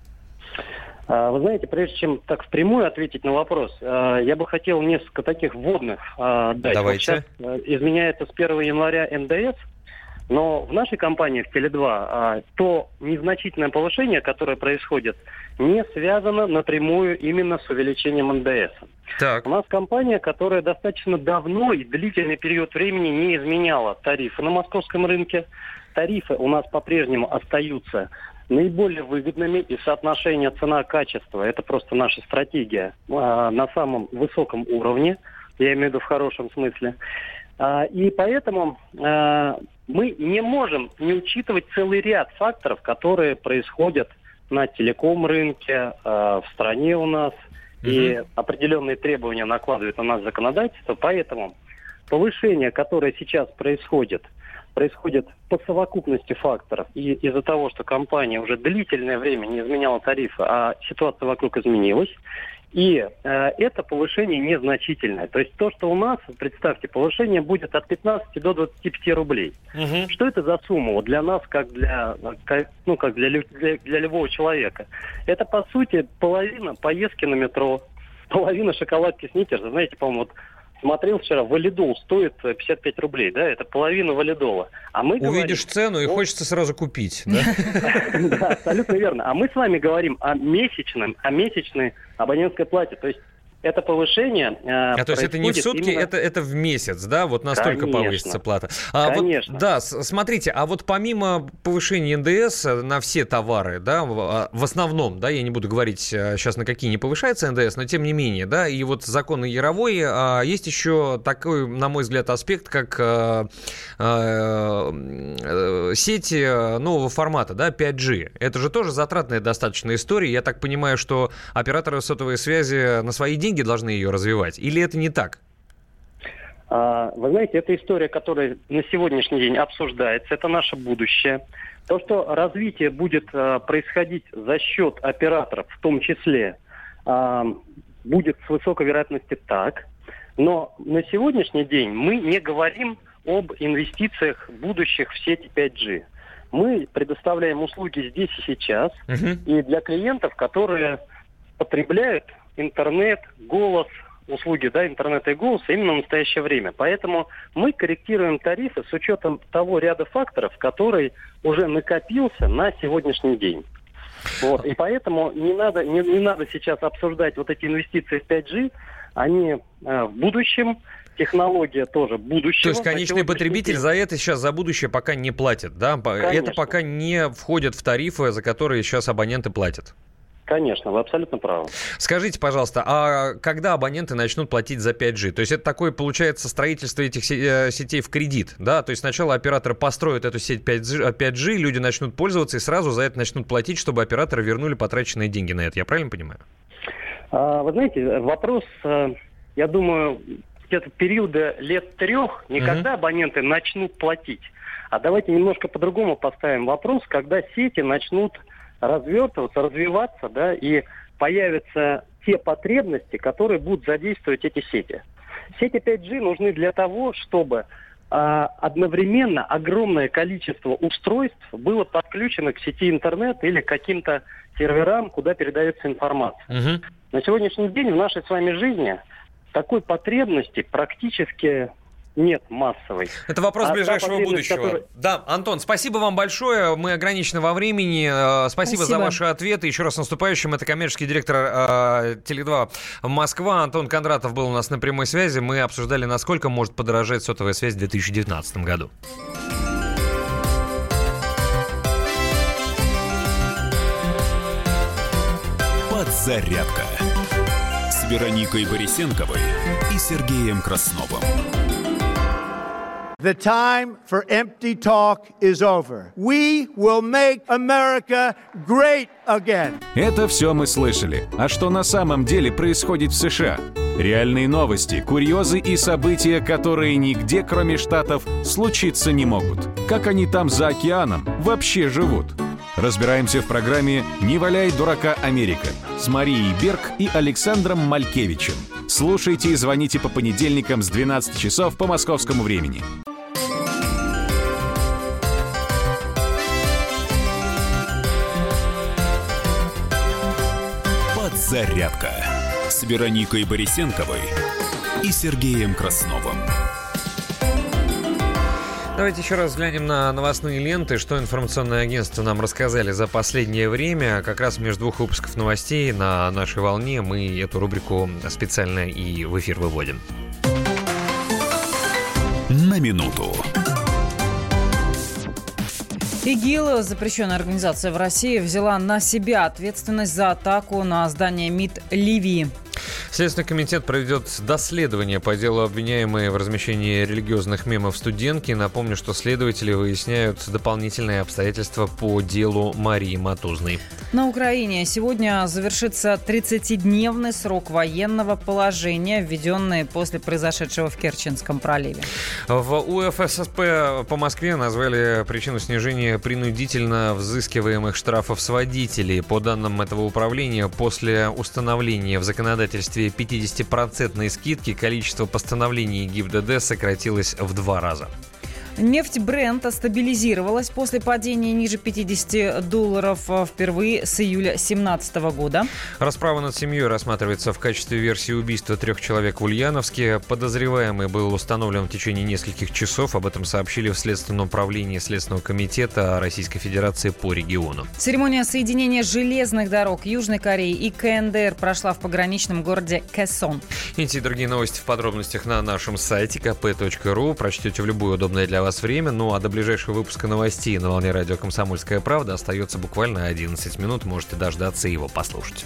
Вы знаете, прежде чем так впрямую ответить на вопрос, я бы хотел несколько таких вводных дать. Давайте. Вот сейчас изменяется с 1 января НДС, но в нашей компании, в Теле2, то незначительное повышение, которое происходит, не связано напрямую именно с увеличением НДС. Так. У нас компания, которая достаточно давно и длительный период времени не изменяла тарифы на московском рынке. Тарифы у нас по-прежнему остаются наиболее выгодными, и соотношение цена-качество – это просто наша стратегия на самом высоком уровне, я имею в виду в хорошем смысле. И поэтому мы не можем не учитывать целый ряд факторов, которые происходят на телеком-рынке, в стране у нас, и определенные требования накладывает на нас законодательство. Поэтому повышение, которое сейчас происходит по совокупности факторов. И из-за того, что компания уже длительное время не изменяла тарифы, а ситуация вокруг изменилась. И это повышение незначительное. То есть то, что у нас, представьте, повышение будет от 15 до 25 рублей. Что это за сумма вот для нас, как для любого человека? Это, по сути, половина поездки на метро, половина шоколадки Сникерс. Знаете, по-моему, вот смотрел вчера, валидол стоит 55 рублей, да, это половина валидола. А мы увидишь цену и хочется сразу купить, да? Да, абсолютно верно. А мы с вами говорим о месячной абонентской плате, то есть это повышение... то есть это не в сутки, именно... это в месяц, да? Вот настолько повысится плата. Конечно. Вот, да, смотрите, а вот помимо повышения НДС на все товары, да, в основном, да, я не буду говорить сейчас, на какие не повышается НДС, но тем не менее, да, и вот законы Яровой, есть еще такой, на мой взгляд, аспект, как сети нового формата, да, 5G. Это же тоже затратная достаточно история. Я так понимаю, что операторы сотовой связи на свои деньги должны ее развивать? Или это не так? Вы знаете, это история, которая на сегодняшний день обсуждается. Это наше будущее. То, что развитие будет происходить за счет операторов, в том числе, будет с высокой вероятностью так. Но на сегодняшний день мы не говорим об инвестициях будущих в сети 5G. Мы предоставляем услуги здесь и сейчас. И для клиентов, которые потребляют интернет, голос, услуги, да, интернета и голоса именно в настоящее время. Поэтому мы корректируем тарифы с учетом того ряда факторов, который уже накопился на сегодняшний день. Вот. И поэтому не надо сейчас обсуждать вот эти инвестиции в 5G. Они в будущем, технология тоже будущего. То есть конечный потребитель за это сейчас, за будущее пока не платит, да? Конечно. Это пока не входит в тарифы, за которые сейчас абоненты платят. Конечно, вы абсолютно правы. Скажите, пожалуйста, а когда абоненты начнут платить за 5G? То есть это такое, получается, строительство этих сетей в кредит, да? То есть сначала операторы построят эту сеть 5G, люди начнут пользоваться и сразу за это начнут платить, чтобы операторы вернули потраченные деньги на это. Я правильно понимаю? Вы знаете, вопрос, я думаю, где-то периода лет 3, не когда абоненты начнут платить, а давайте немножко по-другому поставим вопрос, когда сети начнут развертываться, развиваться, да, и появятся те потребности, которые будут задействовать эти сети. Сети 5G нужны для того, чтобы одновременно огромное количество устройств было подключено к сети интернет или к каким-то серверам, куда передается информация. На сегодняшний день в нашей с вами жизни такой потребности практически нет массовой. Это вопрос ближайшего будущего. Который... Да, Антон, спасибо вам большое. Мы ограничены во времени. Спасибо за ваши ответы. Еще раз с наступающим. Это коммерческий директор Теле2 Москва. Антон Кондратов был у нас на прямой связи. Мы обсуждали, насколько может подорожать сотовая связь в 2019 году. Подзарядка с Вероникой Борисенковой и Сергеем Красновым. The time for empty talk is over. We will make America great again. Это все мы слышали. А что на самом деле происходит в США? Реальные новости, курьезы и события, которые нигде, кроме Штатов, случиться не могут. Как они там за океаном вообще живут? Разбираемся в программе «Не валяй дурака, Америка» с Марией Берг и Александром Малькевичем. Слушайте и звоните по понедельникам с 12 часов по московскому времени. Подзарядка с Вероникой Борисенковой и Сергеем Красновым. Давайте еще раз взглянем на новостные ленты, что информационные агентства нам рассказали за последнее время. Как раз между двух выпусков новостей на нашей волне мы эту рубрику специально и в эфир выводим. На минуту. ИГИЛ, запрещенная организация в России, взяла на себя ответственность за атаку на здание МИД Ливии. Следственный комитет проведет доследование по делу обвиняемой в размещении религиозных мемов студентки. Напомню, что следователи выясняют дополнительные обстоятельства по делу Марии Матузной. На Украине сегодня завершится 30-дневный срок военного положения, введенный после произошедшего в Керченском проливе. В УФССП по Москве назвали причину снижения принудительно взыскиваемых штрафов с водителей. По данным этого управления, после установления в законодательстве 50% скидки количество постановлений ГИБДД сократилось в 2 раза. Нефть Brent стабилизировалась после падения ниже $50 впервые с июля 2017 года. Расправа над семьей рассматривается в качестве версии убийства 3 человек в Ульяновске. Подозреваемый был установлен в течение нескольких часов. Об этом сообщили в Следственном управлении Следственного комитета Российской Федерации по региону. Церемония соединения железных дорог Южной Кореи и КНДР прошла в пограничном городе Кэсон. Эти и другие новости в подробностях на нашем сайте kp.ru. Прочтете в любое удобное для вас время. Ну а до ближайшего выпуска новостей на волне радио «Комсомольская правда» остается буквально 11 минут. Можете дождаться и его послушать.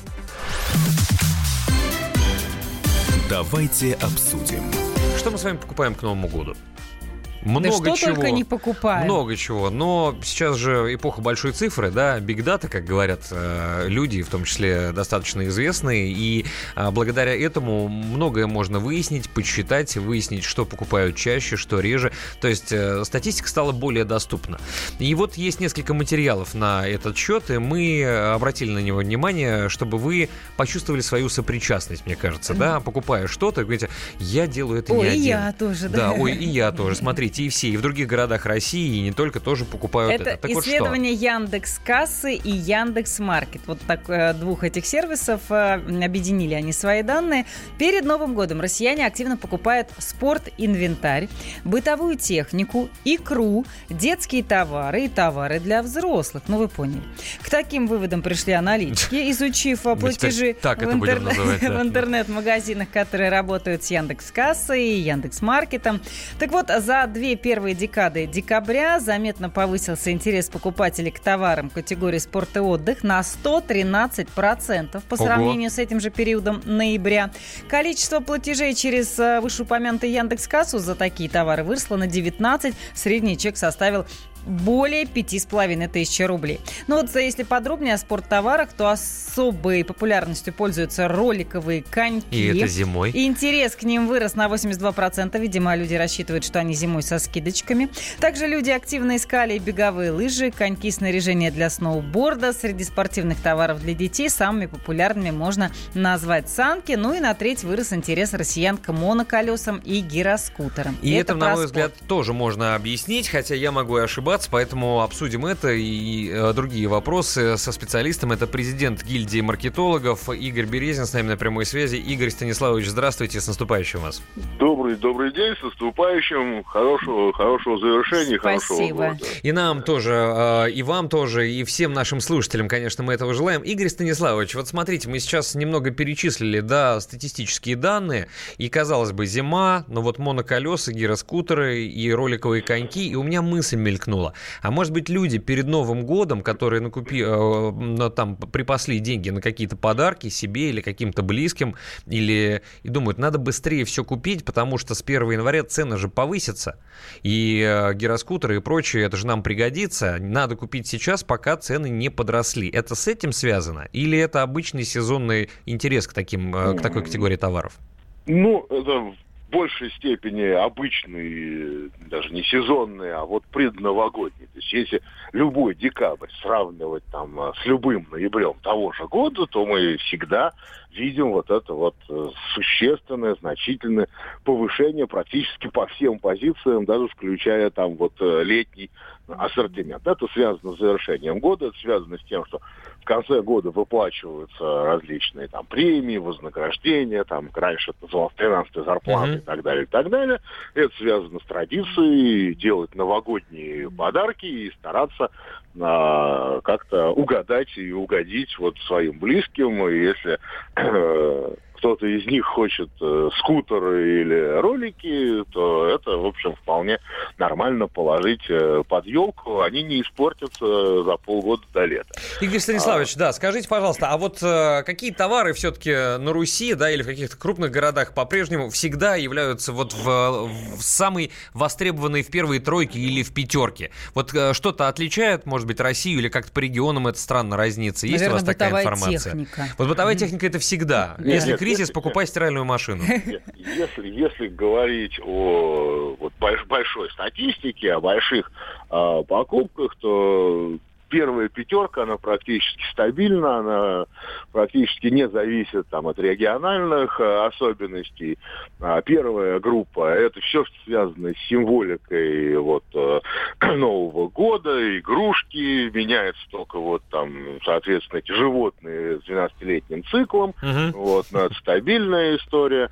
Давайте обсудим. Что мы с вами покупаем к Новому году? Много да что чего, только не покупаем. Много чего. Но сейчас же эпоха большой цифры, да, биг дата, как говорят люди, в том числе достаточно известные. И благодаря этому многое можно выяснить, подсчитать, выяснить, что покупают чаще, что реже. То есть статистика стала более доступна. И вот есть несколько материалов на этот счет, и мы обратили на него внимание, чтобы вы почувствовали свою сопричастность, мне кажется, да, покупая что-то, говорите, я делаю это не один. Ой, и я тоже, да. Да, ой, и я тоже. Смотрите, и все, и в других городах России, и не только, тоже покупают это. Это исследование вот Яндекс.Кассы и Яндекс.Маркет. Вот так, двух этих сервисов объединили они свои данные. Перед Новым годом россияне активно покупают спорт-инвентарь, бытовую технику, икру, детские товары и товары для взрослых. Ну, вы поняли. К таким выводам пришли аналитики, изучив платежи в интернет-магазинах, которые работают с Яндекс.Кассой и Яндекс.Маркетом. Так вот, за 2 первые декады декабря заметно повысился интерес покупателей к товарам категории спорт и отдых на 113% по сравнению с этим же периодом ноября. Количество платежей через вышеупомянутый Яндекс.Кассу за такие товары выросло на 19%. Средний чек составил более 5500 рублей. Ну вот если подробнее о спорттоварах, то особой популярностью пользуются роликовые коньки. И это зимой. И интерес к ним вырос на 82%. Видимо, люди рассчитывают, что они зимой со скидочками. Также люди активно искали беговые лыжи, коньки, снаряжение для сноуборда. Среди спортивных товаров для детей самыми популярными можно назвать санки. Ну и на треть вырос интерес россиян к моноколесам и гироскутерам. И это, на мой взгляд, тоже можно объяснить, хотя я могу и ошибаться. Поэтому обсудим это и другие вопросы со специалистом. Это президент гильдии маркетологов Игорь Березин с нами на прямой связи. Игорь Станиславович, здравствуйте, с наступающим вас. Добрый день, с наступающим. Хорошего завершения. Спасибо. Хорошего года. И нам тоже, и вам тоже, и всем нашим слушателям, конечно, мы этого желаем. Игорь Станиславович, вот смотрите, мы сейчас немного перечислили, да, статистические данные. И, казалось бы, зима, но вот моноколеса, гироскутеры и роликовые коньки. И у меня мысль мелькнула. А может быть, люди перед Новым годом, которые там припасли деньги на какие-то подарки себе или каким-то близким, и думают, надо быстрее все купить, потому что с 1 января цены же повысятся. И гироскутеры и прочее, это же нам пригодится. Надо купить сейчас, пока цены не подросли. Это с этим связано? Или это обычный сезонный интерес к такой категории товаров? Ну, это в большей степени обычный, даже не сезонный, а вот предновогодний. То есть если любой декабрь сравнивать там с любым ноябрем того же года, то мы всегда видим вот это вот существенное, значительное повышение практически по всем позициям, даже включая там вот летний ассортимент. Это связано с завершением года, это связано с тем, что в конце года выплачиваются различные там премии, вознаграждения, там раньше это называлось 13-я зарплата и так далее, и так далее. Это связано с традицией делать новогодние подарки и стараться как-то угадать и угодить вот своим близким. И если кто-то из них хочет скутеры или ролики, то это, в общем, вполне нормально положить под елку. Они не испортятся за полгода до лета. Игорь Станиславович, да, скажите, пожалуйста, а вот какие товары все-таки на Руси, да, или в каких-то крупных городах по-прежнему всегда являются вот в самой востребованной в первой тройке или в пятерке? Вот что-то отличает, может быть, Россию или как-то по регионам это странно разнится? Есть, наверное, у вас такая информация? Техника. Вот бытовая техника это всегда. Если кризис, покупай стиральную машину. Если говорить о вот большой статистике, о больших покупках, то первая пятерка, она практически стабильна, она практически не зависит там, от региональных особенностей. Первая группа – это все, что связано с символикой вот, Нового года, игрушки, меняется только вот там, соответственно, эти животные с 12-летним циклом. Вот, но это стабильная история.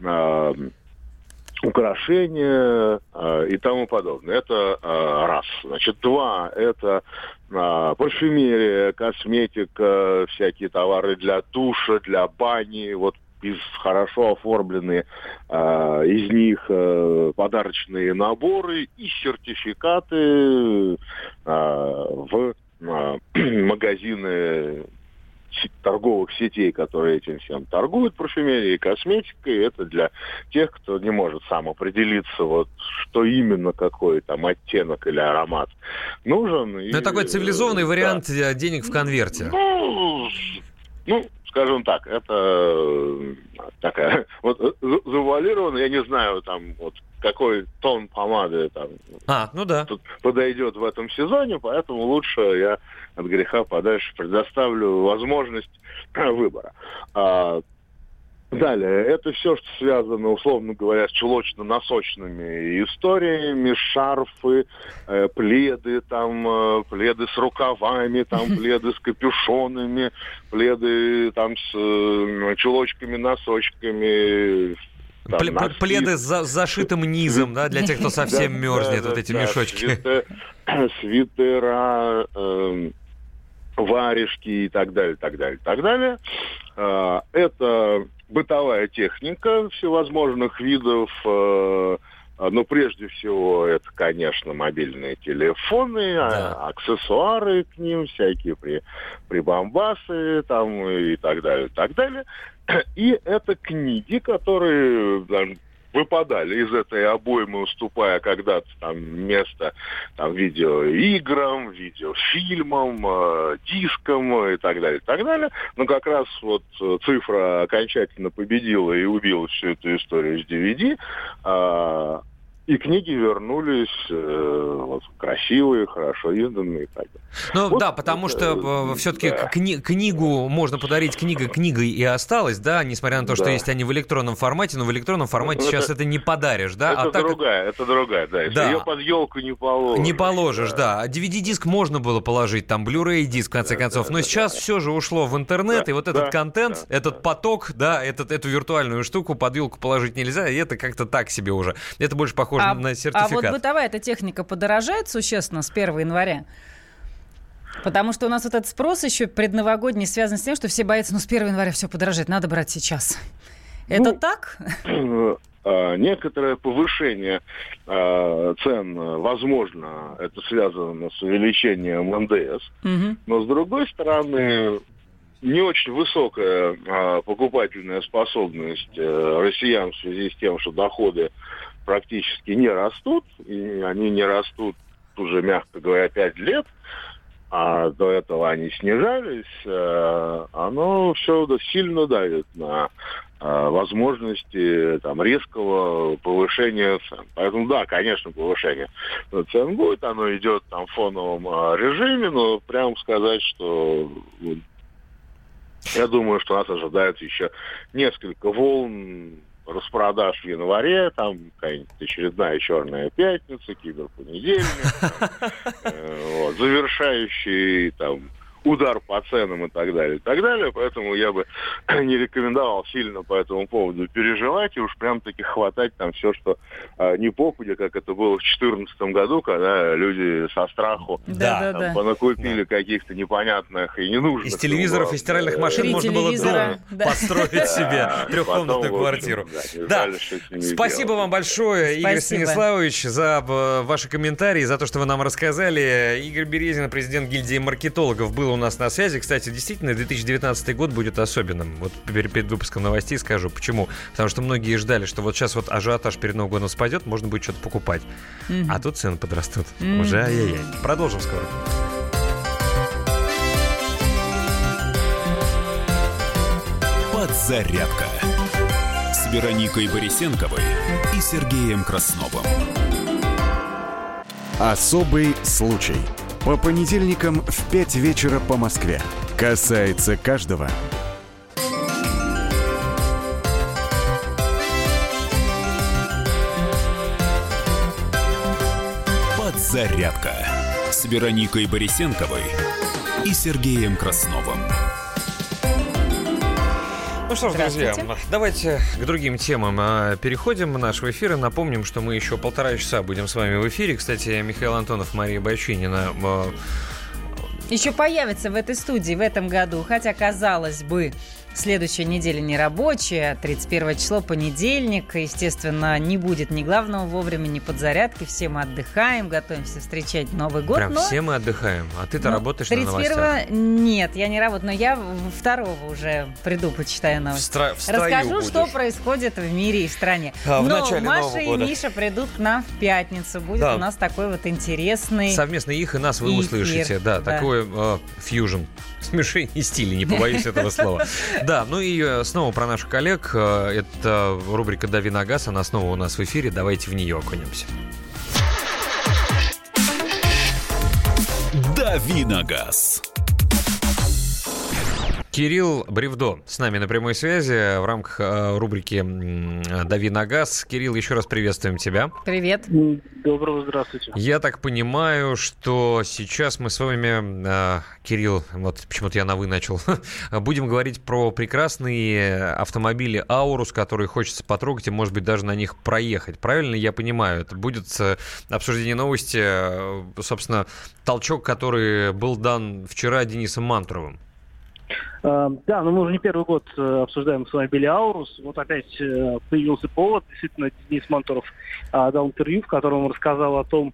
Украшения и тому подобное. Это раз. Значит, два – это парфюмерия, косметика, всякие товары для душа, для бани, вот хорошо оформленные из них подарочные наборы и сертификаты в магазины торговых сетей, которые этим всем торгуют, парфюмерией и косметикой. Это для тех, кто не может сам определиться, вот, что именно, какой там оттенок или аромат нужен. Это такой цивилизованный вариант денег в конверте. Ну, скажем так, это такая вот завуалированная, я не знаю, там, вот, какой тон помады там тут подойдет в этом сезоне, поэтому лучше я от греха подальше предоставлю возможность выбора. Далее, это все, что связано, условно говоря, с чулочно-носочными историями, шарфы, пледы, там, пледы с рукавами, там, пледы с капюшонами, пледы там с чулочками, носочками. Пледы с зашитым низом, да, для тех, кто совсем мерзнет, вот эти мешочки. Свитера, варежки и так далее, так далее, так далее. Это бытовая техника всевозможных видов, но прежде всего это, конечно, мобильные телефоны, аксессуары к ним, всякие прибамбасы там, и так далее, так далее. И это книги, которые выпадали из этой обоймы, уступая когда-то там место там, видеоиграм, видеофильмам, дискам и так далее, так далее. Но как раз вот цифра окончательно победила и убила всю эту историю с DVD. И книги вернулись вот, красивые, хорошо изданные и так далее. Ну вот, да, потому что все-таки книгу можно подарить книгой и осталось, да, несмотря на то, что есть они в электронном формате, но в электронном формате сейчас это не подаришь, да? Это другая, да. Если ее под елку не положишь. Не положишь, да. DVD-диск можно было положить, там, Blu-ray-диск, в конце концов, но сейчас все же ушло в интернет, и вот этот контент, этот поток, да, эту виртуальную штуку под елку положить нельзя, и это как-то так себе уже. Это больше похоже на сертификат. А вот бытовая эта техника подорожает существенно с 1 января? Потому что у нас вот этот спрос еще предновогодний связан с тем, что все боятся, с 1 января все подорожает, надо брать сейчас. Это так? Некоторое повышение цен, возможно, это связано с увеличением НДС, но с другой стороны, не очень высокая покупательная способность россиян в связи с тем, что доходы практически не растут, и они не растут уже, мягко говоря, 5 лет, а до этого они снижались, оно все сильно давит на возможности там, резкого повышения цен. Поэтому, да, конечно, повышение цен будет, оно идет там, в фоновом режиме, но прямо сказать, что я думаю, что нас ожидает еще несколько волн распродаж в январе, там какая-нибудь очередная черная пятница, киберпонедельник, завершающий там удар по ценам и так далее, и так далее. Поэтому я бы не рекомендовал сильно по этому поводу переживать и уж прям-таки хватать там все, что не попадя, как это было в 2014 году, когда люди со страху понакупили каких-то непонятных и ненужных. Из телевизоров и стиральных машин можно было дома построить себе трехкомнатную квартиру. Да, спасибо вам большое, Игорь Станиславович, за ваши комментарии, за то, что вы нам рассказали. Игорь Березин, президент гильдии маркетологов, был у нас на связи. Кстати, действительно, 2019 год будет особенным. Вот перед выпуском новостей скажу, почему. Потому что многие ждали, что вот сейчас вот ажиотаж перед Новым годом спадет, можно будет что-то покупать. А тут цены подрастут. Уже ай-яй-яй. Продолжим скоро. Подзарядка с Вероникой Борисенковой и Сергеем Красновым. Особый случай. По понедельникам в 5 вечера по Москве. Касается каждого. Подзарядка с Вероникой Борисенковой и Сергеем Красновым. Ну что ж, друзья, давайте к другим темам переходим нашего эфира. Напомним, что мы еще 1,5 часа будем с вами в эфире. Кстати, Михаил Антонов, Мария Бочинина еще появится в этой студии в этом году, хотя, казалось бы, следующая неделя не рабочая, 31 число, понедельник. Естественно, не будет ни главного вовремя, ни подзарядки. Все мы отдыхаем, готовимся встречать Новый год. Прям все мы отдыхаем. А ты-то работаешь на новостях? 31-го нет, я не работаю, но я 2-го уже приду, почитаю новости. Расскажу, будешь. Что происходит в мире и в стране. Но Маша и Миша придут к нам в пятницу. Будет у нас такой вот интересный совместно их и нас вы эфир. услышите. Да, такой фьюжн. Смешение стилей, не побоюсь этого слова. Да, ну и снова про наших коллег. Это рубрика «Дави на газ». Она снова у нас в эфире. Давайте в нее окунемся. «Дави на газ». Кирилл Бревдо с нами на прямой связи в рамках рубрики «Дави на газ». Кирилл, еще раз приветствуем тебя. Привет. Доброго, здравствуйте. Я так понимаю, что сейчас мы с вами, Кирилл, вот почему-то я на «вы» начал, будем говорить про прекрасные автомобили «Аурус», которые хочется потрогать и, может быть, даже на них проехать. Правильно я понимаю? Это будет обсуждение новости, собственно, толчок, который был дан вчера Денисом Мантуровым. Да, но мы уже не первый год обсуждаем автомобили «Аурус». Вот опять появился повод. Действительно, Денис Мантуров дал интервью, в котором он рассказал о том,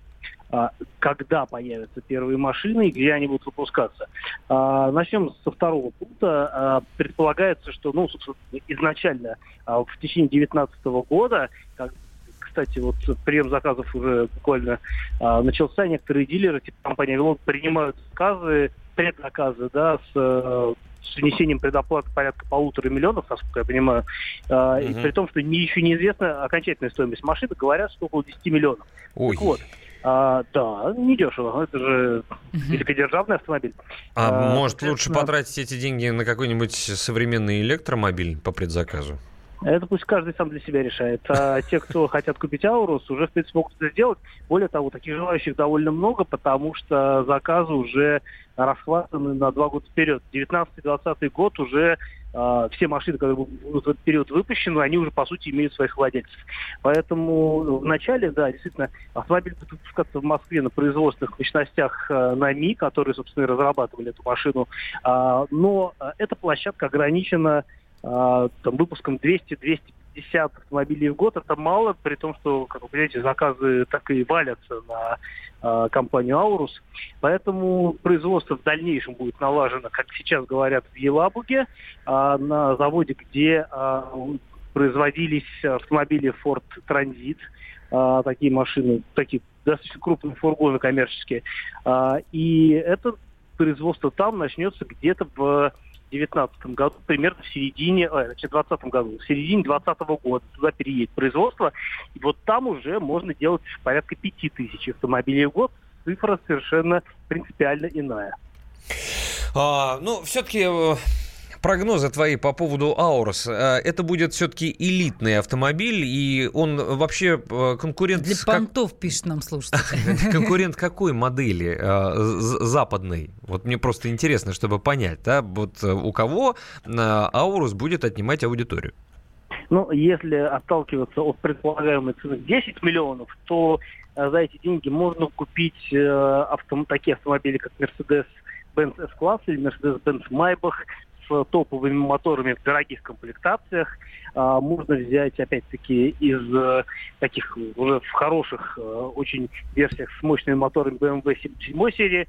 когда появятся первые машины и где они будут выпускаться. Начнем со второго пункта. Предполагается, что, собственно, изначально в течение 2019 года, кстати, вот прием заказов уже буквально начался, некоторые дилеры, типа компания «Велон», принимают предзаказы, да, с внесением предоплаты порядка 1,5 миллиона, насколько я понимаю, и при том, что еще неизвестна окончательная стоимость машины, говорят, что около 10 миллионов. Ой. Так вот, да, недешево, это же великодержавный автомобиль. Может, лучше потратить эти деньги на какой-нибудь современный электромобиль по предзаказу? Это пусть каждый сам для себя решает. А те, кто хотят купить «Аурус», уже, в принципе, могут это сделать. Более того, таких желающих довольно много, потому что заказы уже расхватаны на 2 года вперед. 19-20 год уже все машины, которые будут в этот период выпущены, они уже, по сути, имеют своих владельцев. Поэтому вначале, да, действительно, автомобиль будет выпускаться в Москве на производственных мощностях НАМИ, которые, собственно, и разрабатывали эту машину. Но эта площадка ограничена выпуском 200-250 автомобилей в год. Это мало, при том, что, как вы понимаете, заказы так и валятся на компанию «Аурус». Поэтому производство в дальнейшем будет налажено, как сейчас говорят, в Елабуге, на заводе, где производились автомобили Ford Transit, такие машины, такие достаточно крупные фургоны коммерческие. И это производство там начнется где-то в 2019 году, примерно в середине, 2020 году, в середине 2020 года туда переедет производство, и вот там уже можно делать порядка 5000 автомобилей в год. Цифра совершенно принципиально иная. Все-таки прогнозы твои по поводу «Аурус». Это будет все-таки элитный автомобиль, и он вообще конкурент... Для понтов, пишет нам слушатель. Конкурент какой модели западной? Вот мне просто интересно, чтобы понять, да, вот у кого «Аурус» будет отнимать аудиторию? Если отталкиваться от предполагаемой цены 10 миллионов, то за эти деньги можно купить такие автомобили, как Mercedes-Benz S-класс или Mercedes-Benz Maybach, с топовыми моторами в дорогих комплектациях. Можно взять, опять-таки, из таких уже в хороших очень версиях с мощными моторами BMW 7 серии.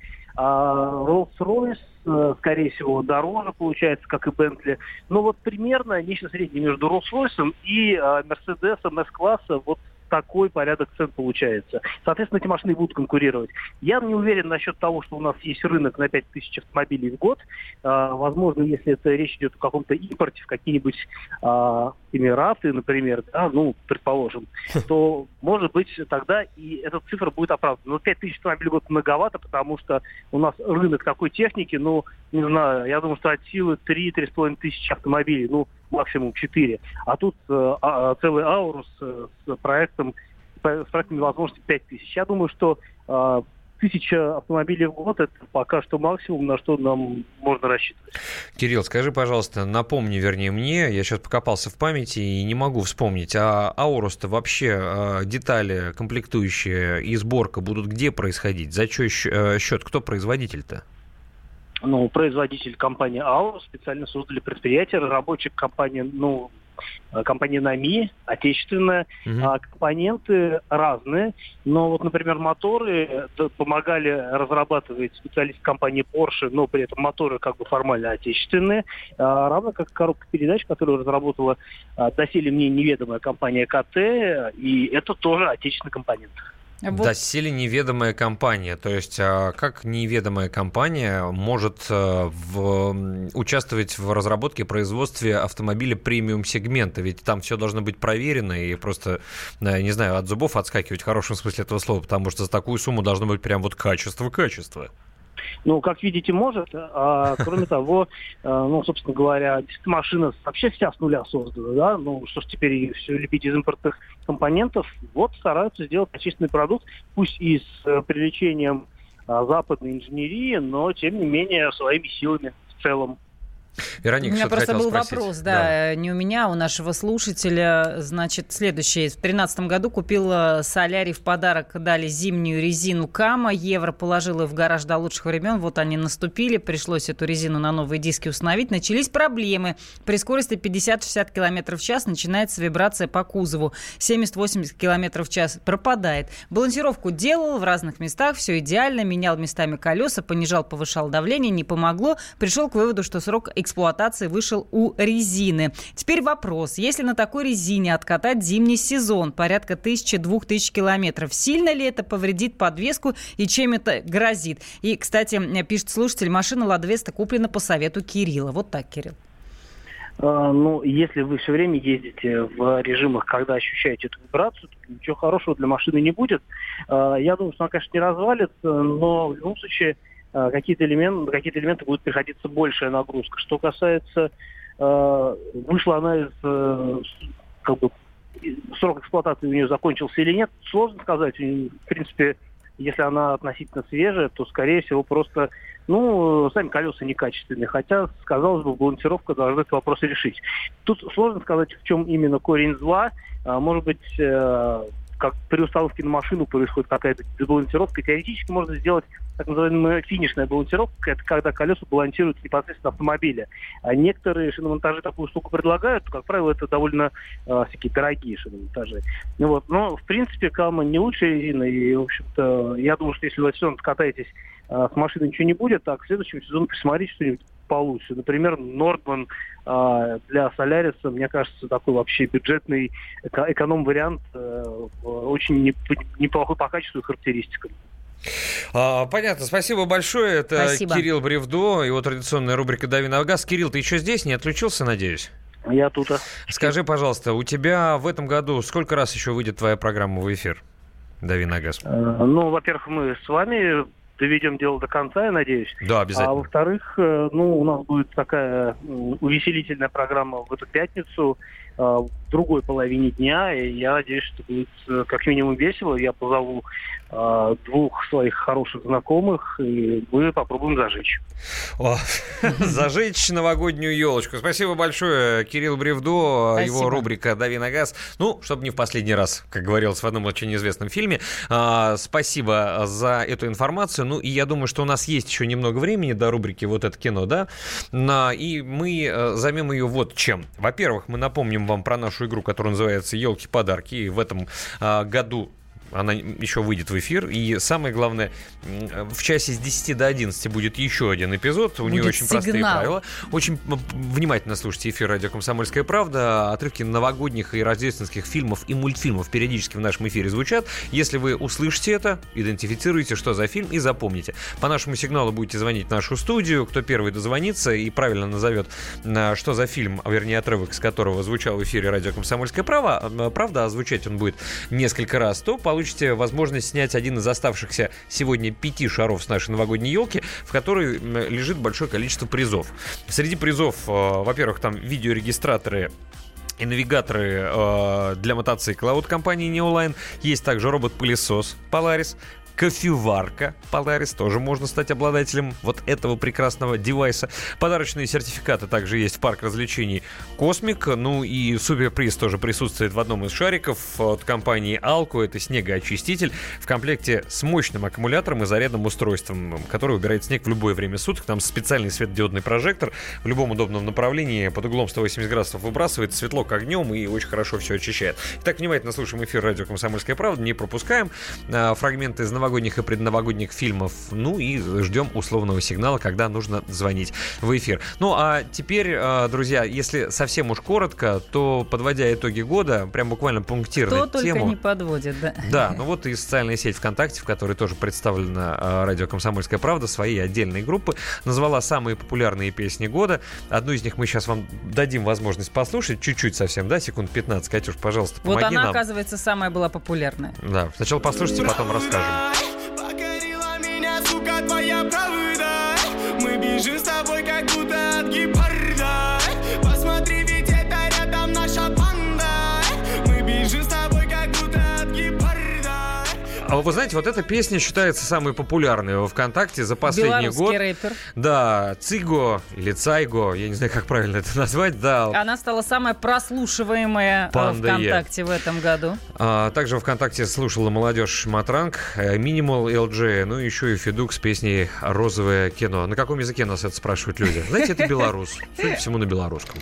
Rolls-Royce, скорее всего, дороже получается, как и Bentley. Но вот примерно нечто среднее между Rolls-Royce и Mercedes S-класса, вот такой порядок цен получается. Соответственно, эти машины будут конкурировать. Я не уверен насчет того, что у нас есть рынок на 5000 автомобилей в год. Возможно, если это речь идет о каком-то импорте в какие-нибудь Эмираты, например, да, ну, предположим, то, может быть, тогда и эта цифра будет оправдана. Но 5 тысяч автомобилей в год многовато, потому что у нас рынок такой техники, ну, не знаю, я думаю, что от силы 3-3,5 тысячи автомобилей, ну, максимум 4. А тут целый Аурус с проектами возможности 5 тысяч. Я думаю, что 1000 автомобилей в год – это пока что максимум, на что нам можно рассчитывать. Кирилл, скажи, пожалуйста, напомни, вернее, мне, я сейчас покопался в памяти и не могу вспомнить, а Аурус-то вообще детали, комплектующие и сборка будут где происходить? За чей счет? Кто производитель-то? Ну, производитель компания Аурус, специально создали предприятие, разработчик компания, компания НАМИ, отечественная. Компоненты разные, но вот, например, моторы помогали разрабатывать специалисты компании Porsche, но при этом моторы как бы формально отечественные, равно как коробка передач, которую разработала доселе мне неведомая компания КТ, и это тоже отечественный компонент. Доселе неведомая компания. То есть как неведомая компания может участвовать в разработке и производстве автомобиля премиум-сегмента? Ведь там все должно быть проверено и просто, не знаю, от зубов отскакивать в хорошем смысле этого слова, потому что за такую сумму должно быть прям вот качество. Ну, как видите, может. Кроме того, собственно говоря, машина вообще вся с нуля создана, да? Ну, что ж теперь все лепить из импортных компонентов? Вот стараются сделать отечественный продукт, пусть и с привлечением западной инженерии, но, тем не менее, своими силами в целом. Вероника, у меня просто был спросить. вопрос, не у меня, а у нашего слушателя. Значит, следующее. В 2013 году купила Солярий, в подарок дали зимнюю резину Кама. Евро положила в гараж до лучших времен. Вот они наступили. Пришлось эту резину на новые диски установить. Начались проблемы. При скорости 50-60 км в час начинается вибрация по кузову. 70-80 км в час пропадает. Балансировку делал в разных местах. Все идеально. Менял местами колеса, понижал, повышал давление. Не помогло. Пришел к выводу, что срок эксплуатации вышел у резины. Теперь вопрос. Если на такой резине откатать зимний сезон, порядка 1000-2000 километров, сильно ли это повредит подвеску и чем это грозит? И, кстати, пишет слушатель, машина Лада Веста куплена по совету Кирилла. Вот так, Кирилл. Если вы все время ездите в режимах, когда ощущаете эту вибрацию, то ничего хорошего для машины не будет. Я думаю, что она, конечно, не развалится, но в любом случае какие-то элементы будут приходиться большая нагрузка. Что касается, вышла она из, срок эксплуатации у нее закончился или нет, сложно сказать. В принципе, если она относительно свежая, то, скорее всего, просто, сами колеса некачественные. Хотя, казалось бы, балансировка должна этот вопрос решить. Тут сложно сказать, в чем именно корень зла. Может быть, как при установке на машину происходит какая-то дебалансировка. Теоретически можно сделать так называемая финишная балансировка. Это когда колеса балансируют непосредственно автомобиля. А некоторые шиномонтажи такую штуку предлагают. Как правило, это довольно всякие дорогие шиномонтажи. Но, в принципе, Кама не лучшая резина. И, в общем-то, я думаю, что если вы все катаетесь с машиной, ничего не будет, так в следующем сезоне посмотрите что-нибудь получше. Например, Нордман для Соляриса, мне кажется, такой вообще бюджетный эконом-вариант, очень неплохой по качеству и характеристикам. Понятно, спасибо большое. Это спасибо. Кирилл Бревдо, его традиционная рубрика «Дави на газ». Кирилл, ты еще здесь? Не отключился, надеюсь? Я тут. Скажи, пожалуйста, у тебя в этом году сколько раз еще выйдет твоя программа в эфир «Дави на газ»? Во-первых, мы с вами доведем дело до конца, я надеюсь. Да, обязательно. А во-вторых, у нас будет такая увеселительная программа в эту пятницу, в другой половине дня, и я надеюсь, что будет как минимум весело. Я позову 2 своих хороших знакомых, и мы попробуем зажечь. Зажечь новогоднюю елочку. Спасибо большое, Кирилл Бревдо, его рубрика «Дави на газ». Чтобы не в последний раз, как говорилось в одном очень известном фильме. Спасибо за эту информацию. И я думаю, что у нас есть еще немного времени до рубрики «Вот это кино», да? И мы займем ее вот чем. Во-первых, мы напомним вам про нашу игру, которая называется «Елки-подарки». И в этом году она еще выйдет в эфир. И самое главное, в часе с 10 до 11 будет еще один эпизод. У нее очень простые правила. Очень внимательно слушайте эфир «Радио Комсомольская правда». Отрывки новогодних и рождественских фильмов и мультфильмов периодически в нашем эфире звучат. Если вы услышите это, идентифицируйте, что за фильм, и запомните. По нашему сигналу будете звонить в нашу студию. Кто первый дозвонится и правильно назовет, что за фильм, а вернее отрывок, с которого звучал в эфире «Радио Комсомольская правда», а звучать он будет несколько раз, то получите возможность снять один из оставшихся сегодня 5 шаров с нашей новогодней елки, в которой лежит большое количество призов. Среди призов, во-первых, там видеорегистраторы и навигаторы для мотоцикла от компании Neoline. Есть также робот-пылесос Polaris, кофеварка Polaris, тоже можно стать обладателем вот этого прекрасного девайса. Подарочные сертификаты также есть в парк развлечений «Космик». Ну и суперприз тоже присутствует в одном из шариков от компании «Алко». Это снегоочиститель в комплекте с мощным аккумулятором и зарядным устройством, которое убирает снег в любое время суток. Там специальный светодиодный прожектор в любом удобном направлении под углом 180 градусов выбрасывает светло к огнем и очень хорошо все очищает. Итак, внимательно слушаем эфир «Радио Комсомольская правда», не пропускаем фрагменты из новогодних и предновогодних фильмов. Ну и ждем условного сигнала, когда нужно звонить в эфир. Ну а теперь, друзья, если совсем уж коротко, то, подводя итоги года, прям буквально пунктирно кто тему. Только не подводит, да. Да, ну вот и социальная сеть ВКонтакте, в которой тоже представлена «Радио Комсомольская правда», свои отдельные группы, назвала самые популярные песни года. Одну из них мы сейчас вам дадим возможность послушать, чуть-чуть совсем, да, секунд 15. Катюш, пожалуйста, помоги нам. Вот она, оказывается, самая была популярная. Да, сначала послушайте, потом расскажем. Покорила меня, сука, твоя правда. Мы бежим с тобой, как будто от гепарда. Посмотри, ведь это рядом наша банда. Мы бежим с тобой, как будто от гепарда. А вы знаете, вот эта песня считается самой популярной во ВКонтакте за последний год. Белорусский рэпер. Да, Цыго или Цайго, я не знаю, как правильно это назвать, да. Она стала самая прослушиваемая ВКонтакте в этом году. Также ВКонтакте слушала молодежь Матранг, Минимал, LG, ну и еще и Федук с песней «Розовое кино». На каком языке нас это спрашивают люди? Знаете, это белорус. Судя по всему, на белорусском.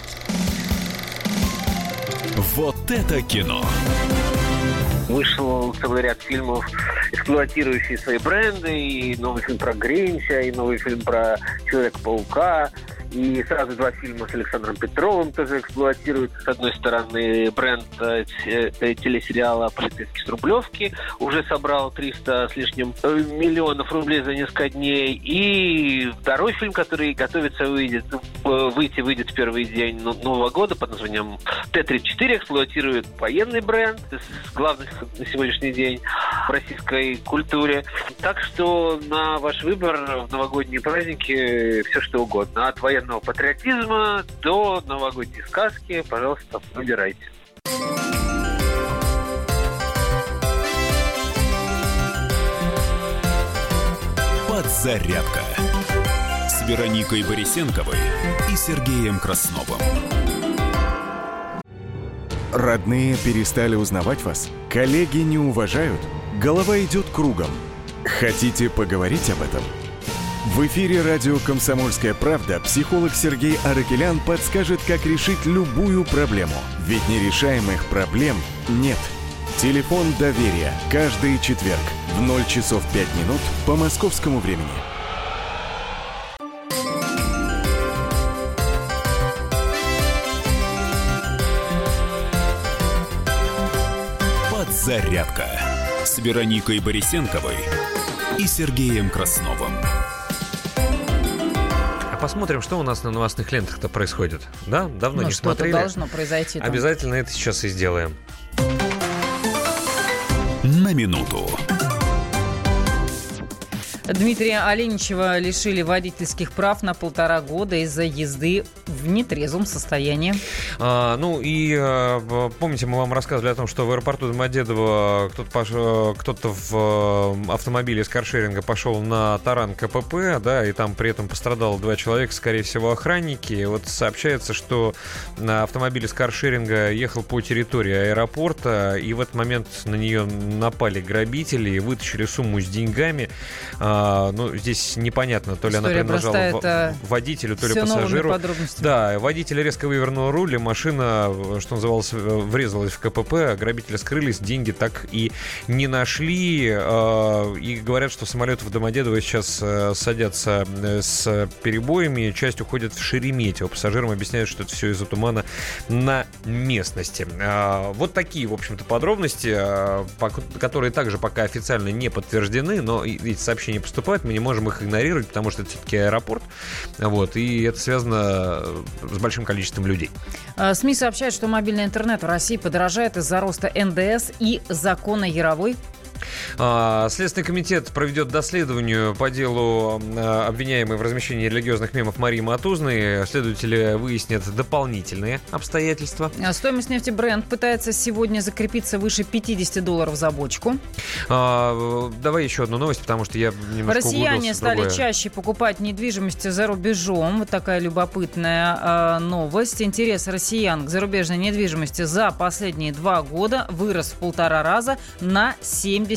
Вот это кино. Вышел целый ряд фильмов, эксплуатирующие свои бренды, и новый фильм про Гринча, и новый фильм про Человека-паука, и сразу 2 фильма с Александром Петровым тоже эксплуатируют. С одной стороны, бренд телесериала «Полицейский с Рублевки» уже собрал 300 с лишним миллионов рублей за несколько дней. И второй фильм, который готовится выйдет в первый день Нового года под названием Т-34, эксплуатирует военный бренд, из главных на сегодняшний день в российской культуре. Так что на ваш выбор в новогодние праздники все что угодно. От военного патриотизма до новогодней сказки, пожалуйста, выбирайте. Подзарядка с Вероникой Борисенковой и Сергеем Красновым. Родные перестали узнавать вас? Коллеги не уважают? Голова идет кругом. Хотите поговорить об этом? В эфире радио «Комсомольская правда» психолог Сергей Аракелян подскажет, как решить любую проблему. Ведь нерешаемых проблем нет. Телефон доверия. Каждый четверг в 0 часов 5 минут по московскому времени. Подзарядка с Вероникой Борисенковой и Сергеем Красновым. Посмотрим, что у нас на новостных лентах-то происходит. Да? Давно не смотрели. Что-то должно произойти. Там. Обязательно это сейчас и сделаем. На минуту. Дмитрия Оленичева лишили водительских прав на 1,5 года из-за езды в нетрезвом состоянии. Помните, мы вам рассказывали о том, что в аэропорту Домодедово кто-то в автомобиле из каршеринга пошел на таран КПП, да, и там при этом пострадало 2 человека, скорее всего, охранники. Вот сообщается, что автомобиль из каршеринга ехал по территории аэропорта, и в этот момент на нее напали грабители и вытащили сумму с деньгами. Здесь непонятно, то ли история она принадлежала водителю, то ли пассажиру. Да, водитель резко вывернул руль, и машина, что называлось, врезалась в КПП, грабители скрылись, деньги так и не нашли. И говорят, что самолеты в Домодедово сейчас садятся с перебоями, часть уходит в Шереметьево. Пассажирам объясняют, что это все из-за тумана на местности. Вот такие, в общем-то, подробности, которые также пока официально не подтверждены, но эти сообщения поступают, мы не можем их игнорировать, потому что это все-таки аэропорт, и это связано с большим количеством людей. СМИ сообщают, что мобильный интернет в России подорожает из-за роста НДС и закона Яровой. Следственный комитет проведет доследование по делу обвиняемой в размещении религиозных мемов Марии Матузной. Следователи выяснят дополнительные обстоятельства. Стоимость нефти Brent пытается сегодня закрепиться выше $50 за бочку. Давай еще одну новость, потому что я немножко россияне стали чаще покупать недвижимость за рубежом. Вот такая любопытная новость. Интерес россиян к зарубежной недвижимости за последние 2 года вырос в 1,5 раза на 70%.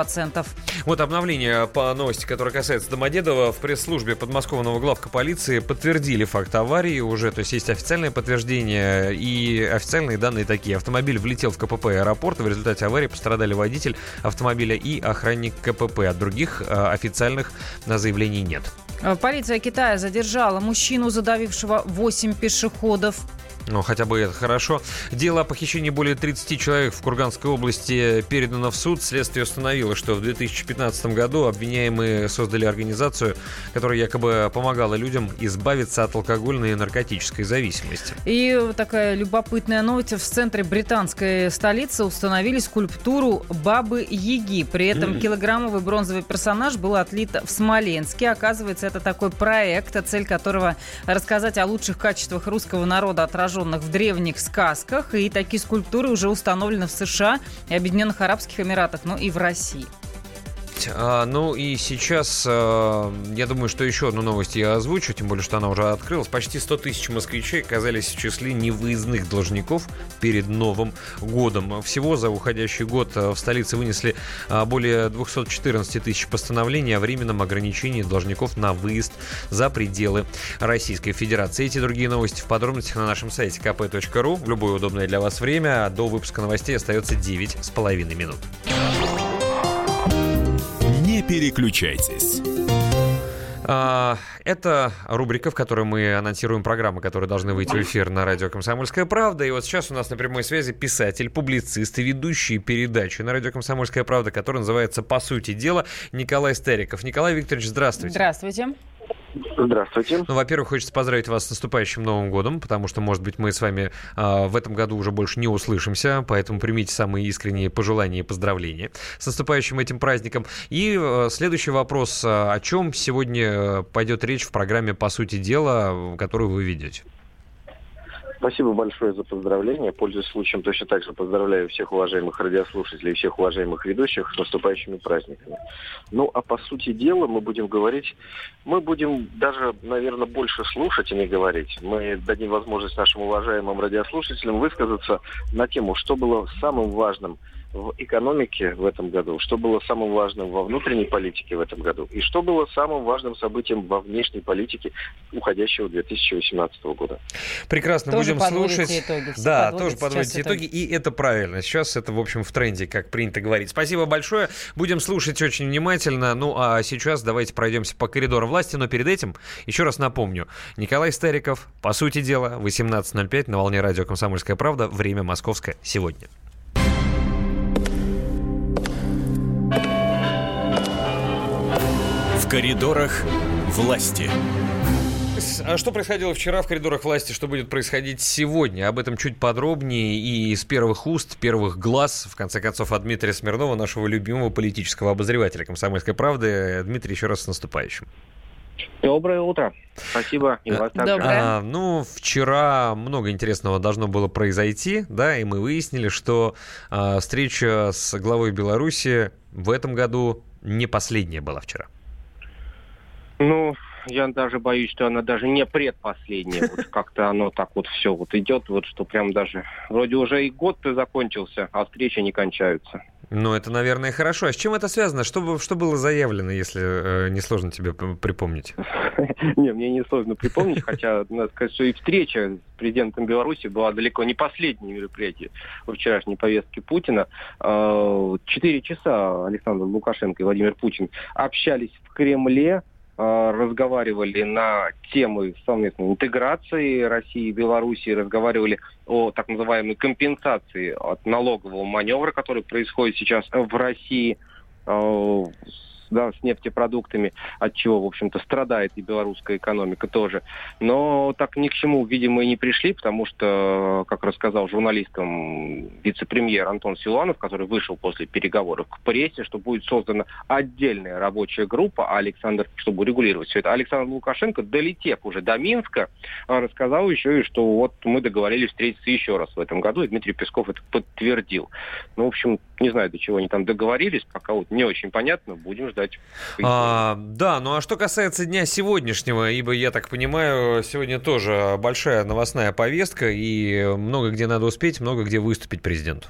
Вот обновление по новости, которая касается Домодедова. В пресс-службе подмосковного главка полиции подтвердили факт аварии уже. То есть официальное подтверждение и официальные данные такие. Автомобиль влетел в КПП аэропорта. В результате аварии пострадали водитель автомобиля и охранник КПП. От других официальных заявлений нет. Полиция Китая задержала мужчину, задавившего 8 пешеходов. Хотя бы это хорошо. Дело о похищении более 30 человек в Курганской области передано в суд. Следствие установило, что в 2015 году обвиняемые создали организацию, которая якобы помогала людям избавиться от алкогольной и наркотической зависимости. И такая любопытная новость. В центре британской столицы установили скульптуру Бабы-Яги. При этом килограммовый бронзовый персонаж был отлит в Смоленске. Оказывается, это такой проект, цель которого рассказать о лучших качествах русского народа, отраженных в древних сказках. И такие скульптуры уже установлены в США и Объединенных Арабских Эмиратах, и в России. И сейчас, я думаю, что еще одну новость я озвучу, тем более, что она уже открылась. Почти 100 тысяч москвичей оказались в числе невыездных должников перед Новым годом. Всего за уходящий год в столице вынесли более 214 тысяч постановлений о временном ограничении должников на выезд за пределы Российской Федерации. Эти и другие новости в подробностях на нашем сайте kp.ru. В любое удобное для вас время. До выпуска новостей остается 9,5 минут. Не переключайтесь. Это рубрика, в которой мы анонсируем программы, которые должны выйти в эфир на радио «Комсомольская правда». И вот сейчас у нас на прямой связи писатель, публицист и ведущий передачи на радио «Комсомольская правда», которая называется «По сути дела», Николай Стариков. Николай Викторович, здравствуйте. Здравствуйте. Здравствуйте. Во-первых, хочется поздравить вас с наступающим Новым годом, потому что, может быть, мы с вами в этом году уже больше не услышимся, поэтому примите самые искренние пожелания и поздравления с наступающим этим праздником. И следующий вопрос. О чем сегодня пойдет речь в программе «По сути дела», которую вы ведете? Спасибо большое за поздравления. Пользуясь случаем, точно так же поздравляю всех уважаемых радиослушателей и всех уважаемых ведущих с наступающими праздниками. А по сути дела мы будем даже, наверное, больше слушать, а не говорить. Мы дадим возможность нашим уважаемым радиослушателям высказаться на тему, что было самым важным в экономике в этом году, что было самым важным во внутренней политике в этом году и что было самым важным событием во внешней политике уходящего 2018 года. Прекрасно, тоже будем слушать. Итоги. Да, тоже подводите итоги, и это правильно. Сейчас это, в общем, в тренде, как принято говорить. Спасибо большое. Будем слушать очень внимательно. А сейчас давайте пройдемся по коридорам власти, но перед этим еще раз напомню. Николай Стариков, по сути дела, 18:05 на волне радио «Комсомольская правда», время московское сегодня. В коридорах власти. А что происходило вчера в коридорах власти, что будет происходить сегодня? Об этом чуть подробнее и из первых уст, первых глаз, в конце концов, от Дмитрия Смирнова, нашего любимого политического обозревателя «Комсомольской правды». Дмитрий, еще раз с наступающим. Доброе утро. Спасибо. И вас также. Вчера много интересного должно было произойти, да, и мы выяснили, что встреча с главой Беларуси в этом году не последняя была вчера. Я даже боюсь, что она даже не предпоследняя. Вот как-то оно так вот все вот идет, вот что прям даже вроде уже и год закончился, а встречи не кончаются. Ну, это, наверное, хорошо. А с чем это связано? Что было заявлено, если не сложно тебе припомнить? Не, мне не сложно припомнить, хотя, надо сказать, что и встреча с президентом Беларуси была далеко не последнее мероприятие во вчерашней повестке Путина. 4 часа Александр Лукашенко и Владимир Путин общались в Кремле, разговаривали на темы совместной интеграции России и Беларуси, разговаривали о так называемой компенсации от налогового маневра, который происходит сейчас в России, с нефтепродуктами, от чего, в общем-то, страдает и белорусская экономика тоже. Но так ни к чему, видимо, и не пришли, потому что, как рассказал журналистам вице-премьер Антон Силуанов, который вышел после переговоров к прессе, что будет создана отдельная рабочая группа, чтобы регулировать все это. Александр Лукашенко, долетев уже до Минска, рассказал еще и, что вот мы договорились встретиться еще раз в этом году, и Дмитрий Песков это подтвердил. Ну, в общем, не знаю, до чего они там договорились, пока вот не очень понятно, будем ждать. Да, ну а что касается дня сегодняшнего, ибо, я так понимаю, сегодня тоже большая новостная повестка, и много где надо успеть, много где выступить президенту.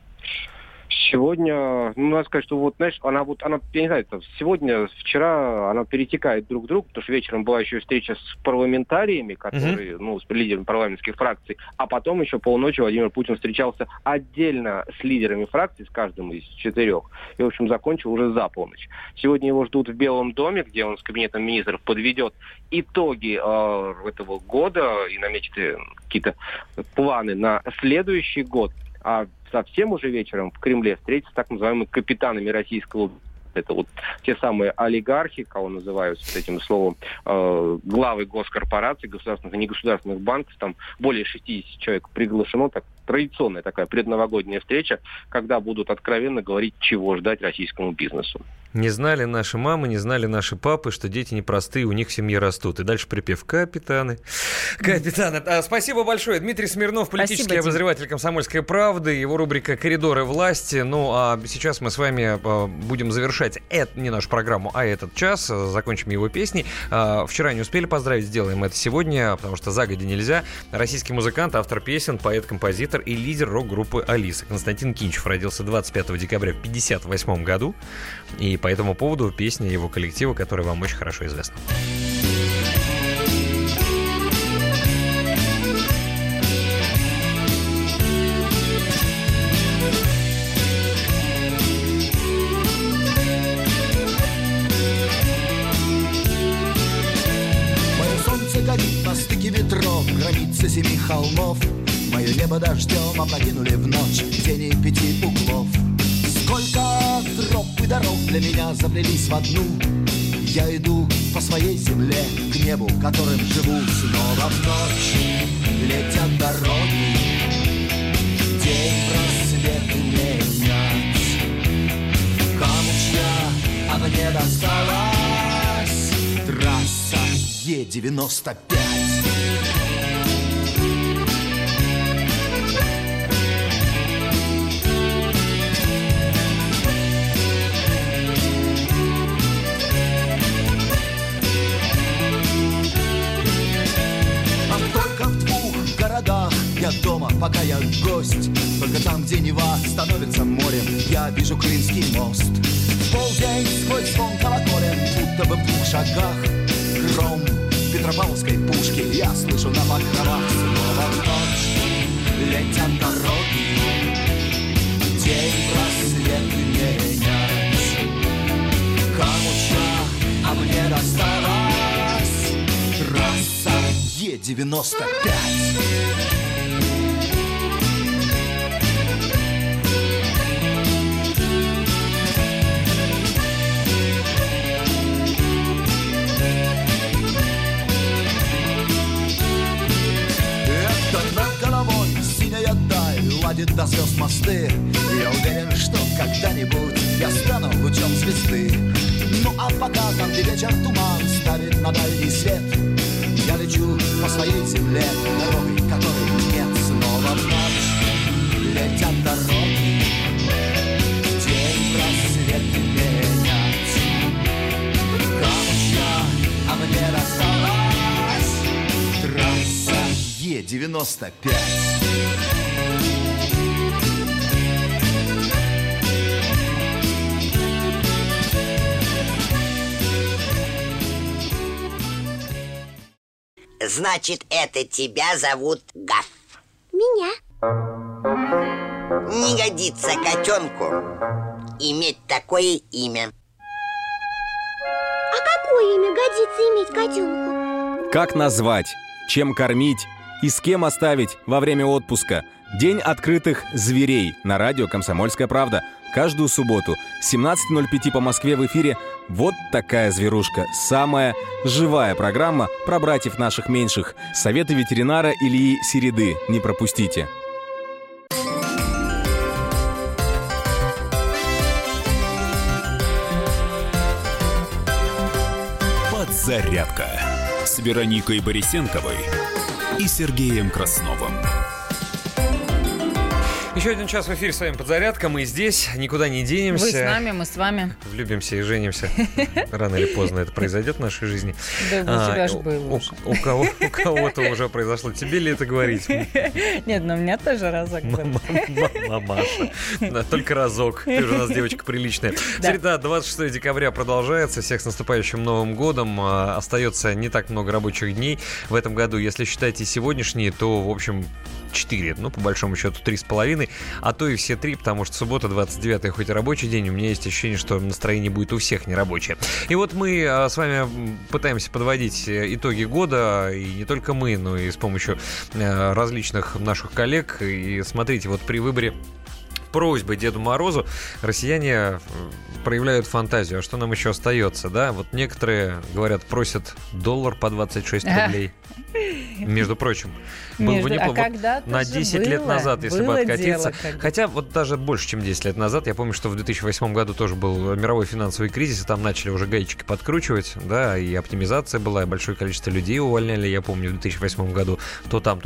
Сегодня, надо сказать, что вот, знаешь, она, я не знаю, сегодня, вчера она перетекает друг к другу, потому что вечером была еще встреча с парламентариями, которые, с лидерами парламентских фракций, а потом еще полночи Владимир Путин встречался отдельно с лидерами фракций, с каждым из 4, и, в общем, закончил уже за полночь. Сегодня его ждут в Белом доме, где он с кабинетом министров подведет итоги этого года и наметит какие-то планы на следующий год. А совсем уже вечером в Кремле встретиться с так называемыми капитанами российского. Это вот те самые олигархи, кого называют с этим словом, главы госкорпораций, государственных и негосударственных банков. Там более 60 человек приглашено. Так, традиционная такая предновогодняя встреча, когда будут откровенно говорить, чего ждать российскому бизнесу. Не знали наши мамы, не знали наши папы, что дети непростые, у них в семье растут. И дальше припев «Капитаны». Капитаны. Спасибо большое. Дмитрий Смирнов, политический обозреватель «Комсомольской правды». Его рубрика «Коридоры власти». Ну, а сейчас мы с вами будем завершать не нашу программу, а этот час. Закончим его песней. Вчера не успели поздравить, сделаем это сегодня, потому что загоди нельзя. Российский музыкант, автор песен, поэт-композитор и лидер рок-группы «Алиса». Константин Кинчев родился 25 декабря в 1958 году. И по этому поводу песня его коллектива, которая вам очень хорошо известна. Мое солнце горит на стыке ветров, границы 7 холмов. Мое небо дождем опрокинули в ночь тени 5 углов. Сколько троп и дорог для меня заплелись в одну. Я иду по своей земле к небу, которым живу. Снова в ночь летят дороги, день просвет менять. Кому чья, а мне досталась трасса Е-95. Я дома, пока я гость. Только там, где Нева становится морем, я вижу Крымский мост. В полдень сквозь звон колоколен, будто бы в 2 шагах гром Петропавловской пушки я слышу на покровах. Снова в ночь летят дороги, день просвет менять. Кому чья, а мне досталась трасса Е-95. Ладит до звезд мосты. Я уверен, что когда-нибудь я стану лучом звезды. Ну а пока там, где вечер туман ставит на дальний свет, я лечу по своей земле, дорогой которой нет. Снова в ночь летят дороги, день просвет менять. Кому чья, а мне досталась трасса Е-95. Значит, это тебя зовут Гав. Меня. Не годится котенку иметь такое имя. А какое имя годится иметь котенку? Как назвать, чем кормить и с кем оставить во время отпуска? День открытых зверей на радио «Комсомольская правда». Каждую субботу с 17:05 по Москве в эфире «Вот такая зверушка». Самая живая программа про братьев наших меньших. Советы ветеринара Ильи Середы. Не пропустите. Подзарядка с Вероникой Борисенковой и Сергеем Красновым. Еще один час в эфире с вами «Подзарядка». Мы здесь, никуда не денемся. Вы с нами, мы с вами. Влюбимся и женимся. Рано или поздно это произойдет в нашей жизни. Да, у тебя же было уже. У кого-то уже произошло. Тебе ли это говорить? Нет, но у меня тоже разок был. Мамаша. Только разок. Ты же у нас девочка приличная. Среда, 26 декабря продолжается. Всех с наступающим Новым годом. Остается не так много рабочих дней в этом году. Если считать и сегодняшние, то, в общем, 4, ну, по большому счету, 3,5, а то и все 3, потому что суббота, 29-й, хоть и рабочий день, у меня есть ощущение, что настроение будет у всех нерабочее. И вот мы с вами пытаемся подводить итоги года, и не только мы, но и с помощью различных наших коллег. И смотрите, вот при выборе просьбы Деду Морозу россияне проявляют фантазию. А что нам еще остается, да? Вот некоторые, говорят, просят $1 по 26 рублей. Между прочим, было бы неплохо. На 10 лет назад, если бы откатиться. Хотя вот даже больше, чем 10 лет назад, я помню, что в 2008 году тоже был мировой финансовый кризис, и там начали уже гаечки подкручивать, да, и оптимизация была, и большое количество людей увольняли, я помню, в 2008 году то там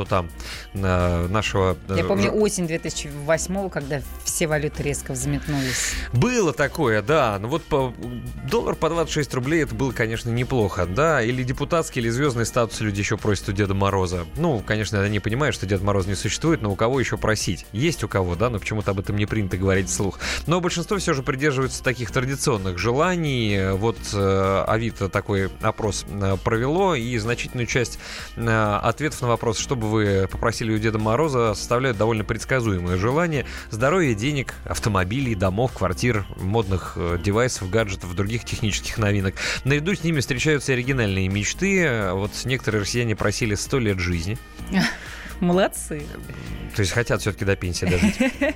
нашего... Я помню осень 2008, когда все валюты резко взметнулись. Было такое, да, но вот $1 по 26 рублей это было, конечно, неплохо, да, или депутатский, или звездный статус люди еще просят у Деда Мороза. Ну, конечно, они понимают, что Дед Мороз не существует, но у кого еще просить? Есть у кого, да, но почему-то об этом не принято говорить вслух. Но большинство все же придерживаются таких традиционных желаний. Вот Авито такой опрос провело, и значительную часть ответов на вопрос, что бы вы попросили у Деда Мороза, составляют довольно предсказуемые желания: здоровья, денег, автомобилей, домов, квартир, модных девайсов, гаджетов, других технических новинок. Наряду с ними встречаются оригинальные мечты. Вот некоторые россияне просили 100 лет жизни. Молодцы. То есть хотят все-таки до пенсии дожить.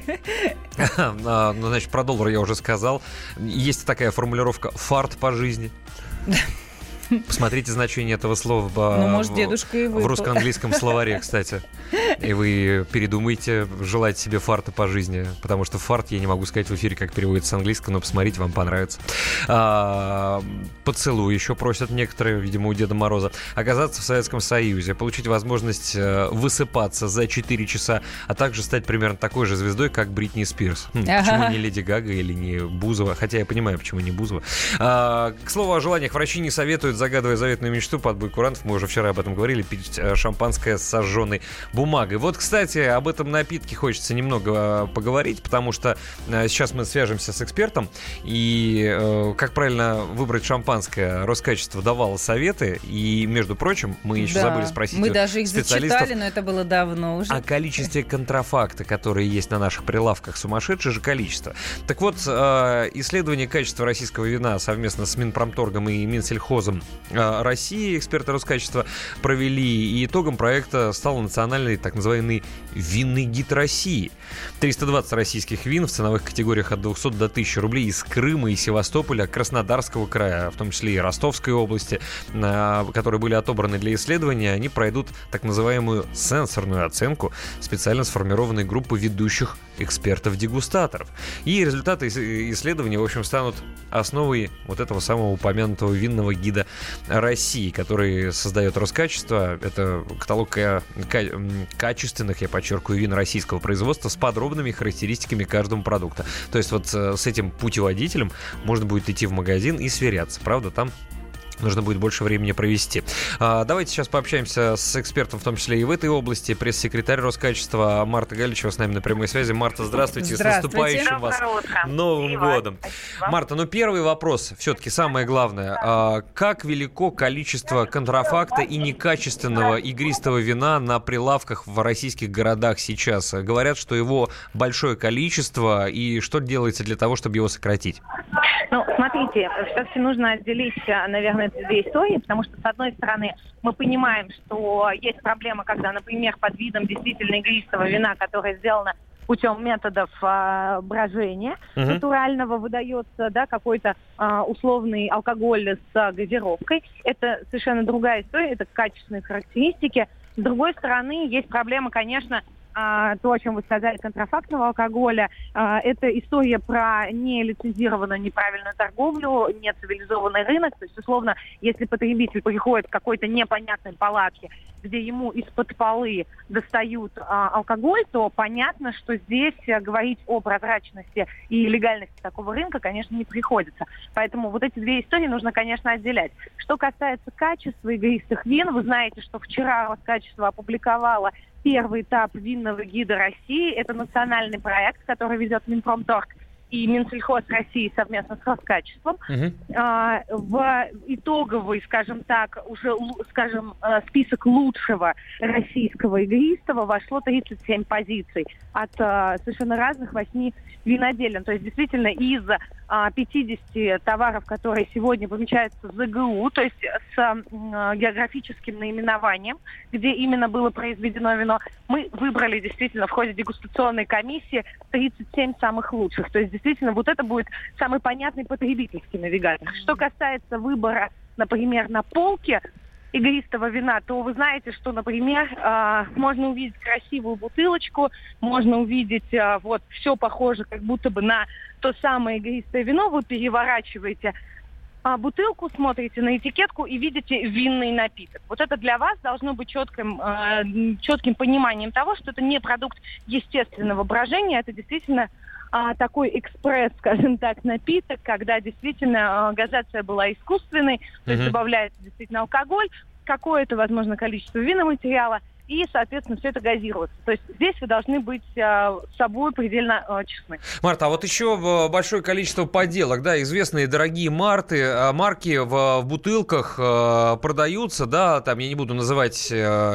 Ну, значит, про $1 я уже сказал. Есть такая формулировка «фарт по жизни». Посмотрите значение этого слова в русско-английском словаре, кстати. И вы передумайте, желайте себе фарта по жизни. Потому что фарт, я не могу сказать в эфире, как переводится с английского, но посмотрите, вам понравится. Поцелуй еще просят некоторые, видимо, у Деда Мороза. Оказаться в Советском Союзе, получить возможность высыпаться за 4 часа, а также стать примерно такой же звездой, как Бритни Спирс. Почему не Леди Гага или не Бузова? Хотя я понимаю, почему не Бузова. К слову о желаниях, врачи не советуют, загадывая заветную мечту под бой курантов, мы уже вчера об этом говорили, пить шампанское с сожженной бумагой. Вот, кстати, об этом напитке хочется немного поговорить, потому что сейчас мы свяжемся с экспертом, и как правильно выбрать шампанское, Роскачество давало советы, и, между прочим, мы еще забыли спросить мы даже их специалистов, зачитали, но это было давно уже. О количестве контрафакта, которые есть на наших прилавках, сумасшедшее же количество. Так вот, исследование качества российского вина совместно с Минпромторгом и Минсельхозом России эксперты Роскачества провели, и итогом проекта стал национальный так называемый винный гид России. 320 российских вин в ценовых категориях от 200 до 1000 рублей из Крыма и Севастополя, Краснодарского края, в том числе и Ростовской области, которые были отобраны для исследования, они пройдут так называемую сенсорную оценку специально сформированной группы ведущих экспертов-дегустаторов. И результаты исследования, в общем, станут основой вот этого самого упомянутого винного гида России, который создает Роскачество. Это каталог качественных, я подчеркиваю, вин российского производства с подробными характеристиками каждого продукта. То есть вот с этим путеводителем можно будет идти в магазин и сверяться. Правда, там нужно будет больше времени провести. Давайте сейчас пообщаемся с экспертом, в том числе и в этой области. Пресс-секретарь Роскачества Марта Галичева с нами на прямой связи. Марта, здравствуйте. С наступающим вас Новым годом. Марта, первый вопрос, все-таки самое главное. Как велико количество контрафакта и некачественного игристого вина на прилавках в российских городах сейчас? Говорят, что его большое количество, и что делается для того, чтобы его сократить? Смотрите, все-таки нужно отделить, наверное, эти две истории, потому что, с одной стороны, мы понимаем, что есть проблема, когда, например, под видом действительно игристого вина, которое сделано путем методов брожения натурального, выдается какой-то условный алкоголь с газировкой. Это совершенно другая история, это качественные характеристики. С другой стороны, есть проблема, конечно, то, о чем вы сказали, контрафактного алкоголя, это история про нелицензированную неправильную торговлю, нецивилизованный рынок. То есть, условно, если потребитель приходит к какой-то непонятной палатке, где ему из-под полы достают алкоголь, то понятно, что здесь говорить о прозрачности и легальности такого рынка, конечно, не приходится. Поэтому вот эти две истории нужно, конечно, отделять. Что касается качества игристых вин, вы знаете, что вчера Роскачество опубликовало первый этап винного гида России. Это национальный проект, который ведет Минпромторг и Минсельхоз России совместно с Роскачеством. В итоговый, скажем так, список лучшего российского игристого вошло 37 позиций от совершенно разных 8 виноделин. То есть, действительно, из 50 товаров, которые сегодня помечаются в ЗГУ, то есть с географическим наименованием, где именно было произведено вино, мы выбрали действительно в ходе дегустационной комиссии 37 самых лучших. То есть, действительно, вот это будет самый понятный потребительский навигатор. Что касается выбора, например, на полке игристого вина, то вы знаете, что, например, можно увидеть красивую бутылочку, можно увидеть все похоже как будто бы на то самое игристое вино, вы переворачиваете бутылку, смотрите на этикетку и видите винный напиток. Вот это для вас должно быть четким пониманием того, что это не продукт естественного брожения, это действительно такой экспресс, скажем так, напиток, когда действительно газация была искусственной, то есть добавляется действительно алкоголь, какое-то, возможно, количество виноматериала, и, соответственно, все это газируется. То есть здесь вы должны быть с собой предельно честны. Марта, а вот еще большое количество подделок, да, известные дорогие марки в бутылках продаются, да, там я не буду называть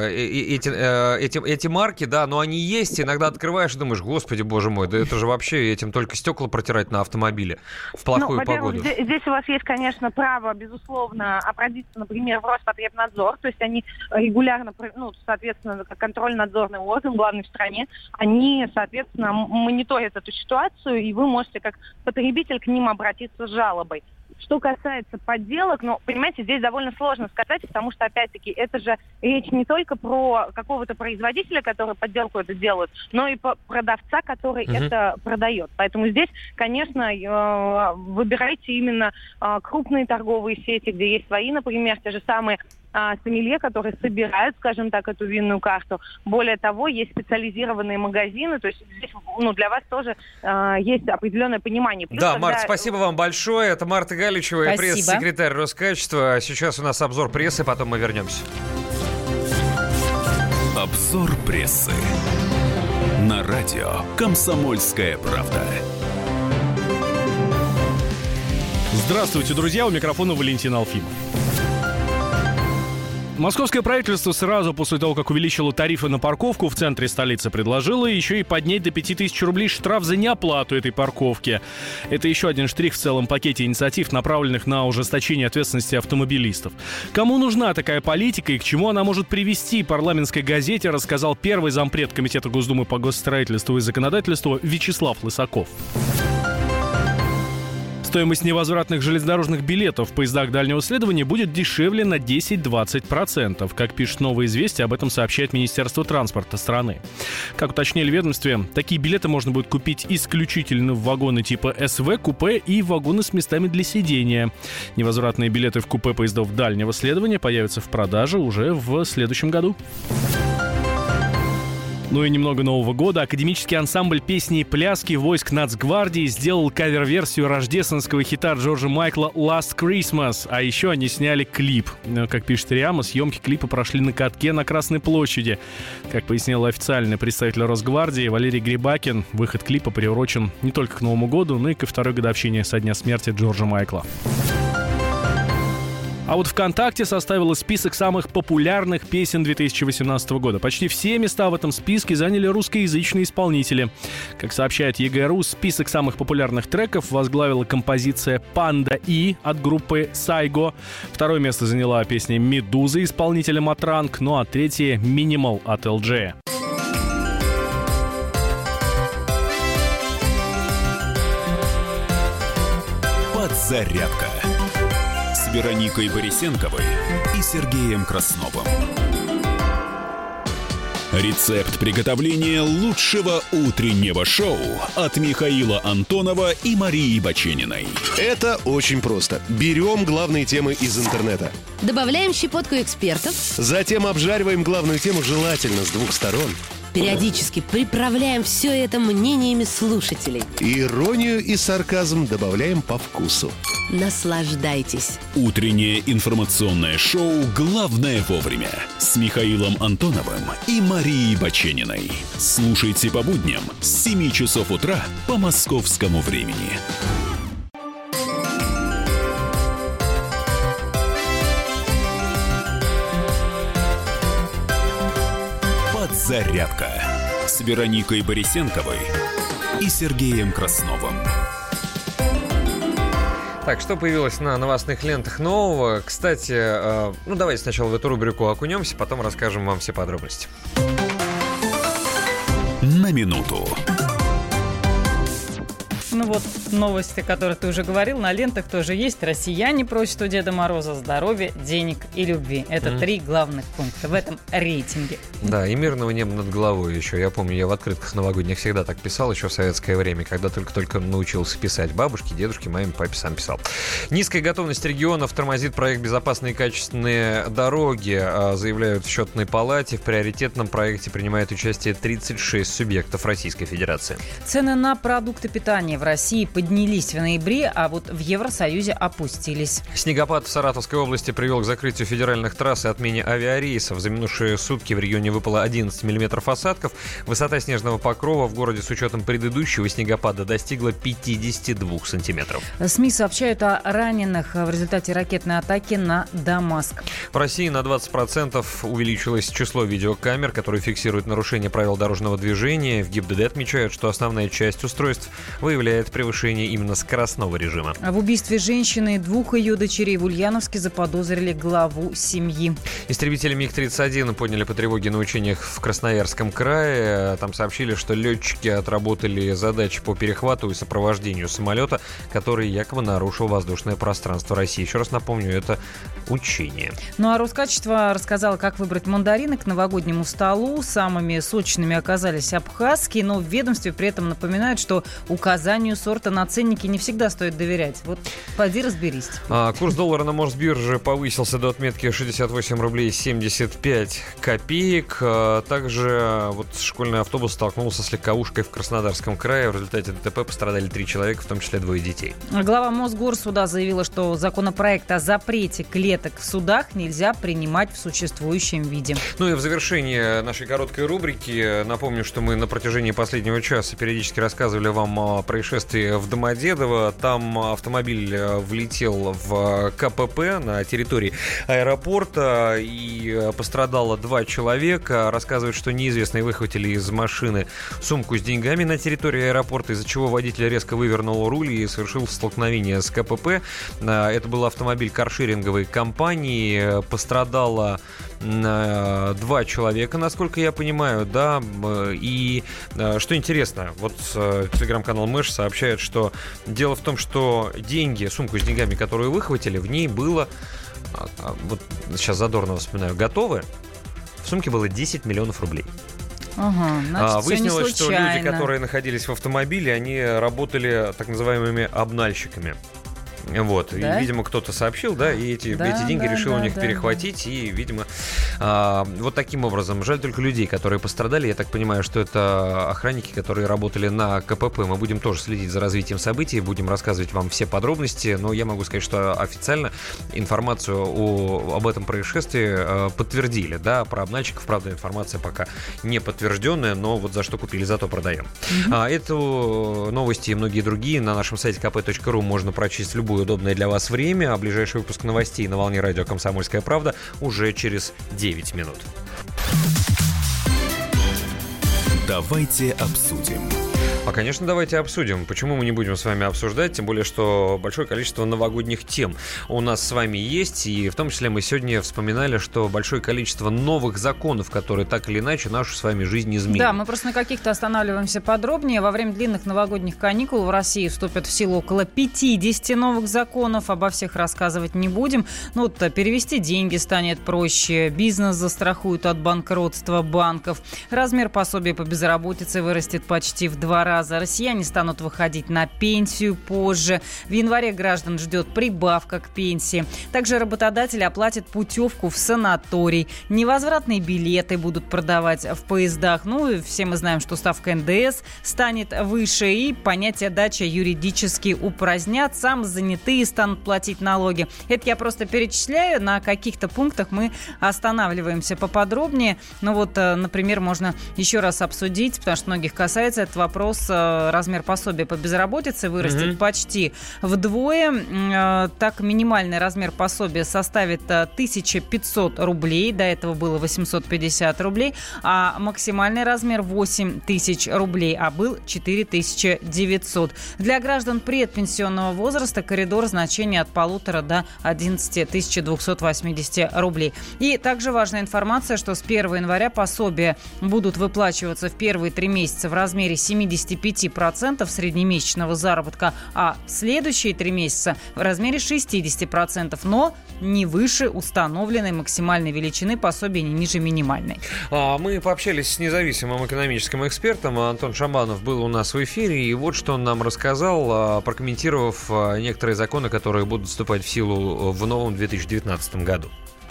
эти марки, да, но они есть, иногда открываешь и думаешь, господи, боже мой, да это же вообще этим только стекла протирать на автомобиле в плохую погоду. Здесь у вас есть, конечно, право, безусловно, обратиться, например, в Роспотребнадзор, то есть они регулярно, соответственно, как контрольно-надзорный орган, главный в стране, они, соответственно, мониторят эту ситуацию, и вы можете, как потребитель, к ним обратиться с жалобой. Что касается подделок, понимаете, здесь довольно сложно сказать, потому что, опять-таки, это же речь не только про какого-то производителя, который подделку это делает, но и про продавца, который это продает. Поэтому здесь, конечно, выбирайте именно крупные торговые сети, где есть свои, например, те же самые сомелье, которые собирают, скажем так, эту винную карту. Более того, есть специализированные магазины, то есть здесь для вас тоже есть определенное понимание. Плюс, да, Марта, спасибо вам большое. Это Марта Галичева, пресс-секретарь Роскачества. Сейчас у нас обзор прессы, потом мы вернемся. Обзор прессы на радио «Комсомольская правда». Здравствуйте, друзья, у микрофона Валентин Алфимов. Московское правительство сразу после того, как увеличило тарифы на парковку в центре столицы, предложило еще и поднять до 5000 рублей штраф за неоплату этой парковки. Это еще один штрих в целом пакете инициатив, направленных на ужесточение ответственности автомобилистов. Кому нужна такая политика и к чему она может привести, парламентской газете рассказал первый зампред Комитета Госдумы по госстроительству и законодательству Вячеслав Лысаков. Стоимость невозвратных железнодорожных билетов в поездах дальнего следования будет дешевле на 10-20%. Как пишет «Новое известие», об этом сообщает Министерство транспорта страны. Как уточнили в ведомстве, такие билеты можно будет купить исключительно в вагоны типа СВ, купе и вагоны с местами для сидения. Невозвратные билеты в купе поездов дальнего следования появятся в продаже уже в следующем году. Ну и немного Нового года. Академический ансамбль песни и пляски войск Нацгвардии сделал кавер-версию рождественского хита Джорджа Майкла «Last Christmas». А еще они сняли клип. Как пишет РИА, съемки клипа прошли на катке на Красной площади. Как пояснил официальный представитель Росгвардии Валерий Грибакин, выход клипа приурочен не только к Новому году, но и ко второй годовщине со дня смерти Джорджа Майкла. А вот ВКонтакте составила список самых популярных песен 2018 года. Почти все места в этом списке заняли русскоязычные исполнители. Как сообщает ЕГРУ, список самых популярных треков возглавила композиция «Панда И» от группы Сайго. Второе место заняла песня «Медуза» исполнителя Матранг. Ну а третье «Минимал» от LG. Подзарядка с Вероникой Борисенковой и Сергеем Красновым. Рецепт приготовления лучшего утреннего шоу от Михаила Антонова и Марии Бачениной. Это очень просто. Берем главные темы из интернета. Добавляем щепотку экспертов. Затем обжариваем главную тему желательно с двух сторон. Периодически приправляем все это мнениями слушателей. Иронию и сарказм добавляем по вкусу. Наслаждайтесь. Утреннее информационное шоу «Главное вовремя» с Михаилом Антоновым и Марией Бачениной. Слушайте по будням с 7 часов утра по московскому времени. Подзарядка с Вероникой Борисенковой и Сергеем Красновым. Так, что появилось на новостных лентах нового? Кстати, давайте сначала в эту рубрику окунемся, потом расскажем вам все подробности. На минуту. Ну вот новости, о которых ты уже говорил, на лентах тоже есть. Россияне просят у Деда Мороза здоровья, денег и любви. Это 3 главных пункта в этом рейтинге. Да, и мирного неба над головой еще. Я помню, я в открытках новогодних всегда так писал, еще в советское время, когда только-только научился писать. Бабушке, дедушке, маме, папе сам писал. Низкая готовность регионов тормозит проект «Безопасные и качественные дороги», заявляют в счетной палате. В приоритетном проекте принимает участие 36 субъектов Российской Федерации. Цены на продукты питания в России поднялись в ноябре, а вот в Евросоюзе опустились. Снегопад в Саратовской области привел к закрытию федеральных трасс и отмене авиарейсов. За минувшие сутки в регионе выпало 11 миллиметров осадков. Высота снежного покрова в городе с учетом предыдущего снегопада достигла 52 сантиметров. СМИ сообщают о раненых в результате ракетной атаки на Дамаск. В России на 20% увеличилось число видеокамер, которые фиксируют нарушение правил дорожного движения. В ГИБДД отмечают, что основная часть устройств выявляет превышение именно скоростного режима. В убийстве женщины и 2 ее дочерей в Ульяновске заподозрили главу семьи. Истребители МиГ-31 подняли по тревоге на учениях в Красноярском крае. Там сообщили, что летчики отработали задачи по перехвату и сопровождению самолета, который якобы нарушил воздушное пространство России. Еще раз напомню, это учение. Ну а Роскачество рассказало, как выбрать мандарины к новогоднему столу. Самыми сочными оказались абхазские, но в ведомстве при этом напоминают, что указанию сорта на ценнике не всегда стоит доверять. Вот поди разберись. Курс доллара на Мосбирже повысился до отметки 68 рублей 75 копеек. Также вот школьный автобус столкнулся с легковушкой в Краснодарском крае. В результате ДТП пострадали 3 человека, в том числе 2 детей. Глава Мосгорсуда заявила, что законопроект о запрете клеток в судах нельзя принимать в существующем виде. Ну и в завершении нашей короткой рубрики напомню, что мы на протяжении последнего часа периодически рассказывали вам о происшествии в Домодедово. Там автомобиль влетел в КПП на территории аэропорта и пострадало 2 человека. Рассказывают, что неизвестные выхватили из машины сумку с деньгами на территории аэропорта, из-за чего водитель резко вывернул руль и совершил столкновение с КПП. Это был автомобиль каршеринговой компании. Пострадало 2 человека, насколько я понимаю, да. И что интересно, вот телеграм-канал Мэш сообщает, что дело в том, что деньги, сумку с деньгами, которую выхватили, в ней было, вот сейчас задорно вспоминаю, готовы. В сумке было 10 миллионов рублей. Ага, значит, выяснилось, все не что люди, которые находились в автомобиле, они работали так называемыми обнальщиками. Вот. Да? И, видимо, кто-то сообщил, да, и эти деньги решил у них перехватить. И, видимо, вот таким образом. Жаль только людей, которые пострадали. Я так понимаю, что это охранники, которые работали на КПП. Мы будем тоже следить за развитием событий, будем рассказывать вам все подробности. Но я могу сказать, что официально информацию об этом происшествии подтвердили. Да, про обнальщиков, правда, информация пока не подтвержденная, но вот за что купили, зато продаем. Эту новости и многие другие на нашем сайте kp.ru можно прочесть в любое удобное для вас время. А ближайший выпуск новостей на волне радио «Комсомольская правда» уже через 9 минут. Давайте обсудим. Конечно, давайте обсудим. Почему мы не будем с вами обсуждать? Тем более, что большое количество новогодних тем у нас с вами есть. И в том числе мы сегодня вспоминали, что большое количество новых законов, которые так или иначе нашу с вами жизнь изменят. Да, мы просто на каких-то останавливаемся подробнее. Во время длинных новогодних каникул в России вступят в силу около 50 новых законов. Обо всех рассказывать не будем. Ну, вот перевести деньги станет проще. Бизнес застрахуют от банкротства банков. Размер пособия по безработице вырастет почти в 2 раза. Россияне станут выходить на пенсию позже. В январе граждан ждет прибавка к пенсии. Также работодатели оплатят путевку в санаторий. Невозвратные билеты будут продавать в поездах. Ну и все мы знаем, что ставка НДС станет выше. И понятие дача юридически упразднят. Самозанятые станут платить налоги. Это я просто перечисляю. На каких-то пунктах мы останавливаемся поподробнее. Ну вот, например, можно еще раз обсудить, потому что многих касается этот вопрос. Размер пособия по безработице вырастет почти вдвое. Так, минимальный размер пособия составит 1500 рублей. До этого было 850 рублей. А максимальный размер 8000 рублей, а был 4900. Для граждан предпенсионного возраста коридор значения от 1500 до 11280 рублей. И также важная информация, что с 1 января пособия будут выплачиваться в первые 3 месяца в размере 75% среднемесячного заработка, а следующие 3 месяца в размере 60%, но не выше установленной максимальной величины пособия, не ниже минимальной. Мы пообщались с независимым экономическим экспертом. Антон Шамбанов был у нас в эфире, и вот что он нам рассказал, прокомментировав некоторые законы, которые будут вступать в силу в новом 2019 году.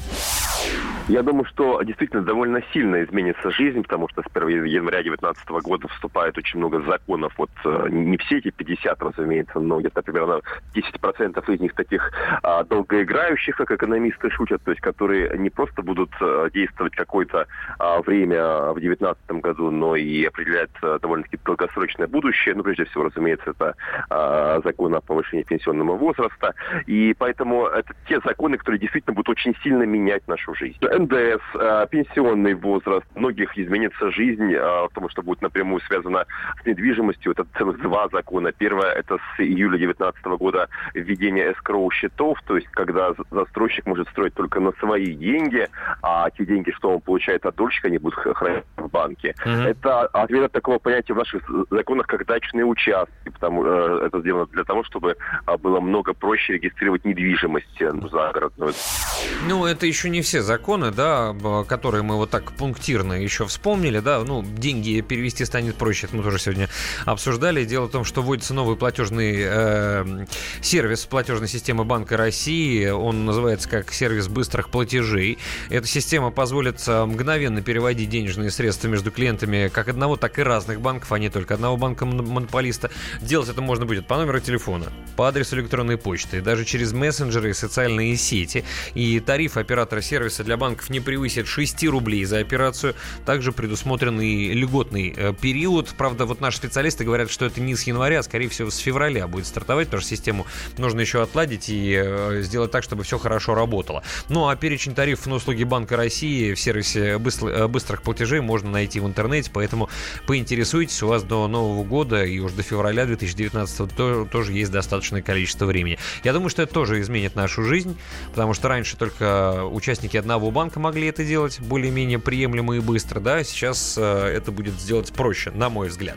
Я думаю, что действительно довольно сильно изменится жизнь, потому что с 1 января 2019 года вступает очень много законов. Вот не все эти 50, разумеется, но где-то примерно 10% из них таких долгоиграющих, как экономисты шутят, то есть которые не просто будут действовать какое-то время в 2019 году, но и определяют довольно-таки долгосрочное будущее. Ну, прежде всего, разумеется, это закон о повышении пенсионного возраста. И поэтому это те законы, которые действительно будут очень сильно менять нашу жизнь. НДС, пенсионный возраст, многих изменится жизнь, потому что будет напрямую связано с недвижимостью. Это целых 2 закона. Первое, это с июля 2019 года введение эскроу-счетов, то есть когда застройщик может строить только на свои деньги, а те деньги, что он получает от дольщика, они будут хранить в банке. Это ответ от такого понятия в наших законах, как дачные участки, потому это сделано для того, чтобы было много проще регистрировать недвижимость загородную. Ну, это еще не все законы, да, которые мы вот так пунктирно еще вспомнили, да, ну, деньги перевести станет проще, это мы тоже сегодня обсуждали. Дело в том, что вводится новый платежный сервис платежной системы Банка России, он называется как сервис быстрых платежей. Эта система позволит мгновенно переводить денежные средства между клиентами как одного, так и разных банков, а не только одного банка-монополиста. Делать это можно будет по номеру телефона, по адресу электронной почты, даже через мессенджеры и социальные сети. И тариф оператора сервиса для банков не превысит 6 рублей за операцию. Также предусмотрен и льготный период. Правда, вот наши специалисты говорят, что это не с января, а скорее всего с февраля будет стартовать, потому что систему нужно еще отладить и сделать так, чтобы все хорошо работало. Ну, а перечень тарифов на услуги Банка России в сервисе быстрых платежей можно найти в интернете, поэтому поинтересуйтесь, у вас до Нового года и уж до февраля 2019 тоже есть достаточное количество времени. Я думаю, что это тоже изменит нашу жизнь, потому что раньше только участники одного банка могли это делать более-менее приемлемо и быстро, да, сейчас это будет сделать проще, на мой взгляд.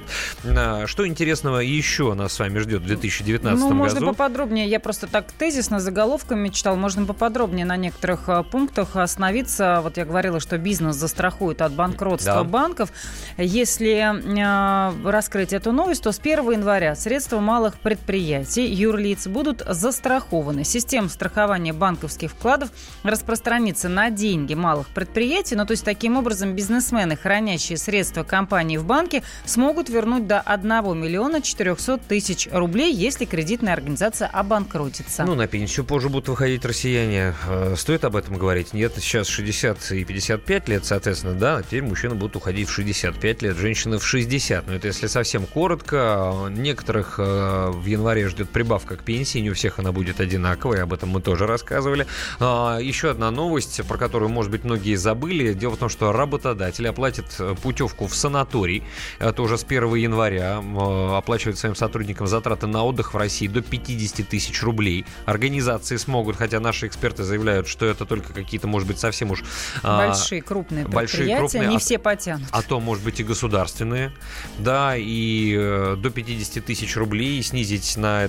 Что интересного еще нас с вами ждет в 2019 году? Можно поподробнее, я просто так тезисно заголовками читал, можно поподробнее на некоторых пунктах остановиться. Вот я говорила, что бизнес застрахует от банкротства банков. Если раскрыть эту новость, то с 1 января средства малых предприятий, юрлиц будут застрахованы. Система страхования банковских вкладов распространится на деньги малых предприятий. То есть, таким образом, бизнесмены, хранящие средства компании в банке, смогут вернуть до 1 миллиона 400 тысяч рублей, если кредитная организация обанкротится. На пенсию позже будут выходить россияне. Стоит об этом говорить? Нет, сейчас 60 и 55 лет, соответственно, да, а теперь мужчины будут уходить в 65 лет, женщины в 60. Но это если совсем коротко. Некоторых в январе ждет прибавка к пенсии, не у всех она будет одинаковой, об этом мы тоже рассказывали. Еще одна новость, про которую, может быть, многие забыли. Дело в том, что работодатель оплатит путевку в санаторий. Это уже с 1 января. Оплачивает своим сотрудникам затраты на отдых в России до 50 тысяч рублей. Организации смогут, хотя наши эксперты заявляют, что это только какие-то, может быть, совсем уж... Большие, крупные предприятия, не все потянут. А то, может быть, и государственные. Да, и до 50 тысяч рублей снизить на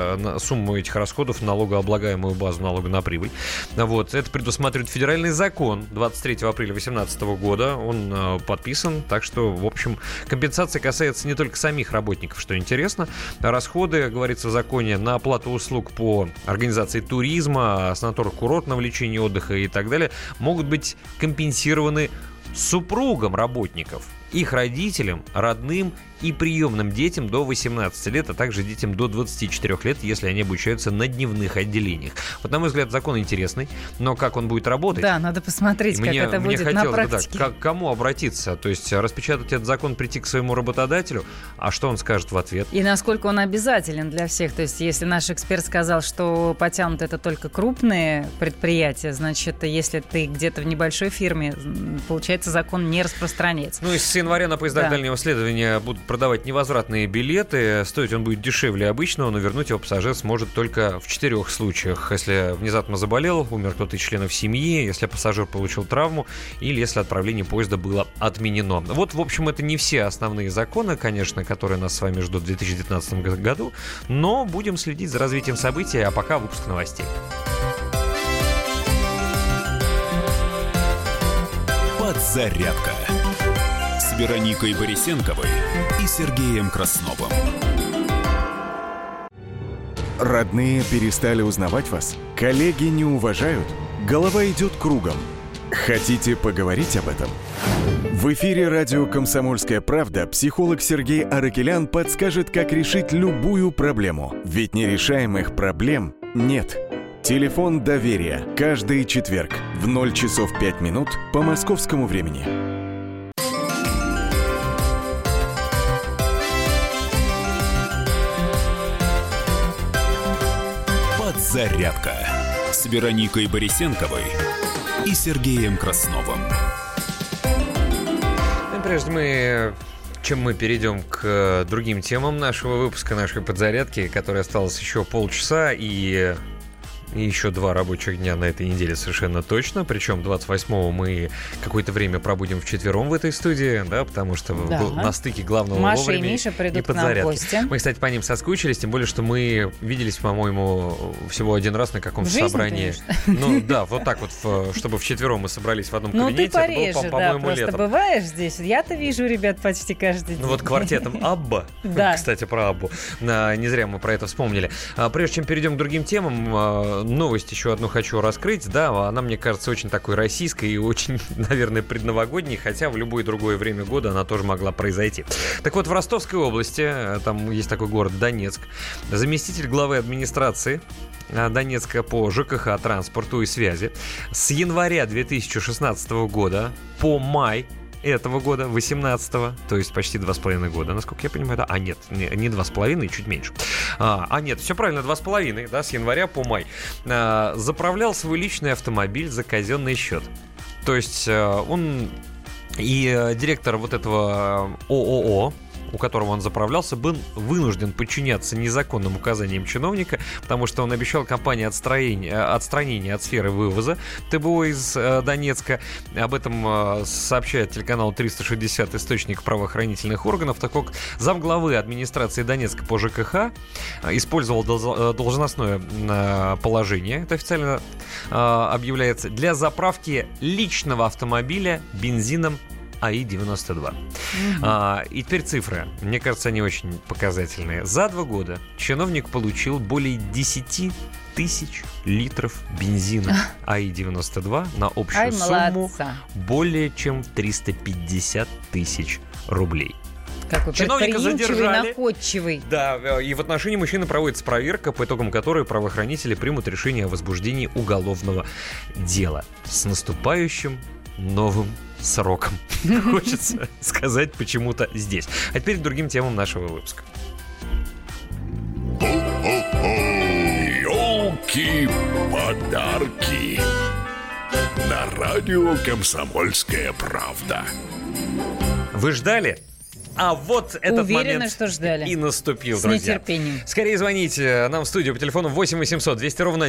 сумму этих расходов налогооблагаемую базу налога на прибыль. Вот. Это предусматривает федеральный закон 23 апреля 2018 года. Он подписан, так что, в общем, компенсация касается не только самих работников, что интересно. Расходы, говорится в законе, на оплату услуг по организации туризма, санаторно-курортного лечения, отдыха и так далее, могут быть компенсированы супругам работников, их родителям, родным и приемным детям до 18 лет, а также детям до 24 лет, если они обучаются на дневных отделениях. Вот, на мой взгляд, закон интересный, но как он будет работать? Да, надо посмотреть, как это будет на практике. К кому обратиться? То есть распечатать этот закон, прийти к своему работодателю, а что он скажет в ответ? И насколько он обязателен для всех? То есть если наш эксперт сказал, что потянут это только крупные предприятия, значит, если ты где-то в небольшой фирме, получается, закон не распространяется. И с января на поездах дальнего следования будут продавать невозвратные билеты. Стоить он будет дешевле обычного, но вернуть его пассажир сможет только в 4 случаях. Если внезапно заболел, умер кто-то из членов семьи, если пассажир получил травму или если отправление поезда было отменено. Вот, в общем, это не все основные законы, конечно, которые нас с вами ждут в 2019 году, но будем следить за развитием событий, а пока выпуск новостей. Подзарядка с Вероникой Борисенковой и Сергеем Красновым. Родные перестали узнавать вас? Коллеги не уважают? Голова идет кругом. Хотите поговорить об этом? В эфире радио «Комсомольская правда» психолог Сергей Аракелян подскажет, как решить любую проблему. Ведь нерешаемых проблем нет. Телефон доверия. Каждый четверг в 0 часов 5 минут по московскому времени. Подзарядка с Вероникой Борисенковой и Сергеем Красновым. Прежде чем мы перейдем к другим темам нашего выпуска, нашей подзарядки, которой осталось еще полчаса и еще 2 рабочих дня на этой неделе совершенно точно. Причем 28-го мы какое-то время пробудем вчетвером в этой студии, да, потому что на стыке главного Маша вовремя и Миша придут и к нам в гости. Мы, кстати, по ним соскучились, тем более, что мы виделись, по-моему, всего один раз на каком-то собрании. Ну да, вот так вот, чтобы вчетвером мы собрались в одном кабинете. Ну ты пореже, это было, по-моему, просто летом. Бываешь здесь. Я-то вижу ребят почти каждый день. Ну вот квартетом Абба, кстати, про Аббу. Не зря мы про это вспомнили. Прежде чем перейдем к другим темам, новость еще одну хочу раскрыть. Да, она, мне кажется, очень такой российской и очень, наверное, предновогодней, хотя в любое другое время года она тоже могла произойти. Так вот, в Ростовской области, там есть такой город Донецк, заместитель главы администрации Донецка по ЖКХ, транспорту и связи с января 2016 года по май этого года, 18-го, то есть почти 2,5 года, насколько я понимаю, да? А нет, не 2,5, чуть меньше. Нет, все правильно, 2,5, да, с января по май. Заправлял свой личный автомобиль за казенный счет. То есть он и директор вот этого ООО, у которого он заправлялся, был вынужден подчиняться незаконным указаниям чиновника, потому что он обещал компании отстранение от сферы вывоза ТБО из Донецка. Об этом сообщает телеканал 360 источник правоохранительных органов. Так как замглавы администрации Донецка по ЖКХ использовал должностное положение, это официально объявляется, для заправки личного автомобиля бензином АИ-92. И теперь цифры. Мне кажется, они очень показательные. За 2 года чиновник получил более 10 тысяч литров бензина АИ-92 на общую сумму более чем 350 тысяч рублей. Какой чиновника задержали. Находчивый. Да, и в отношении мужчины проводится проверка, по итогам которой правоохранители примут решение о возбуждении уголовного дела. С наступающим новым сроком. Хочется сказать почему-то здесь. А теперь к другим темам нашего выпуска. Ёлки-подарки на радио «Комсомольская правда». Вы ждали? А вот этот Уверена, момент что ждали. И наступил, с друзья. нетерпением. Скорее звоните нам в студию по телефону 8 800 200 ровно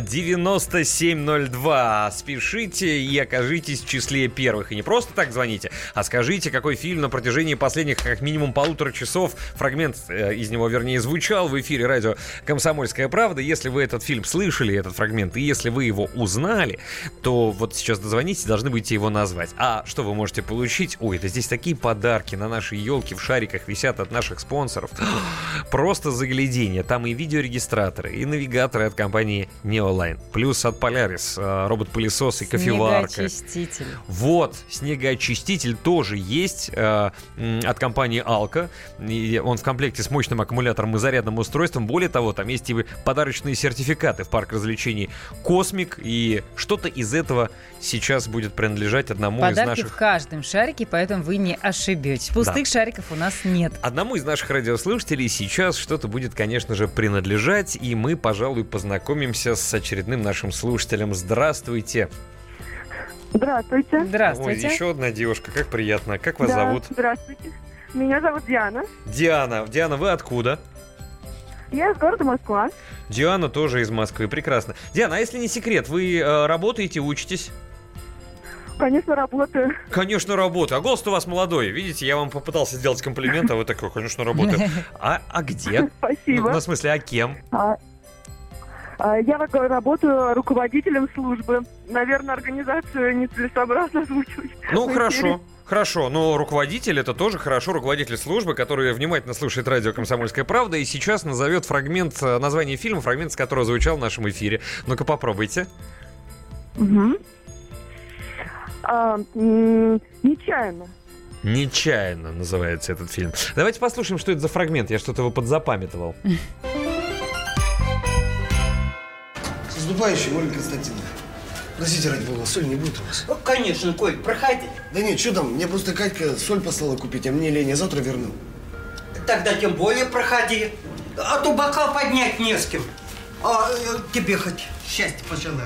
9702. Спешите и окажитесь в числе первых. И не просто так звоните, а скажите, какой фильм на протяжении последних как минимум 1,5 часов, фрагмент из него, вернее, звучал в эфире радио «Комсомольская правда». Если вы этот фильм слышали, этот фрагмент, и если вы его узнали, то вот сейчас дозвоните, должны будете его назвать. А что вы можете получить? Ой, да здесь такие подарки на наши елки в шариках висят от наших спонсоров. Просто загляденье. Там и видеорегистраторы, и навигаторы от компании Neoline. Плюс от Polaris робот-пылесос и кофеварка. Снегоочиститель. Вот, снегоочиститель тоже есть от компании Alco. И он в комплекте с мощным аккумулятором и зарядным устройством. Более того, там есть и подарочные сертификаты в парк развлечений «Космик». И что-то из этого сейчас будет принадлежать одному подарки из наших... в каждом шарике, поэтому вы не ошибетесь. Пустых шариков у нас нет. Одному из наших радиослушателей сейчас что-то будет, конечно же, принадлежать, и мы, пожалуй, познакомимся с очередным нашим слушателем. Здравствуйте. Здравствуйте. Здравствуйте. Ой, еще одна девушка, как приятно. Как вас зовут? Здравствуйте. Меня зовут Диана. Диана, вы откуда? Я из города Москва. Диана тоже из Москвы, прекрасно. Диана, а если не секрет, вы работаете, учитесь? Конечно, работаю. Конечно, работаю. А голос-то у вас молодой. Видите, я вам попытался сделать комплимент, а вы такой, конечно, работаю. А где? Спасибо. Ну, в смысле, а кем? Я работаю руководителем службы. Наверное, организацию нецелесообразно озвучивать. Ну, хорошо, но руководитель — это тоже хорошо. Руководитель службы, который внимательно слушает радио «Комсомольская правда» и сейчас назовет фрагмент, название фильма, фрагмент, с которого звучал в нашем эфире. Ну-ка, попробуйте. Угу. Нечаянно. «Нечаянно» называется этот фильм. Давайте послушаем, что это за фрагмент. Я что-то его подзапамятовал. С наступающим, Ольга Константиновна. Простите, ради бога, соль не будет у вас? Ну, конечно, Коль, проходи. Да нет, что там, мне просто Катька соль послала купить, а мне лень, я завтра верну. Тогда тем более проходи. А то бокал поднять не с кем. А тебе хоть счастья пожелаю.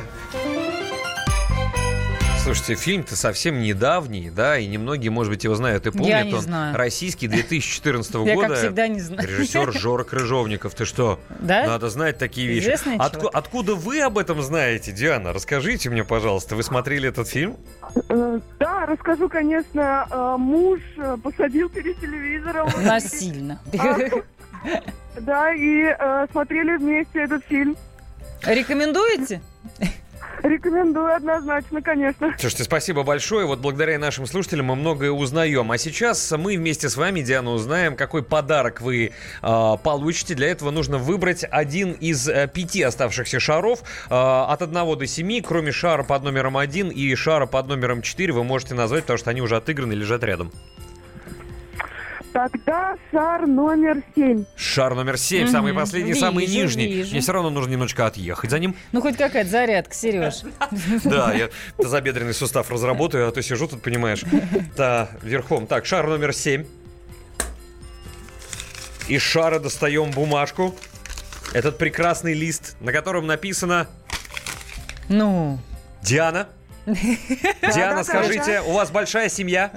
Слушайте, фильм-то совсем недавний, да, и немногие, может быть, его знают и помнят. Я не Он знаю. Российский, 2014 года. Я, как всегда, не знаю. Режиссер Жора Крыжовников. Ты что? Да? Надо знать такие вещи. Известный человек. Откуда вы об этом знаете, Диана? Расскажите мне, пожалуйста. Вы смотрели этот фильм? Да, расскажу, конечно. Муж посадил перед телевизором. Насильно. Да, и смотрели вместе этот фильм. Рекомендуете? Рекомендую однозначно, конечно. Слушайте, спасибо большое. Вот благодаря нашим слушателям мы многое узнаем. А сейчас мы вместе с вами, Диана, узнаем, какой подарок вы получите. Для этого нужно выбрать один из 5 оставшихся шаров. От 1 до 7, кроме шара под номером 1 и шара под номером 4 вы можете назвать, потому что они уже отыграны и лежат рядом. Тогда шар номер 7. Шар номер 7, самый последний, самый нижний. Вижу. Мне все равно нужно немножечко отъехать за ним. Ну, хоть какая-то зарядка, Сереж. Да, я тазобедренный сустав разработаю, а то сижу тут, понимаешь. Да, верхом. Так, шар номер 7. Из шара достаем бумажку. Этот прекрасный лист, на котором написано... Ну? Диана. Диана, скажите, у вас большая семья?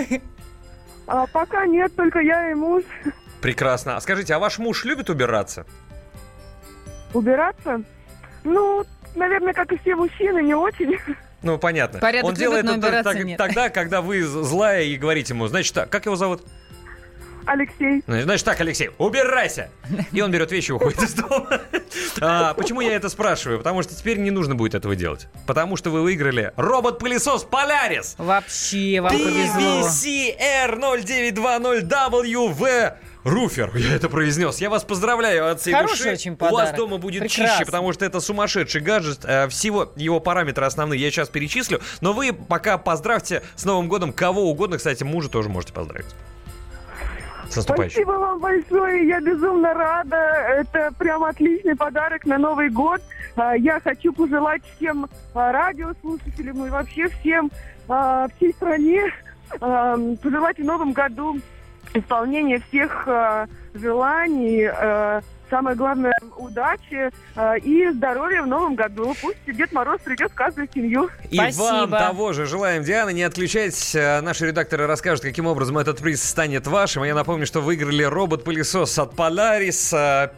Пока нет, только я и муж. Прекрасно. А скажите, а ваш муж любит убираться? Убираться? Ну, наверное, как и все мужчины, не очень. Ну, понятно. Порядок Он делает любит, но это убираться нет. тогда, когда вы злая и говорите ему, значит, так, как его зовут? Алексей. Значит так, Алексей, убирайся! И он берет вещи и уходит из дома. Почему я это спрашиваю? Потому что теперь не нужно будет этого делать. Потому что вы выиграли робот-пылесос Polaris. Вообще вам повезло. PVC-R0920WV Руфер, я это произнес. Я вас поздравляю от всей Хороший души. очень подарок. У вас дома будет чище, потому что это сумасшедший гаджет. Всего его параметры основные я сейчас перечислю. Но вы пока поздравьте с Новым годом кого угодно. Кстати, мужа тоже можете поздравить. С наступающим. Спасибо вам большое, я безумно рада. Это прям отличный подарок на Новый год. Я хочу пожелать всем радиослушателям и вообще всем, всей стране пожелать в Новом году исполнения всех желаний, самое главное, удачи и здоровья в Новом году. Пусть Дед Мороз придет в каждую семью. И вам того же желаем, Диана. Не отключайтесь. Наши редакторы расскажут, каким образом этот приз станет вашим. Я напомню, что выиграли робот-пылесос от Polaris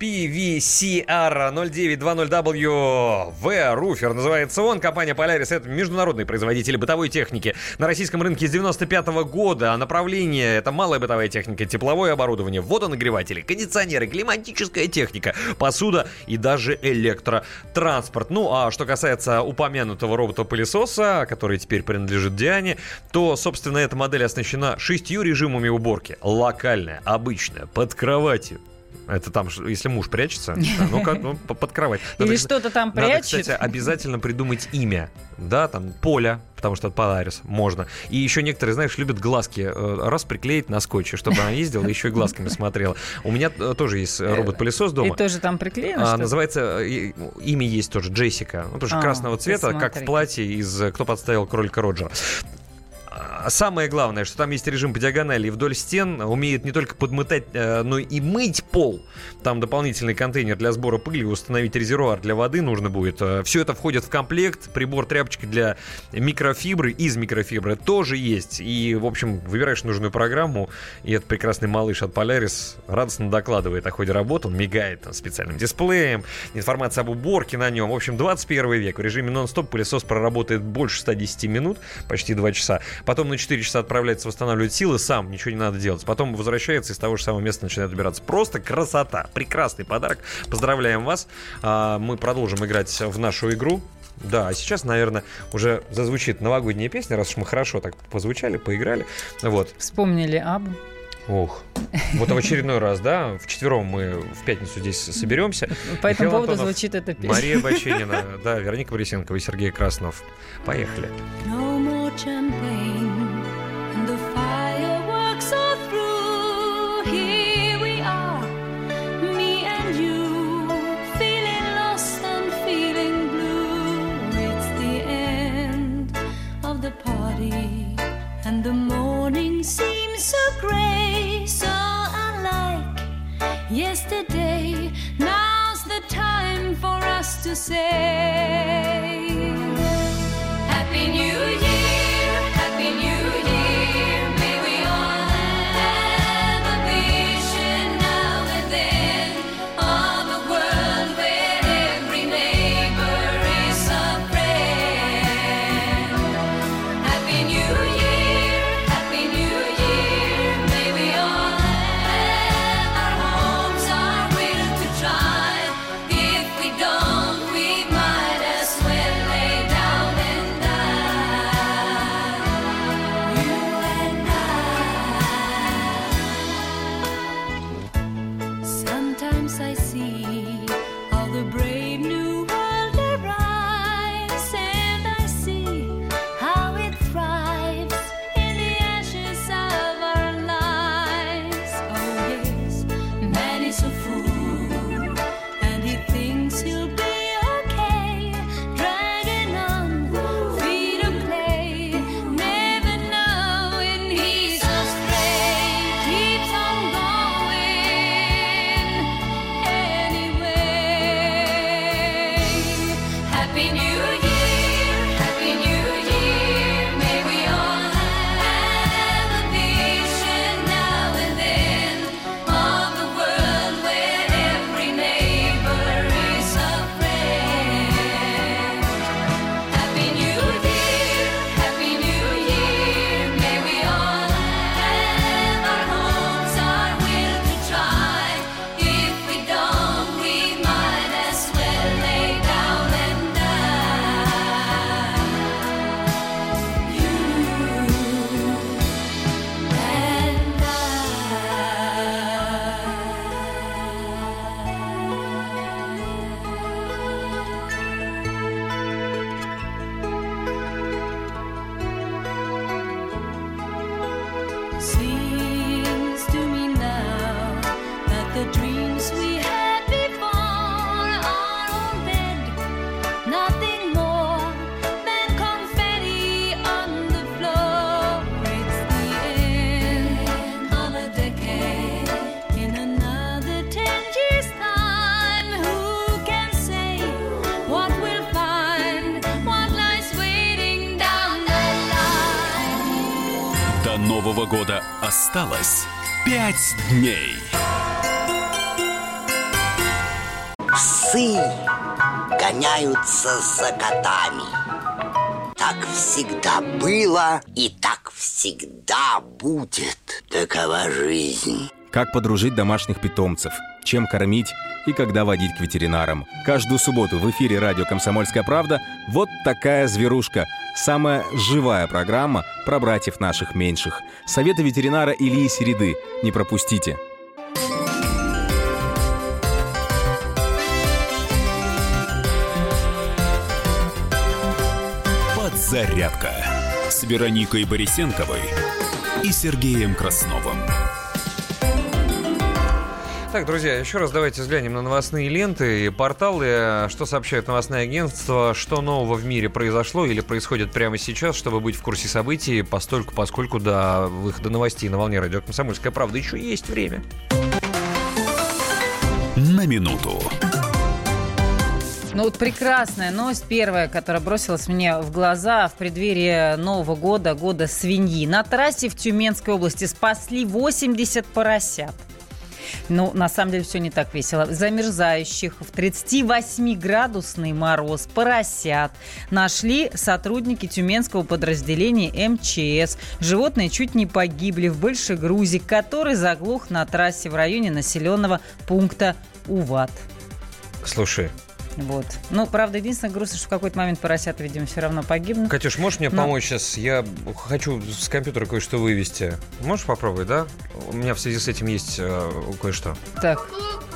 PVC-R0920WV Руфер. Называется он. Компания Polaris — это международный производитель бытовой техники. На российском рынке с 95 года. А направление — это малая бытовая техника, тепловое оборудование, водонагреватели, кондиционеры, климатическая техника, посуда и даже электротранспорт. Ну, а что касается упомянутого робота-пылесоса, который теперь принадлежит Диане, то, собственно, эта модель оснащена 6 режимами уборки. Локальная, обычная, под кроватью. Это там, если муж прячется, под кровать. Или что-то там прячет. Надо, кстати, обязательно придумать имя. Да, там, Поля, потому что это Polaris, можно. И еще некоторые, знаешь, любят глазки раз приклеить на скотче, чтобы она ездила, еще и глазками смотрела. У меня тоже есть робот-пылесос дома. И тоже там приклеено? Называется, имя есть тоже, Джессика. Ну, тоже красного цвета, как в платье из «Кто подставил кролика Роджера». Самое главное, что там есть режим по диагонали и вдоль стен, умеет не только подмытать, но и мыть пол. Там дополнительный контейнер для сбора пыли, установить резервуар для воды нужно будет. Все это входит в комплект. Прибор тряпочки для микрофибры, из микрофибры тоже есть. И, в общем, выбираешь нужную программу, и этот прекрасный малыш от Polaris радостно докладывает о ходе работы. Он мигает там специальным дисплеем, информация об уборке на нем. В общем, 21 век. В режиме нон-стоп пылесос проработает больше 110 минут, почти 2 часа. Потом на 4 часа отправляется восстанавливать силы сам, ничего не надо делать. Потом возвращается и с того же самого места начинает убираться. Просто красота. Прекрасный подарок. Поздравляем вас. Мы продолжим играть в нашу игру. Да, а сейчас, наверное, уже зазвучит новогодняя песня, раз уж мы хорошо так позвучали, поиграли. Вот. Вспомнили Абу. Ох, вот в очередной раз, да, вчетвером мы в пятницу здесь соберемся. По этому поводу звучит эта песня. Мария Баченина, да, Вероника Борисенкова и Сергей Краснов. Поехали. Yesterday, now's the time for us to say Happy New Year, Happy New Year. May we all have a vision now and then of a world where every neighbor is a friend. Happy New Year, Happy New Year. May we all die. Seems to me now that the dreams we had before are all dead. Nothing more than confetti on the floor. It's the end of a decade. In another 10 years' time, who can say what we'll find? What lies waiting down the line? До Нового года осталось 5 дней. Псы гоняются за котами. Так всегда было и так всегда будет. Такова жизнь. Как подружить домашних питомцев, чем кормить и когда водить к ветеринарам. Каждую субботу в эфире радио «Комсомольская правда» вот такая зверушка. Самая живая программа про братьев наших меньших. Советы ветеринара Ильи Середы. Не пропустите. Подзарядка с Вероникой Борисенковой и Сергеем Красновым. Так, друзья, еще раз давайте взглянем на новостные ленты и порталы, что сообщают новостные агентства, что нового в мире произошло или происходит прямо сейчас, чтобы быть в курсе событий, поскольку до выхода новостей на волне радио «Комсомольская правда» еще есть время. На минуту. Ну вот прекрасная новость, первая, которая бросилась мне в глаза в преддверии Нового года, года свиньи. На трассе в Тюменской области спасли 80 поросят. Ну, на самом деле, все не так весело. Замерзающих в 38-градусный мороз поросят нашли сотрудники тюменского подразделения МЧС. Животные чуть не погибли в большегрузе, который заглох на трассе в районе населенного пункта Уват. Слушай. Вот. Ну, правда, единственное грустно, что в какой-то момент поросята, видимо, все равно погибнут. Катюш, можешь мне помочь сейчас? Я хочу с компьютера кое-что вывести. Можешь попробовать, да? У меня в связи с этим есть кое-что. Так.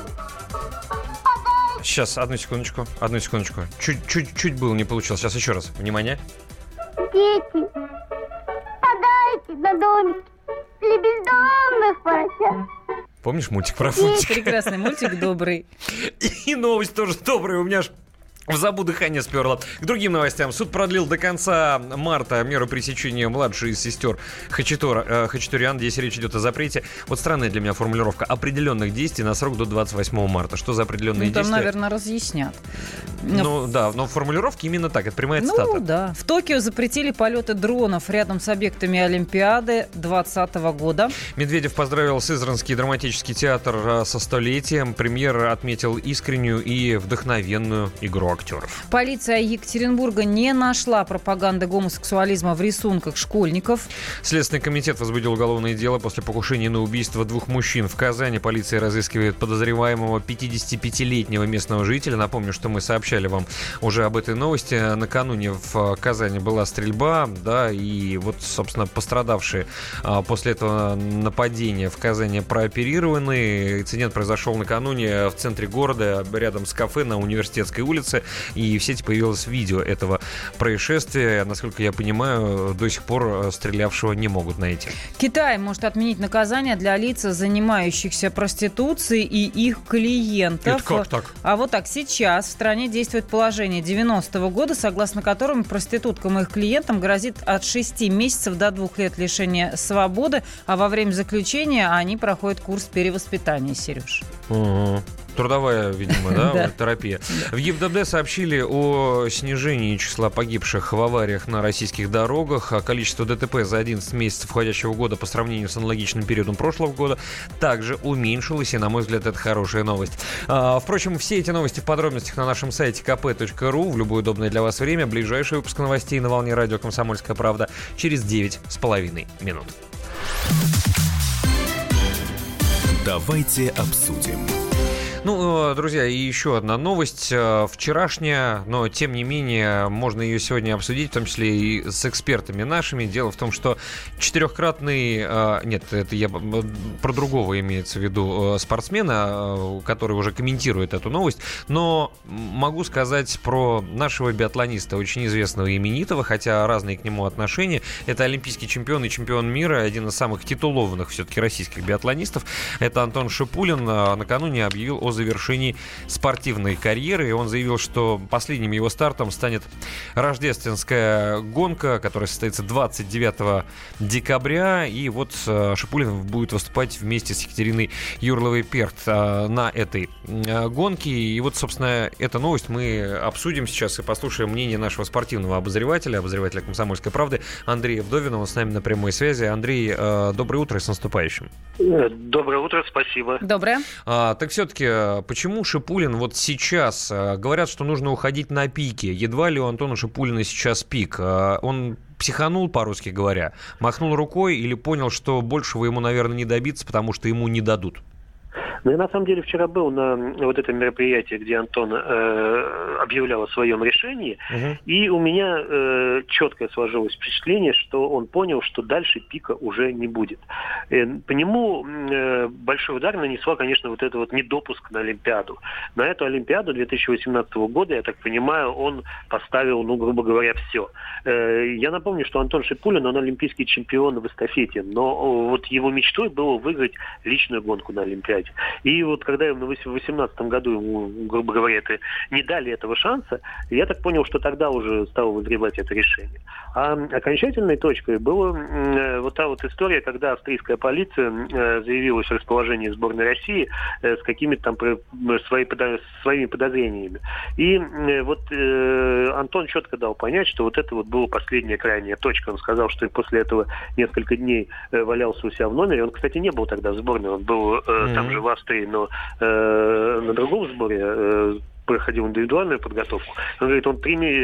Сейчас, одну секундочку. Чуть было не получилось. Сейчас еще раз. Внимание. Дети, подайте на домик для бездомных поросят. Помнишь мультик про Фунтика? Прекрасный мультик, добрый. И новость тоже добрая. У меня аж в забу дыхание сперло. К другим новостям. Суд продлил до конца марта меру пресечения младшей из сестер Хачатурян. Здесь речь идет о запрете. Вот странная для меня формулировка. Определенных действий на срок до 28 марта. Что за определенные действия? Там, наверное, разъяснят. Ну, да, но формулировки именно так. Это прямая цитата. Ну, да. В Токио запретили полеты дронов рядом с объектами Олимпиады 2020 года. Медведев поздравил Сызранский драматический театр со столетием. Премьер отметил искреннюю и вдохновенную игру актеров. Полиция Екатеринбурга не нашла пропаганды гомосексуализма в рисунках школьников. Следственный комитет возбудил уголовное дело после покушения на убийство 2 мужчин. В Казани полиция разыскивает подозреваемого 55-летнего местного жителя. Напомню, что мы сообщали вам уже об этой новости. Накануне в Казани была стрельба, да, и вот, собственно, пострадавшие после этого нападения в Казани прооперированы. Инцидент произошел накануне в центре города, рядом с кафе на Университетской улице. И в сети появилось видео этого происшествия. Насколько я понимаю, до сих пор стрелявшего не могут найти. Китай может отменить наказание для лиц, занимающихся проституцией и их клиентов. Это как так? А вот так, сейчас в стране действует положение 90-го года, согласно которому проституткам и их клиентам грозит от 6 месяцев до 2 лет лишения свободы, а во время заключения они проходят курс перевоспитания, Сереж. Угу. Трудовая, видимо, да, терапия. В ГИБДД сообщили о снижении числа погибших в авариях на российских дорогах. А количество ДТП за 11 месяцев уходящего года по сравнению с аналогичным периодом прошлого года также уменьшилось. И, на мой взгляд, это хорошая новость. Впрочем, все эти новости в подробностях на нашем сайте kp.ru в любое удобное для вас время. Ближайший выпуск новостей на волне радио «Комсомольская правда» через 9,5 минут. Давайте обсудим. Ну, друзья, и еще одна новость. Вчерашняя, но тем не менее можно ее сегодня обсудить, в том числе и с экспертами нашими. Дело в том, что четырехкратный... Нет, это я про другого имеется в виду спортсмена, который уже комментирует эту новость. Но могу сказать про нашего биатлониста, очень известного и именитого, хотя разные к нему отношения. Это олимпийский чемпион и чемпион мира, один из самых титулованных все-таки российских биатлонистов. Это Антон Шипулин. Накануне объявил о завершении спортивной карьеры, и он заявил, что последним его стартом станет рождественская гонка, которая состоится 29 декабря, и вот Шипулин будет выступать вместе с Екатериной Юрловой-Перт на этой гонке, и вот, собственно, эту новость мы обсудим сейчас и послушаем мнение нашего спортивного обозревателя «Комсомольской правды» Андрея Вдовина. Он с нами на прямой связи. Андрей, доброе утро и с наступающим. Доброе утро, спасибо. Доброе. Так все-таки, почему Шипулин вот сейчас? Говорят, что нужно уходить на пике. Едва ли у Антона Шипулина сейчас пик. Он психанул, по-русски говоря, махнул рукой или понял, что большего ему, наверное, не добиться, потому что ему не дадут? Ну, я на самом деле вчера был на вот этом мероприятии, где Антон объявлял о своем решении, и у меня четкое сложилось впечатление, что он понял, что дальше пика уже не будет. По нему большой удар нанесла, конечно, вот это вот недопуск на Олимпиаду. На эту Олимпиаду 2018 года, я так понимаю, он поставил, ну, грубо говоря, все. Я напомню, что Антон Шипулин, он олимпийский чемпион в эстафете, но вот его мечтой было выиграть личную гонку на Олимпиаде. И вот когда ему в 2018 году ему, грубо говоря, это не дали этого шанса, я так понял, что тогда уже стало вызревать это решение. А окончательной точкой была вот та вот история, когда австрийская полиция заявилась в расположении сборной России с какими-то там своими подозрениями. И вот Антон четко дал понять, что вот это вот была последняя крайняя точка. Он сказал, что после этого несколько дней валялся у себя в номере. Он, кстати, не был тогда в сборной, он был там же в Австрии, но на другом сборе проходил индивидуальную подготовку. Он говорит, он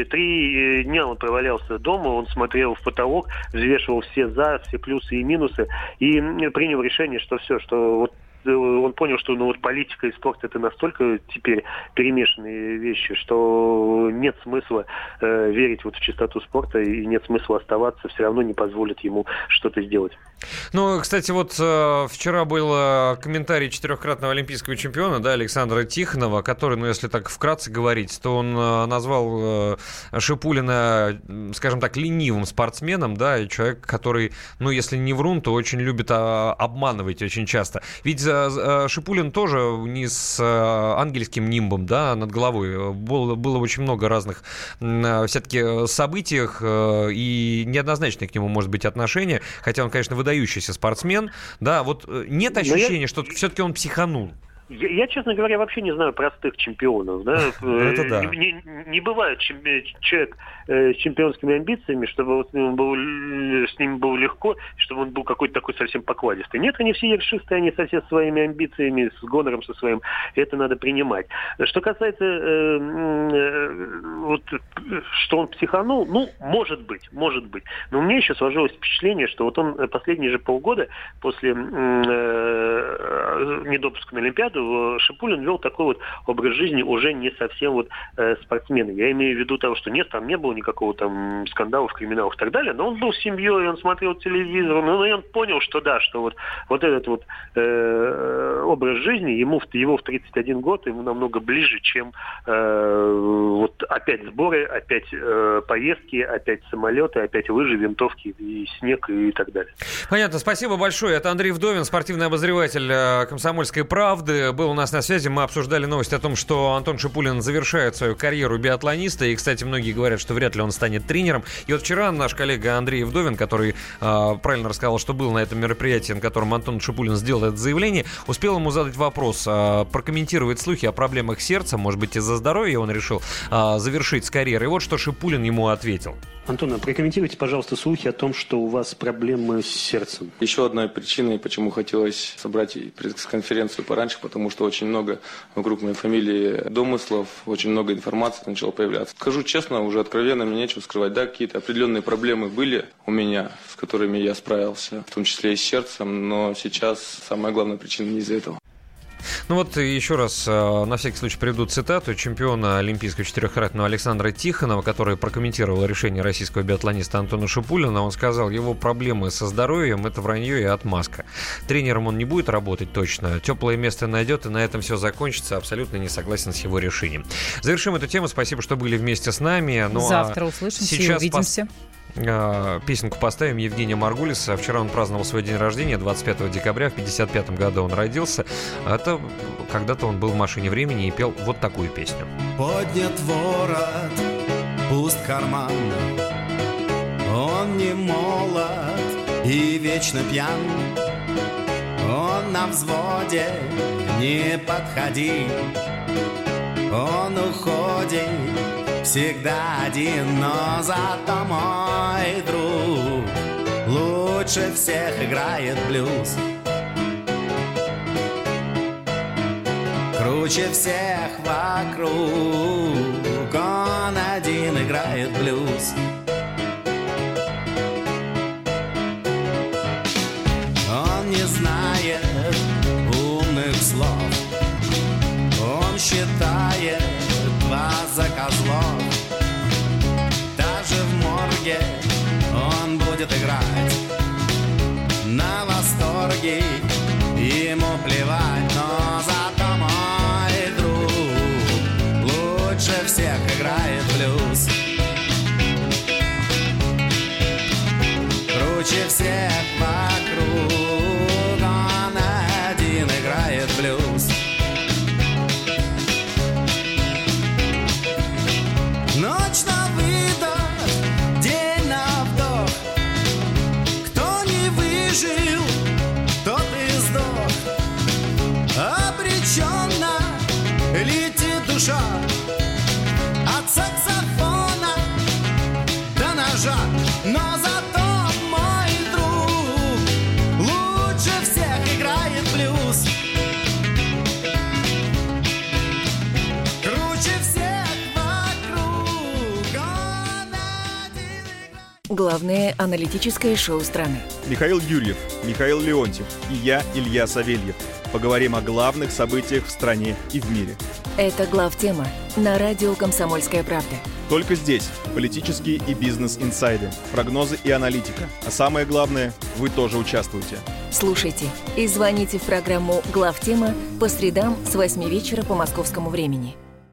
3 дня он провалялся дома, он смотрел в потолок, взвешивал все плюсы и минусы, и принял решение, что все, что вот он понял, что ну, вот политика и спорт это настолько теперь перемешанные вещи, что нет смысла верить вот в чистоту спорта и нет смысла оставаться, все равно не позволит ему что-то сделать. Ну, кстати, вот вчера был комментарий четырехкратного олимпийского чемпиона, да, Александра Тихонова, который, ну, если так вкратце говорить, то он назвал Шипулина, скажем так, ленивым спортсменом, да, и человек, который, ну, если не врун, то очень любит обманывать очень часто. Ведь Шипулин тоже не с ангельским нимбом, да, над головой. Было очень много разных все-таки событиях, и неоднозначное к нему может быть отношение, хотя он, конечно, выдающийся спортсмен, да, вот нет ощущения, что все-таки он психанул? Я, честно говоря, вообще не знаю простых чемпионов. Да? Это да. Не бывает человек с чемпионскими амбициями, чтобы вот с ним было легко, чтобы он был какой-то такой совсем покладистый. Нет, они все ершистые, они со своими амбициями, с гонором со своим. Это надо принимать. Что касается, вот, что он психанул, ну, может быть. Но у меня еще сложилось впечатление, что вот он последние же полгода после недопуска на Олимпиаду Шипулин вел такой вот образ жизни уже не совсем вот спортсмена. Я имею в виду того, что нет, там не было никакого там скандалов, криминалов и так далее, но он был с семьей, он смотрел телевизор, ну и он понял, что да, что вот этот вот образ жизни его в 31 год ему намного ближе, чем вот опять сборы, опять поездки, опять самолеты, опять лыжи, винтовки и снег и так далее. Понятно, спасибо большое. Это Андрей Вдовин, спортивный обозреватель «Комсомольской правды». Был у нас на связи, мы обсуждали новость о том, что Антон Шипулин завершает свою карьеру биатлониста, и, кстати, многие говорят, что вряд ли он станет тренером. И вот вчера наш коллега Андрей Вдовин, который правильно рассказал, что был на этом мероприятии, на котором Антон Шипулин сделал это заявление, успел ему задать вопрос, прокомментировать слухи о проблемах сердца, может быть, из-за здоровья он решил завершить с карьерой. И вот что Шипулин ему ответил. Антон, а прокомментируйте, пожалуйста, слухи о том, что у вас проблемы с сердцем. Еще одной причиной, почему хотелось собрать пресс-конференцию пораньше, потому что очень много вокруг моей фамилии домыслов, очень много информации начало появляться. Скажу честно, уже откровенно, мне нечего скрывать. Да, какие-то определенные проблемы были у меня, с которыми я справился, в том числе и с сердцем, но сейчас самая главная причина не из-за этого. Ну вот еще раз на всякий случай приведу цитату чемпиона олимпийского четырехкратного Александра Тихонова, который прокомментировал решение российского биатлониста Антона Шипулина. Он сказал, его проблемы со здоровьем – это вранье и отмазка. Тренером он не будет работать точно, теплое место найдет, и на этом все закончится. Абсолютно не согласен с его решением. Завершим эту тему. Спасибо, что были вместе с нами. Ну, завтра услышимся и увидимся. Песенку поставим Евгения Маргулиса. Вчера он праздновал свой день рождения, 25 декабря, в 55 году он родился. Это когда-то он был в машине времени и пел вот такую песню. Поднят ворот, пуст карман, он не молод и вечно пьян. Он на взводе, не подходи, он уходит всегда один, но зато мой друг лучше всех играет блюз. Круче всех вокруг, он один играет блюз. Он не знает умных слов, он считает вас за козлов. Даже в морге он будет играть на восторге, ему плевать, но зато мой друг лучше всех играет блюз. Круче всех вокруг, он один играет блюз. Ночь на выдох, день на вдох. Кто не выжил, тот и сдох. Обреченно летит душа от саксофона до ножа. Но зато мой друг лучше всех играет блюз. Круче всех вокруг, он один играет. Главное аналитическое шоу страны. Михаил Юрьев, Михаил Леонтьев и я, Илья Савельев. Поговорим о главных событиях в стране и в мире. Это главтема на радио «Комсомольская правда». Только здесь политические и бизнес-инсайды, прогнозы и аналитика. А самое главное, вы тоже участвуете. Слушайте и звоните в программу «Главтема» по средам с 8 вечера по московскому времени.